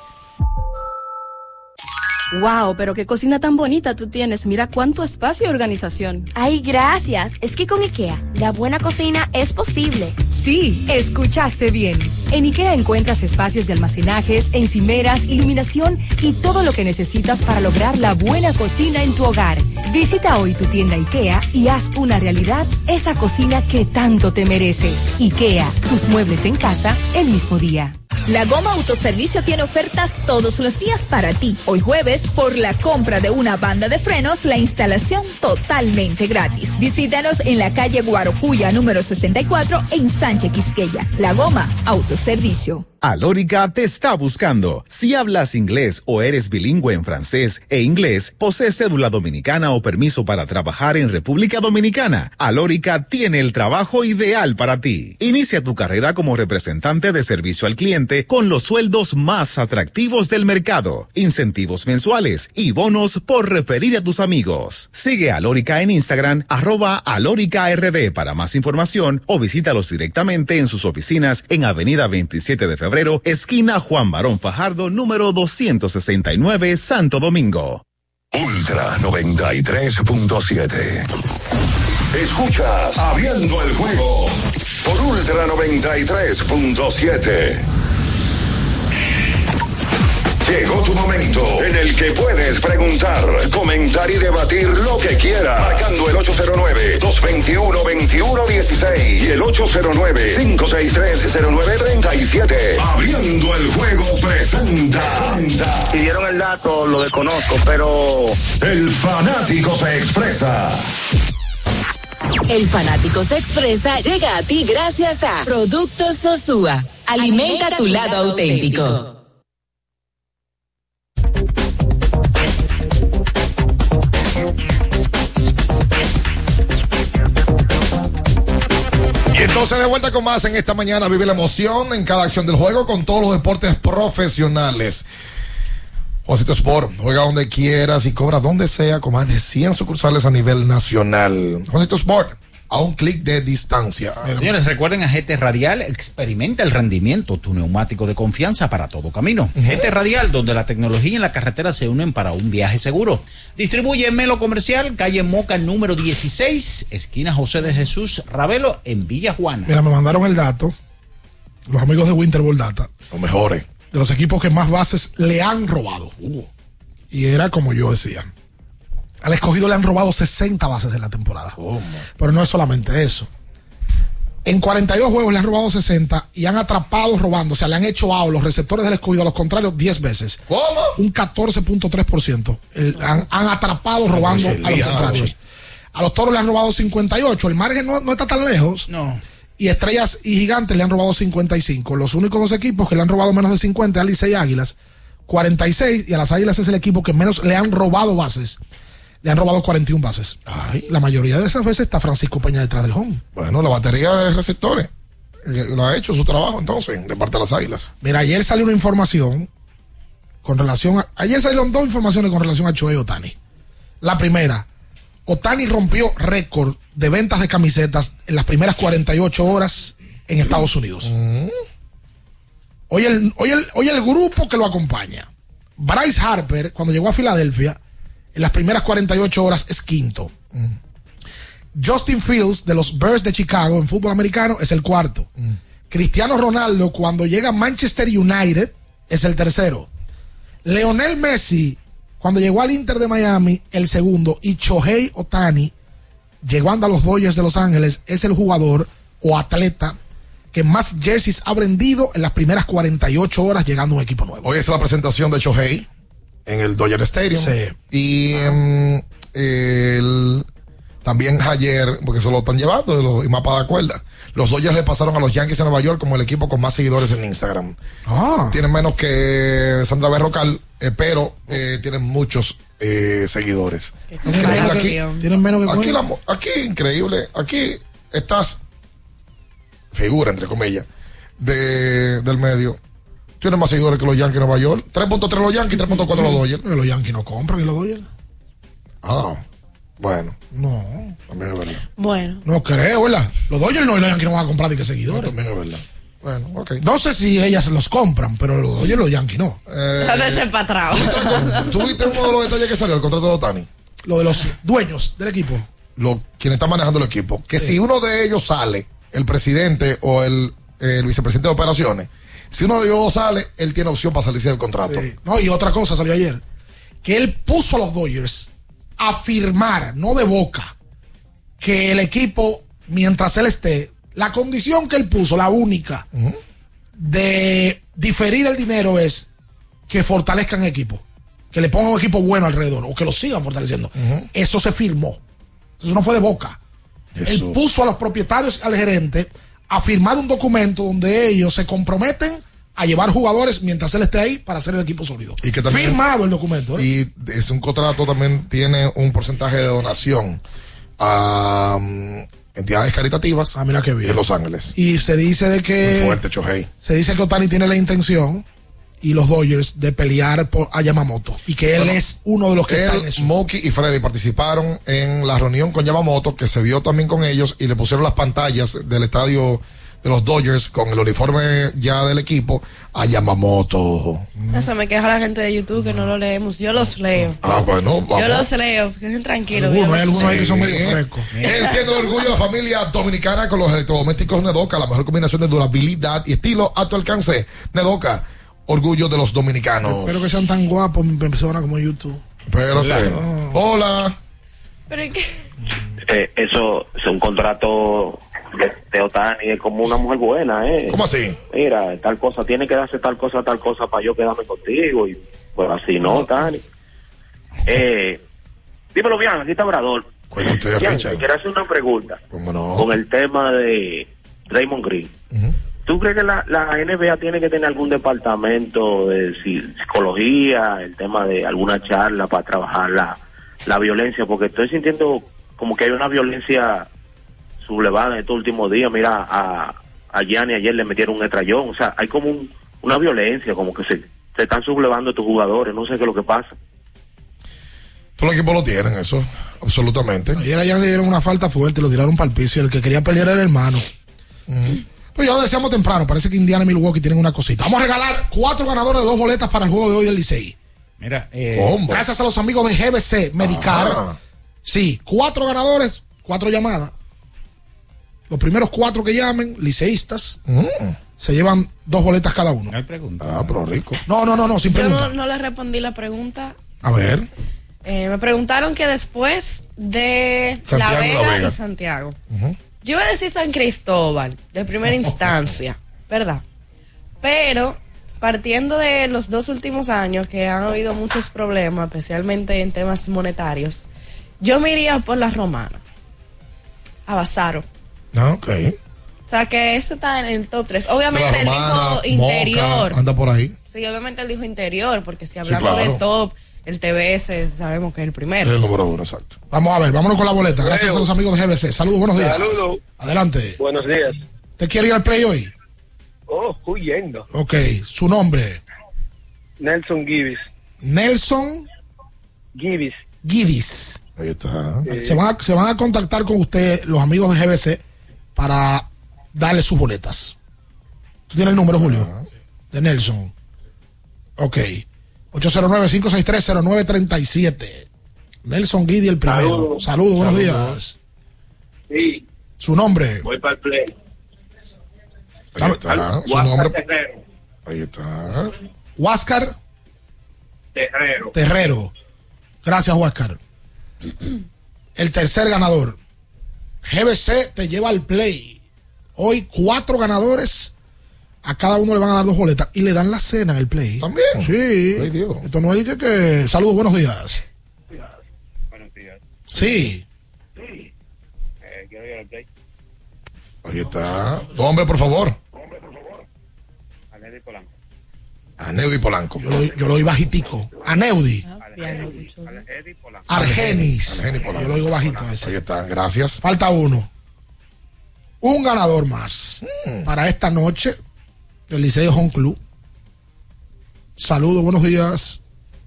Wow, pero qué cocina tan bonita tú tienes. Mira cuánto espacio y organización. Ay, gracias. Es que con IKEA, la buena cocina es posible. Sí, escuchaste bien. En IKEA encuentras espacios de almacenajes, encimeras, iluminación y todo lo que necesitas para lograr la buena cocina en tu hogar. Visita hoy tu tienda IKEA y haz una realidad esa cocina que tanto te mereces. IKEA, tus muebles en casa el mismo día. La Goma Autoservicio tiene ofertas todos los días para ti. Hoy jueves, por la compra de una banda de frenos, la instalación totalmente gratis. Visítanos en la calle Guarocuya, número 64, en Sánchez Quisqueya. La Goma Autoservicio. Alórica te está buscando. Si hablas inglés o eres bilingüe en francés e inglés, posees cédula dominicana o permiso para trabajar en República Dominicana, Alórica tiene el trabajo ideal para ti. Inicia tu carrera como representante de servicio al cliente con los sueldos más atractivos del mercado, incentivos mensuales y bonos por referir a tus amigos. Sigue a Alórica en Instagram, @AlóricaRD para más información o visítalos directamente en sus oficinas en Avenida 27 de Febrero, esquina Juan Barón Fajardo, número 269, Santo Domingo. Ultra 93.7. Escuchas Abriendo el Juego por Ultra 93.7. Llegó tu momento en el que puedes preguntar, comentar y debatir lo que quieras. Marcando el 809-221-2116 y el 809-563-0937. Abriendo el Juego presenta. Si dieron el dato, lo desconozco, pero... El fanático se expresa. El fanático se expresa llega a ti gracias a Productos Sosúa. Alimenta tu lado auténtico. Y entonces de vuelta con más en esta mañana. Vive la emoción en cada acción del juego con todos los deportes profesionales. Juancito Sport, juega donde quieras y cobra donde sea con más de 100 sucursales a nivel nacional. Juancito Sport, a un clic de distancia. Señores, recuerden a GT Radial, experimenta el rendimiento, tu neumático de confianza para todo camino. GT Radial, donde la tecnología y la carretera se unen para un viaje seguro. Distribuye en Melo Comercial, calle Moca número 16, esquina José de Jesús Ravelo, en Villa Juana. Mira, me mandaron el dato, los amigos de Winterball Data. Los mejores. De los equipos que más bases le han robado. Y era como yo decía. Al Escogido le han robado 60 bases en la temporada. Pero no es solamente eso. En 42 juegos le han robado 60 y han atrapado robando. O sea, le han hecho out los receptores del Escogido a los contrarios 10 veces. ¿Cómo? Un 14.3%. Han atrapado robando a los contrarios. A los Toros le han robado 58. El margen no está tan lejos. No. Y Estrellas y Gigantes le han robado 55. Los únicos dos equipos que le han robado menos de 50 a Licey y Águilas, 46. Y a las Águilas es el equipo que menos le han robado bases. Le han robado 41 bases. Ay. La mayoría de esas veces está Francisco Peña detrás del home. Bueno, la batería de receptores lo ha hecho su trabajo entonces de parte de las Águilas. Mira, ayer salió una información con relación a... Ayer salieron dos informaciones con relación a Shohei Ohtani. La primera, Ohtani rompió récord de ventas de camisetas en las primeras 48 horas en Estados Unidos. Hoy el grupo que lo acompaña. Bryce Harper, cuando llegó a Filadelfia, en las primeras 48 horas es quinto. Justin Fields, de los Bears de Chicago, en fútbol americano, es el cuarto. Cristiano Ronaldo, cuando llega a Manchester United, es el tercero. Lionel Messi, cuando llegó al Inter de Miami, el segundo. Y Shohei Ohtani, llegando a los Dodgers de Los Ángeles, es el jugador o atleta que más jerseys ha vendido en las primeras 48 horas llegando a un equipo nuevo. Hoy es la presentación de Shohei en el Dodger Stadium. Sí. Y también ayer, porque se lo están llevando, y más para la cuerda, los Dodgers le pasaron a los Yankees de Nueva York como el equipo con más seguidores en Instagram. Tienen menos que Sandra Berrocal, pero tienen muchos seguidores. Increíble. Aquí, tienen menos que aquí increíble. Aquí estás figura, entre comillas, del medio. Tiene más seguidores que los Yankees de Nueva York. 3.3 los Yankees, 3.4 los Dodgers. Pero los Yankees no compran y los Dodgers. Bueno. No. También es verdad. Bueno. No creo, ¿verdad? Los Dodgers no y los Yankees no van a comprar de qué seguidores. También es verdad. Bueno, ok. No sé si ellas los compran, pero los Dodgers y los Yankees no. Para atrás. ¿Tú viste uno de los detalles que salió, el contrato de Ohtani? Lo de los dueños del equipo. Quienes están manejando el equipo. Que si uno de ellos sale, el presidente o el vicepresidente de operaciones, si uno de ellos sale, él tiene opción para salirse del contrato. Sí. No, y otra cosa salió ayer, que él puso a los Dodgers a firmar, no de boca, que el equipo, mientras él esté, la condición que él puso, la única, de diferir el dinero es que fortalezcan el equipo, que le pongan un equipo bueno alrededor, o que lo sigan fortaleciendo. Eso se firmó. Eso no fue de boca. Él puso a los propietarios y al gerente a firmar un documento donde ellos se comprometen a llevar jugadores mientras él esté ahí para hacer el equipo sólido. Y que también, firmado el documento. Y es un contrato, también tiene un porcentaje de donación a entidades caritativas mira qué bien. en Los Ángeles. Y se dice de que... Muy fuerte, Chohei. Se dice que Ohtani tiene la intención y los Dodgers de pelear a Yamamoto y que él es uno de los que está en eso. Mookie y Freddy participaron en la reunión con Yamamoto, que se vio también con ellos, y le pusieron las pantallas del estadio de los Dodgers con el uniforme ya del equipo a Yamamoto. Eso me queja la gente de YouTube que no lo leemos. Yo los leo. Bueno, vamos. Yo los leo, queden tranquilos. Hay algunos ahí que son medio frescos. Enciende el orgullo de la familia dominicana con los electrodomésticos Nedoca, la mejor combinación de durabilidad y estilo a tu alcance. Nedoca, orgullo de los dominicanos. Espero que sean tan guapos en persona como YouTube. Pero hola. Pero ¿y qué? Eso es un contrato de Ohtani, es como una mujer buena, ¿Cómo así? Mira, tal cosa, tiene que darse tal cosa para yo quedarme contigo, y pues así no, Ohtani. Dímelo bien, aquí está Obrador. Quiero hacer una pregunta. ¿Cómo no? Con el tema de Draymond Green. ¿Tú crees que la NBA tiene que tener algún departamento de psicología, el tema de alguna charla para trabajar la violencia? Porque estoy sintiendo como que hay una violencia sublevada en estos últimos días. Mira, a Gianni ayer le metieron un estrellón. O sea, hay como una violencia, como que se están sublevando estos jugadores. No sé qué es lo que pasa. Todos los equipos lo tienen, eso, absolutamente. Ayer a Gianni le dieron una falta fuerte, lo tiraron para el piso y el que quería pelear era el hermano. Pues ya lo decíamos temprano, parece que Indiana y Milwaukee tienen una cosita. Vamos a regalar 4 ganadores de 2 boletas para el juego de hoy del Licey. Mira, gracias a los amigos de GBC Medicar. Sí, 4 ganadores, 4 llamadas. Los primeros 4 que llamen, liceístas, se llevan 2 boletas cada uno. No hay pregunta. Pero rico. No, sin pregunta. Yo no le respondí la pregunta. A ver. Me preguntaron que después de La Vega y Santiago. Yo iba a decir San Cristóbal, de primera instancia, ¿verdad? Pero, partiendo de los 2 últimos años que han habido muchos problemas, especialmente en temas monetarios, yo me iría por la Romana, a Basaro. Ok. O sea, que eso está en el top 3. Obviamente él dijo interior. Moca, anda por ahí. Sí, obviamente él dijo interior, porque si hablamos de top, el TBS sabemos que es el primero. El número 1, exacto. Vamos a ver, vámonos con la boleta. Gracias a los amigos de GBC. Saludos, buenos días. Saludos. Adelante. Buenos días. ¿Te quiere ir al play hoy? Huyendo. Ok, su nombre. Nelson Gibbs. Nelson Gibbs. Ahí está. Se van a contactar con usted, los amigos de GBC, para darle sus boletas. ¿Tú tienes el número, Julio? De Nelson. Ok. 809-563-0937. Nelson Guidi, el primero. Saludos, buenos días. Sí. Su nombre. Voy para el play. Ahí está. Su nombre. Terrero. Ahí está. Huáscar Terrero. Terrero. Gracias, Huáscar. El tercer ganador. GBC te lleva al play. Hoy 4 ganadores. A cada uno le van a dar 2 boletas y le dan la cena en el play. ¿También? Sí. Ay, Dios. Esto no es que... Saludos, buenos días. Buenos días. Sí. Quiero ir al play. Ahí está. Tu nombre, por favor. Aneudi Polanco. Aneudi Polanco. Yo lo oí bajitico. Aneudi. Argenis. Yo lo oigo bajito a ese. Ahí está, gracias. Falta uno. Un ganador más para esta noche del Licey Home Club. Saludos, buenos días.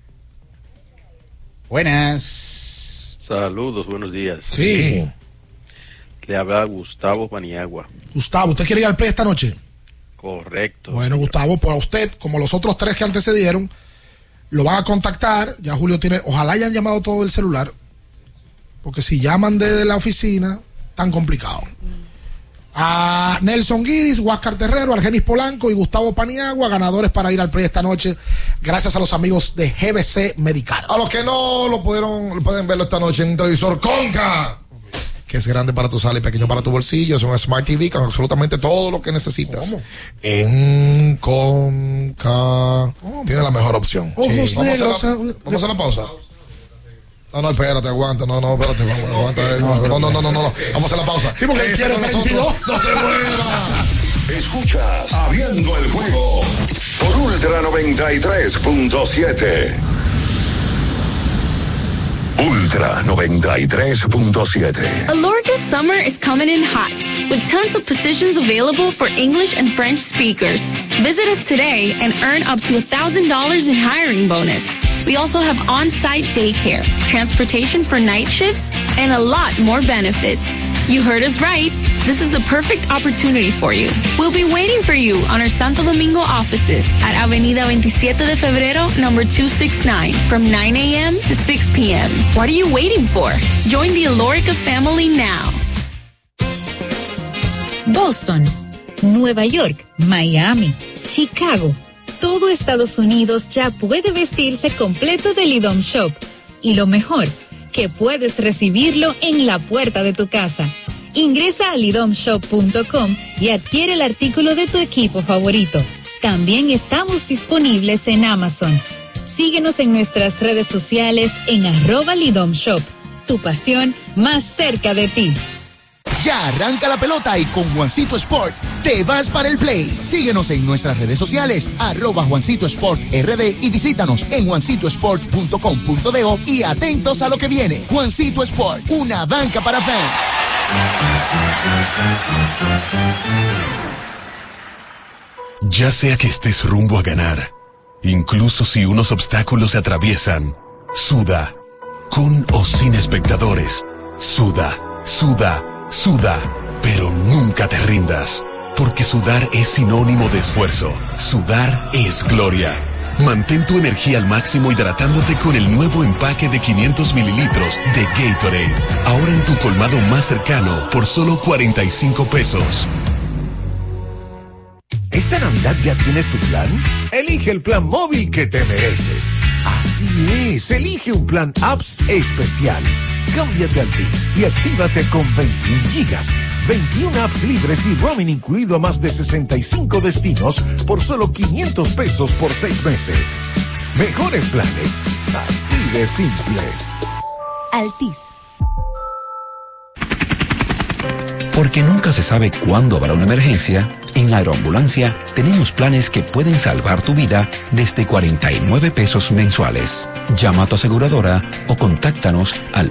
Buenas. Saludos, buenos días. Sí. Le habla Gustavo Paniagua. Gustavo, ¿usted quiere ir al play esta noche? Correcto. Bueno, Gustavo, pues a usted, como los otros 3 que antecedieron, lo van a contactar. Ya Julio tiene, ojalá hayan llamado todo del celular, porque si llaman desde la oficina, tan complicado. A Nelson Guidis, Huáscar Terrero, Argenis Polanco y Gustavo Paniagua, ganadores para ir al play esta noche, gracias a los amigos de GBC Medicar. A los que no lo pueden verlo esta noche en un televisor Conca, que es grande para tu sala y pequeño para tu bolsillo. Es un Smart TV con absolutamente todo lo que necesitas. ¿Cómo? En Conca. Tiene la mejor opción. Ojos Sí. negros. Vamos a hacer la pausa. No, espérate, aguanta. No, espérate, aguanta. No. Vamos a hacer la pausa. Sí, porque él quiere 22. No se mueva. Escuchas Abriendo el Juego por Ultra 93.7. Ultra 93.7. Alorca's summer is coming in hot, with tons of positions available for English and French speakers. Visit us today and earn up to $1,000 in hiring bonus. We also have on-site daycare, transportation for night shifts, and a lot more benefits. You heard us right. This is the perfect opportunity for you. We'll be waiting for you on our Santo Domingo offices at Avenida 27 de Febrero, number 269, from 9 a.m. to 6 p.m. What are you waiting for? Join the Alorica family now. Boston, Nueva York, Miami, Chicago. Todo Estados Unidos ya puede vestirse completo del IDOM Shop. Y lo mejor, que puedes recibirlo en la puerta de tu casa. Ingresa a lidomshop.com y adquiere el artículo de tu equipo favorito. También estamos disponibles en Amazon. Síguenos en nuestras redes sociales en @lidomshop. Tu pasión más cerca de ti. Ya arranca la pelota y con Juancito Sport te vas para el play. Síguenos en nuestras redes sociales @Juancito Sport RD y visítanos en juancitosport.com.do y atentos a lo que viene. Juancito Sport, una banca para fans. Ya sea que estés rumbo a ganar, incluso si unos obstáculos se atraviesan, suda, con o sin espectadores, suda, suda, suda, pero nunca te rindas, porque sudar es sinónimo de esfuerzo. Sudar es gloria. Mantén tu energía al máximo hidratándote con el nuevo empaque de 500 mililitros de Gatorade. Ahora en tu colmado más cercano por solo 45 pesos. ¿Esta Navidad ya tienes tu plan? Elige el plan móvil que te mereces. Así es, elige un plan apps especial. Cámbiate a Altis y actívate con 21 gigas, 21 apps libres y roaming incluido a más de 65 destinos por solo 500 pesos por 6 meses. Mejores planes, así de simple. Altis. Porque nunca se sabe cuándo habrá una emergencia, en Aeroambulancia tenemos planes que pueden salvar tu vida desde 49 pesos mensuales. Llama a tu aseguradora o contáctanos al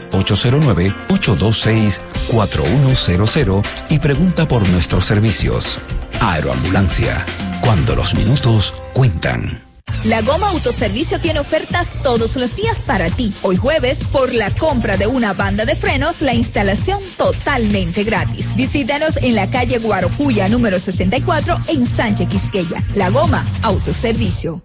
809-826-4100 y pregunta por nuestros servicios. Aeroambulancia, cuando los minutos cuentan. La Goma Autoservicio tiene ofertas todos los días para ti. Hoy jueves, por la compra de una banda de frenos, la instalación totalmente gratis. Visítanos en la calle Guarocuya, número 64, en Sánchez Quisqueya. La Goma Autoservicio.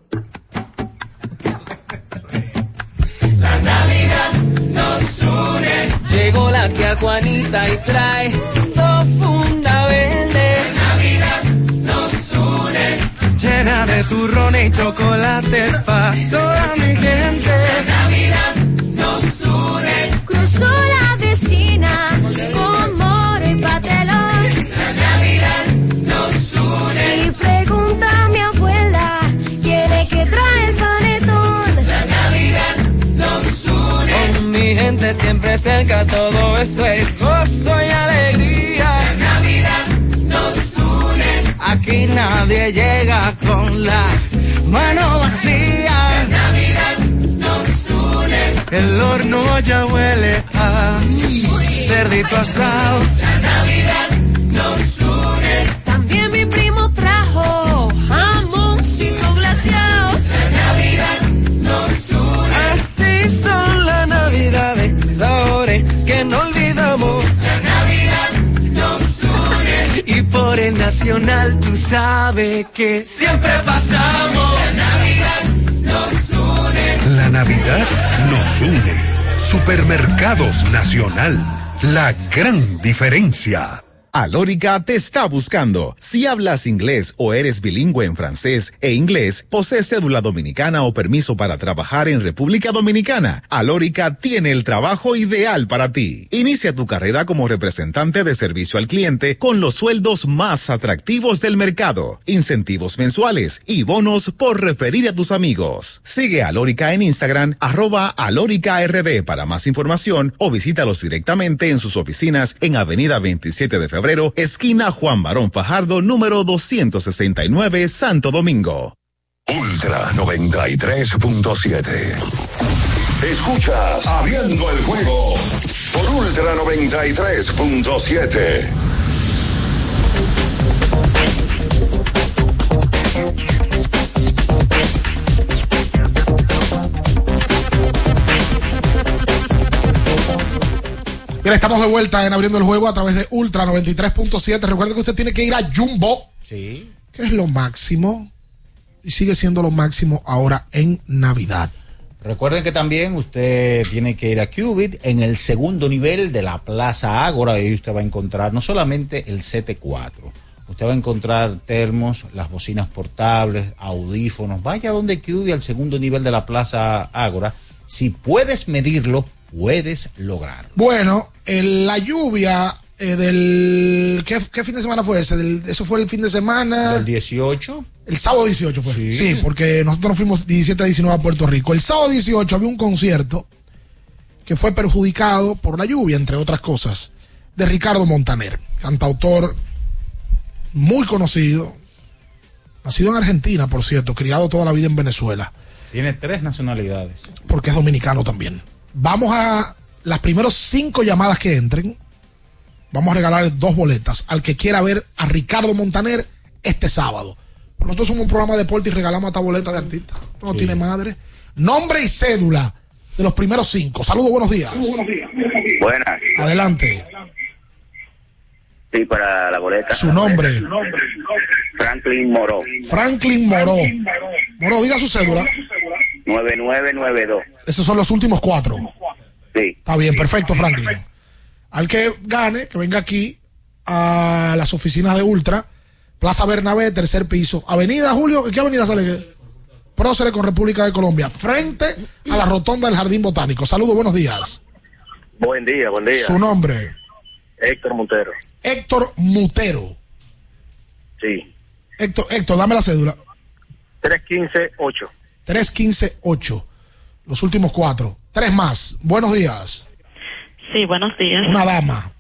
La Navidad nos une. Llegó la tía Juanita y trae dos funda verde. La Navidad nos une. Llena de turrones y chocolate pa' toda mi gente. La Navidad nos une. Cruzó la vecina con moro y patelón. La Navidad nos une. Y pregunta a mi abuela quién es que trae el panetón. La Navidad nos une. Con mi gente siempre cerca, todo eso es gozo y alegría. La Navidad nos une. Aquí nadie llega con la mano vacía. La Navidad nos une. El horno ya huele a cerdito asado. La Navidad nos une. También mi primo trajo jamoncito glaseado. La Navidad nos une. Así son las Navidades, sabores que no olvidamos. La Navidad nos une. Y por el Nacional tú sabes que siempre pasamos. La Navidad nos une. La Navidad nos une. Supermercados Nacional. La gran diferencia. Alórica te está buscando. Si hablas inglés o eres bilingüe en francés e inglés, posees cédula dominicana o permiso para trabajar en República Dominicana, Alórica tiene el trabajo ideal para ti. Inicia tu carrera como representante de servicio al cliente con los sueldos más atractivos del mercado, incentivos mensuales y bonos por referir a tus amigos. Sigue a Alórica en Instagram, @AlóricaRD para más información o visítalos directamente en sus oficinas en Avenida 27 de Febrero, febrero, esquina Juan Barón Fajardo, número 269, Santo Domingo. Ultra 93.7. Escuchas Abriendo el Juego por Ultra 93.7. Bien, estamos de vuelta en Abriendo el Juego a través de Ultra 93.7. Recuerden que usted tiene que ir a Jumbo. Sí. Que es lo máximo. Y sigue siendo lo máximo ahora en Navidad. Recuerden que también usted tiene que ir a Qubit en el segundo nivel de la Plaza Ágora. Y usted va a encontrar no solamente el CT4. Usted va a encontrar termos, las bocinas portables, audífonos. Vaya donde Qubit al segundo nivel de la Plaza Ágora. Si puedes medirlo, puedes lograr. Bueno, la lluvia del... ¿qué fin de semana fue ese? Eso fue el fin de semana... ¿Del 18? El sábado 18 fue. Sí. Sí, porque nosotros nos fuimos 17 a 19 a Puerto Rico. El sábado 18 había un concierto que fue perjudicado por la lluvia, entre otras cosas, de Ricardo Montaner, cantautor muy conocido, nacido en Argentina, por cierto, criado toda la vida en Venezuela. Tiene 3 nacionalidades. Porque es dominicano también. Vamos a las primeros 5 llamadas que entren. Vamos a regalar 2 boletas al que quiera ver a Ricardo Montaner este sábado. Nosotros somos un programa de deporte y regalamos hasta boletas de artistas. No tiene madre. Nombre y cédula de los primeros 5. Saludos, buenos días. Buenas. Adelante. Sí, para la boleta. Su nombre. Franklin Moró. Franklin Moró. Moró, diga su cédula. 9992. Esos son los últimos 4. Sí. Está bien, perfecto, Franklin. Al que gane, que venga aquí a las oficinas de Ultra, Plaza Bernabé, tercer piso. Avenida Julio, ¿qué avenida sale? Próceres con República de Colombia, frente a la rotonda del Jardín Botánico. Saludos, buenos días. Buen día, buen día. Su nombre. Héctor Montero. Héctor Mutero. Sí. Héctor, dame la cédula. 3158. 3158. Los últimos 4. 3 más. Buenos días. Sí, buenos días. Una dama.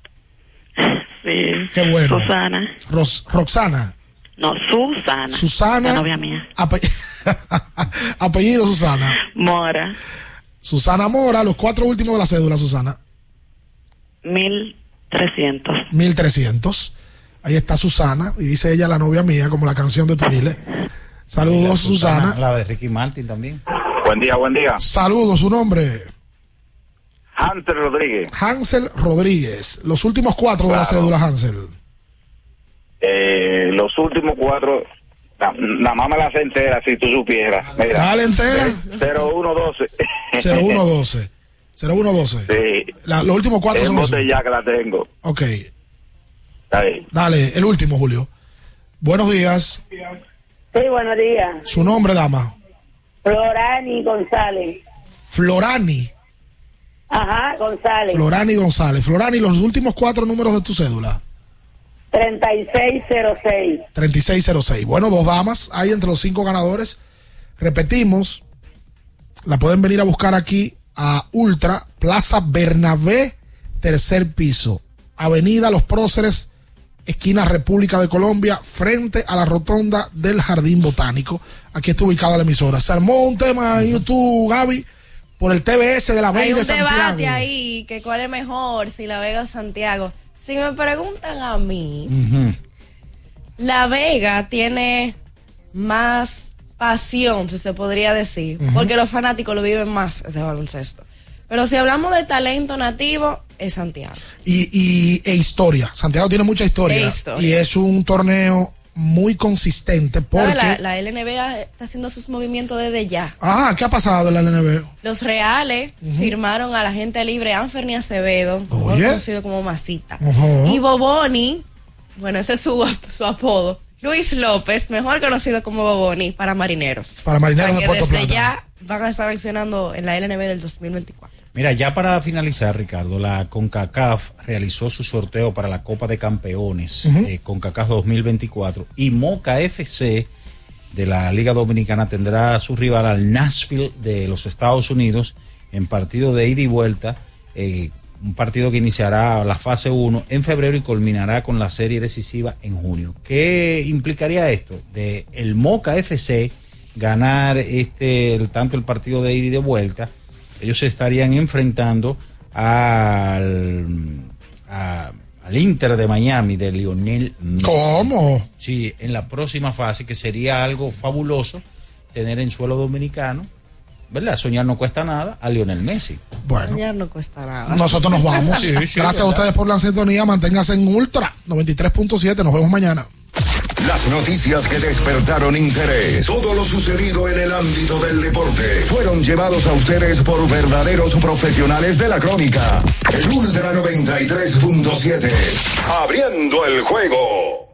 Sí. Qué bueno. Susana. Roxana. No, Susana. Susana. La novia mía. Apellido Susana. Mora. Susana Mora, los 4 últimos de la cédula, Susana. 1300. 1300. Ahí está Susana, y dice ella, la novia mía, como la canción de Tunile. Saludos, Susana. La de Ricky Martin también. Buen día, buen día. Saludos, su nombre. Hansel Rodríguez. Hansel Rodríguez. Los últimos 4 de la cédula, Hansel. Los últimos 4, nada más me la sé entera, si tú supieras. Mira, dale entera. 0112. 0112. 0112. Sí. Los últimos 4 son esos. ya que la tengo. Ok. Ahí. Dale, el último, Julio. Buenos días. Sí, buenos días. Su nombre, dama. Florani González. Florani. Ajá, González. Florani González. Florani, los últimos 4 números de tu cédula. 3606. 3606. Bueno, 2 damas hay entre los 5 ganadores. Repetimos, la pueden venir a buscar aquí a Ultra, Plaza Bernabé, tercer piso, Avenida Los Próceres, esquina República de Colombia, frente a la rotonda del Jardín Botánico. Aquí está ubicada la emisora. Se armó un tema en YouTube, Gaby, por el TBS de La Vega y de Santiago. Hay un debate ahí, que cuál es mejor, si La Vega o Santiago. Si me preguntan a mí, La Vega tiene más pasión, si se podría decir, porque los fanáticos lo viven más, ese baloncesto. Pero si hablamos de talento nativo, es Santiago. E historia. Santiago tiene mucha historia. Y es un torneo muy consistente porque... La LNB está haciendo sus movimientos desde ya. Ah, ¿qué ha pasado en la LNB? Los Reales firmaron a la agente libre Anferni Acevedo, mejor conocido como Masita. Y Boboni, bueno, ese es su apodo. Luis López, mejor conocido como Boboni, para Marineros. Para Marineros de Puerto Plata. Desde ya van a estar accionando en la LNB del 2024. Mira, ya para finalizar, Ricardo, la CONCACAF realizó su sorteo para la Copa de Campeones, CONCACAF 2024, y Moca FC de la Liga Dominicana tendrá a su rival al Nashville de los Estados Unidos en partido de ida y vuelta, un partido que iniciará la fase 1 en febrero y culminará con la serie decisiva en junio. ¿Qué implicaría esto? De el Moca FC ganar tanto el partido de ida y de vuelta, ellos se estarían enfrentando al Inter de Miami de Lionel Messi. ¿Cómo? Sí, en la próxima fase, que sería algo fabuloso tener en suelo dominicano, ¿verdad? Soñar no cuesta nada a Lionel Messi. Bueno, soñar no cuesta nada. Nosotros nos vamos. Sí, Gracias ¿verdad? a ustedes por la sintonía. Manténganse en Ultra 93.7. Nos vemos mañana. Las noticias que despertaron interés, todo lo sucedido en el ámbito del deporte, fueron llevados a ustedes por verdaderos profesionales de la crónica. El Ultra 93.7, abriendo el juego.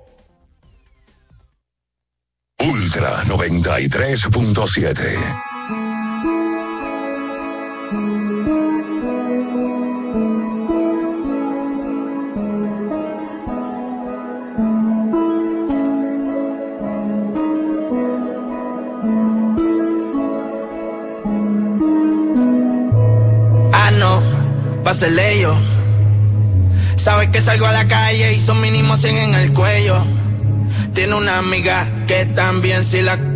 Ultra 93.7. Pásele yo. Sabes que salgo a la calle y son mínimo 100 en el cuello. Tiene una amiga que también si la...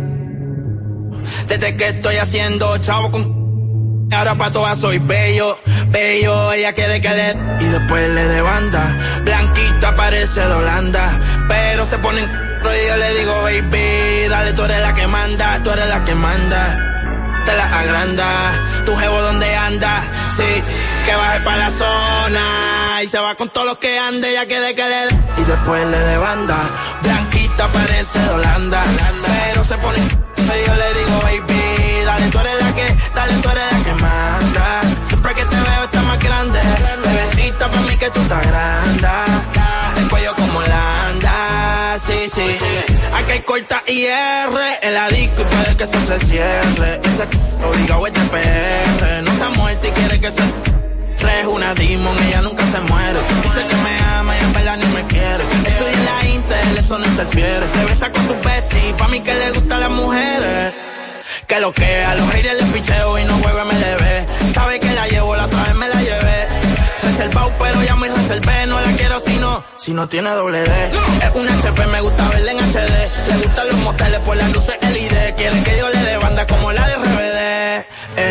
Desde que estoy haciendo chavo con... Ahora pa' todas soy bello, bello. Ella quiere que le... Y después le de banda. Blanquita parece de Holanda. Pero se pone en... Y yo le digo, baby, dale, tú eres la que manda, tú eres la que manda. Te la agranda, tu jevo donde anda, sí, que baje pa' la zona y se va con todos los que ande, ya quiere que le dé. Y después le de banda, blanquita parece de Holanda, pero se pone, y yo le digo, baby, dale, tú eres la que manda, siempre que te veo estás más grande, bebecita pa' mí que tú estás grande, el cuello como Holanda, sí, sí, aquí hay corta IR, en la disco y puede que eso se cierre, ese obligado es de PR, no está muerta y quiere que se es una demon, ella nunca se muere, dice que me ama y en verdad ni me quiere, estoy en la Intel, eso no interfiere, se besa con su bestie, pa' mí que le gustan las mujeres, que lo que a los haters les picheo y no juego MLB, sabe que la llevo, la otra vez me la llevé, reservado pero ya me reservé, no la quiero si no tiene doble D, es un HP, me gusta verla en HD, le gustan los moteles por las luces LED, quiere que yo le dé banda como la de RBD,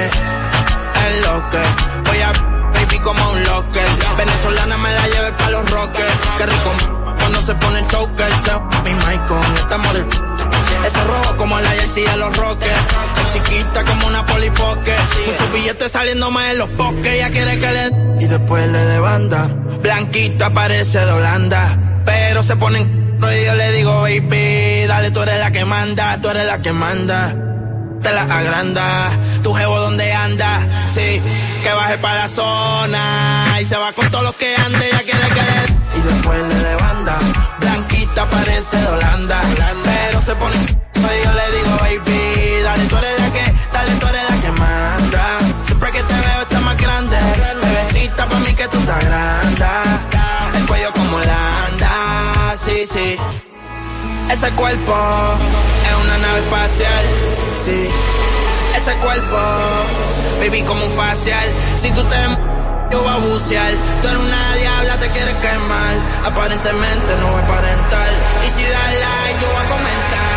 es lo que voy a baby como un locker, venezolana me la lleve pa' los rockers, que rico cuando se pone el choker, mi mic con esta model, eso rojo como la jersey de los rockers, es chiquita como una polipoque, muchos billetes saliendo más en los poques, ella quiere que le y después le de banda, blanquita parece de Holanda, pero se ponen y yo le digo, baby, dale, tú eres la que manda, tú eres la que manda, te la agranda, tu jevo donde anda, sí, que baje pa' la zona y se va con todos los que ande, ya quiere que le y después le de banda, blanquita parece de Holanda, pero se pone y yo le digo, baby, dale, tú eres la que manda, siempre que te veo estás más grande, bebecita pa' mí que tú estás grande, el cuello como Holanda, sí, sí, ese cuerpo es una nave espacial, sí, ese cuerpo, baby como un facial, si tú te yo voy a bucear, tú eres una diabla, te quieres quemar, aparentemente no voy a aparentar, y si das like yo voy a comentar,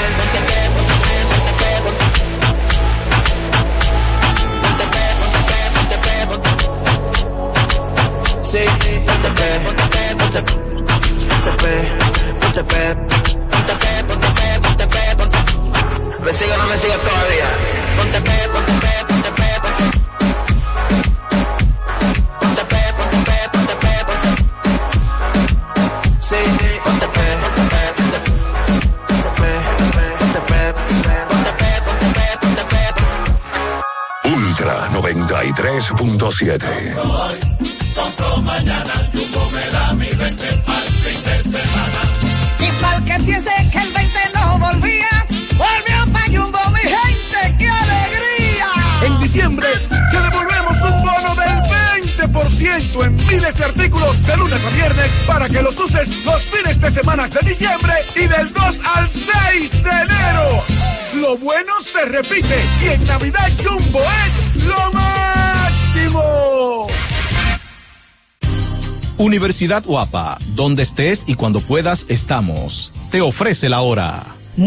sí, me sigue o no me sigue todavía, ponte pe, sí, ponte pe, Ultra 93.7. Compro mañana, Jumbo me da mi 20 pa'l fin de semana. Y pa'l que piense que el 20 no volvía, volvió pa' Jumbo, mi gente, ¡qué alegría! En diciembre te devolvemos un bono del 20% en miles de artículos de lunes a viernes para que los uses los fines de semana de diciembre y del 2 al 6 de enero. Lo bueno se repite y en Navidad Jumbo es lo máximo. Universidad UAPA, donde estés y cuando puedas estamos. Te ofrece la hora.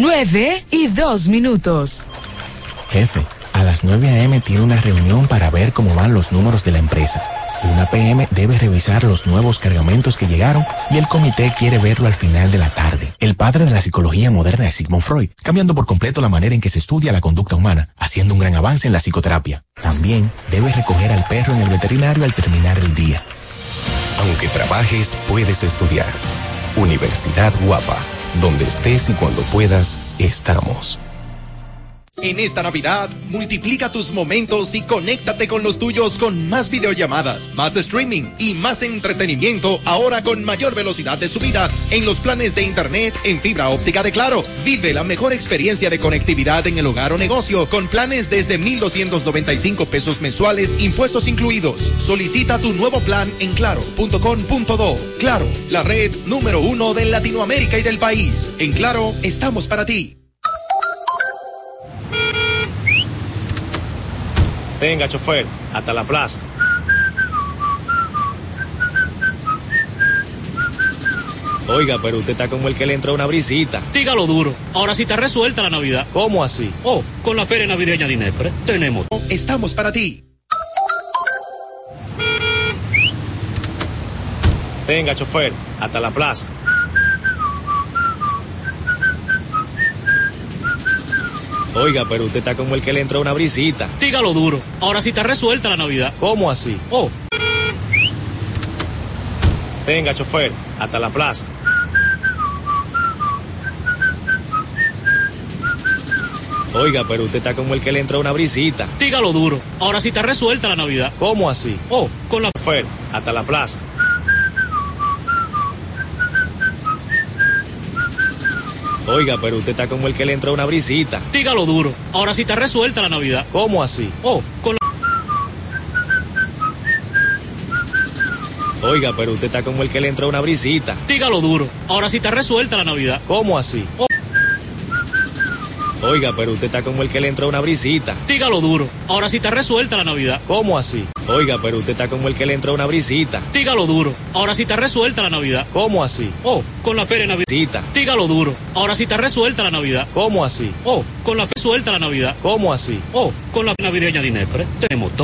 9:02. Jefe, a las 9 a.m. tiene una reunión para ver cómo van los números de la empresa. Una p.m. debe revisar los nuevos cargamentos que llegaron y el comité quiere verlo al final de la tarde. El padre de la psicología moderna es Sigmund Freud, cambiando por completo la manera en que se estudia la conducta humana, haciendo un gran avance en la psicoterapia. También debe recoger al perro en el veterinario al terminar el día. Aunque trabajes, puedes estudiar. Universidad UAPA, donde estés y cuando puedas, estamos. En esta Navidad, multiplica tus momentos y conéctate con los tuyos con más videollamadas, más streaming y más entretenimiento, ahora con mayor velocidad de subida en los planes de internet en fibra óptica de Claro. Vive la mejor experiencia de conectividad en el hogar o negocio con planes desde 1,295 pesos mensuales, impuestos incluidos. Solicita tu nuevo plan en claro.com.do. Claro, la red número 1 de Latinoamérica y del país. En Claro, estamos para ti. Tenga, chofer, hasta la plaza. Oiga, pero usted está como el que le entró una brisita. Dígalo duro. Ahora sí está resuelta la Navidad. ¿Cómo así? Oh, con la feria navideña de Inespre tenemos. Estamos para ti. Tenga, chofer, hasta la plaza. Oiga, pero usted está como el que le entró una brisita. Dígalo duro. Ahora sí está resuelta la Navidad. ¿Cómo así? Oh. Tenga, chofer, hasta la plaza. Oiga, pero usted está como el que le entró una brisita. Dígalo duro. Ahora sí está resuelta la Navidad. ¿Cómo así? Oh, con la chofer, hasta la plaza. Oiga, pero usted está como el que le entró una brisita. Dígalo duro. Ahora sí está resuelta la Navidad. ¿Cómo así? Oh, con la... Oiga, pero usted está como el que le entró una brisita. Dígalo duro. Ahora sí está resuelta la Navidad. ¿Cómo así? Oh. Oiga, pero usted está como el que le entró una brisita. Dígalo duro. Ahora sí está resuelta la Navidad. ¿Cómo así? Oiga, pero usted está como el que le entró una brisita. Dígalo duro. Ahora sí está resuelta la Navidad. ¿Cómo así? Oh, con la feria navideña. Dígalo duro. Ahora sí está resuelta la Navidad. ¿Cómo así? Oh, con la fe suelta la Navidad. ¿Cómo así? Oh, con la navideña de Inespre tenemos todo.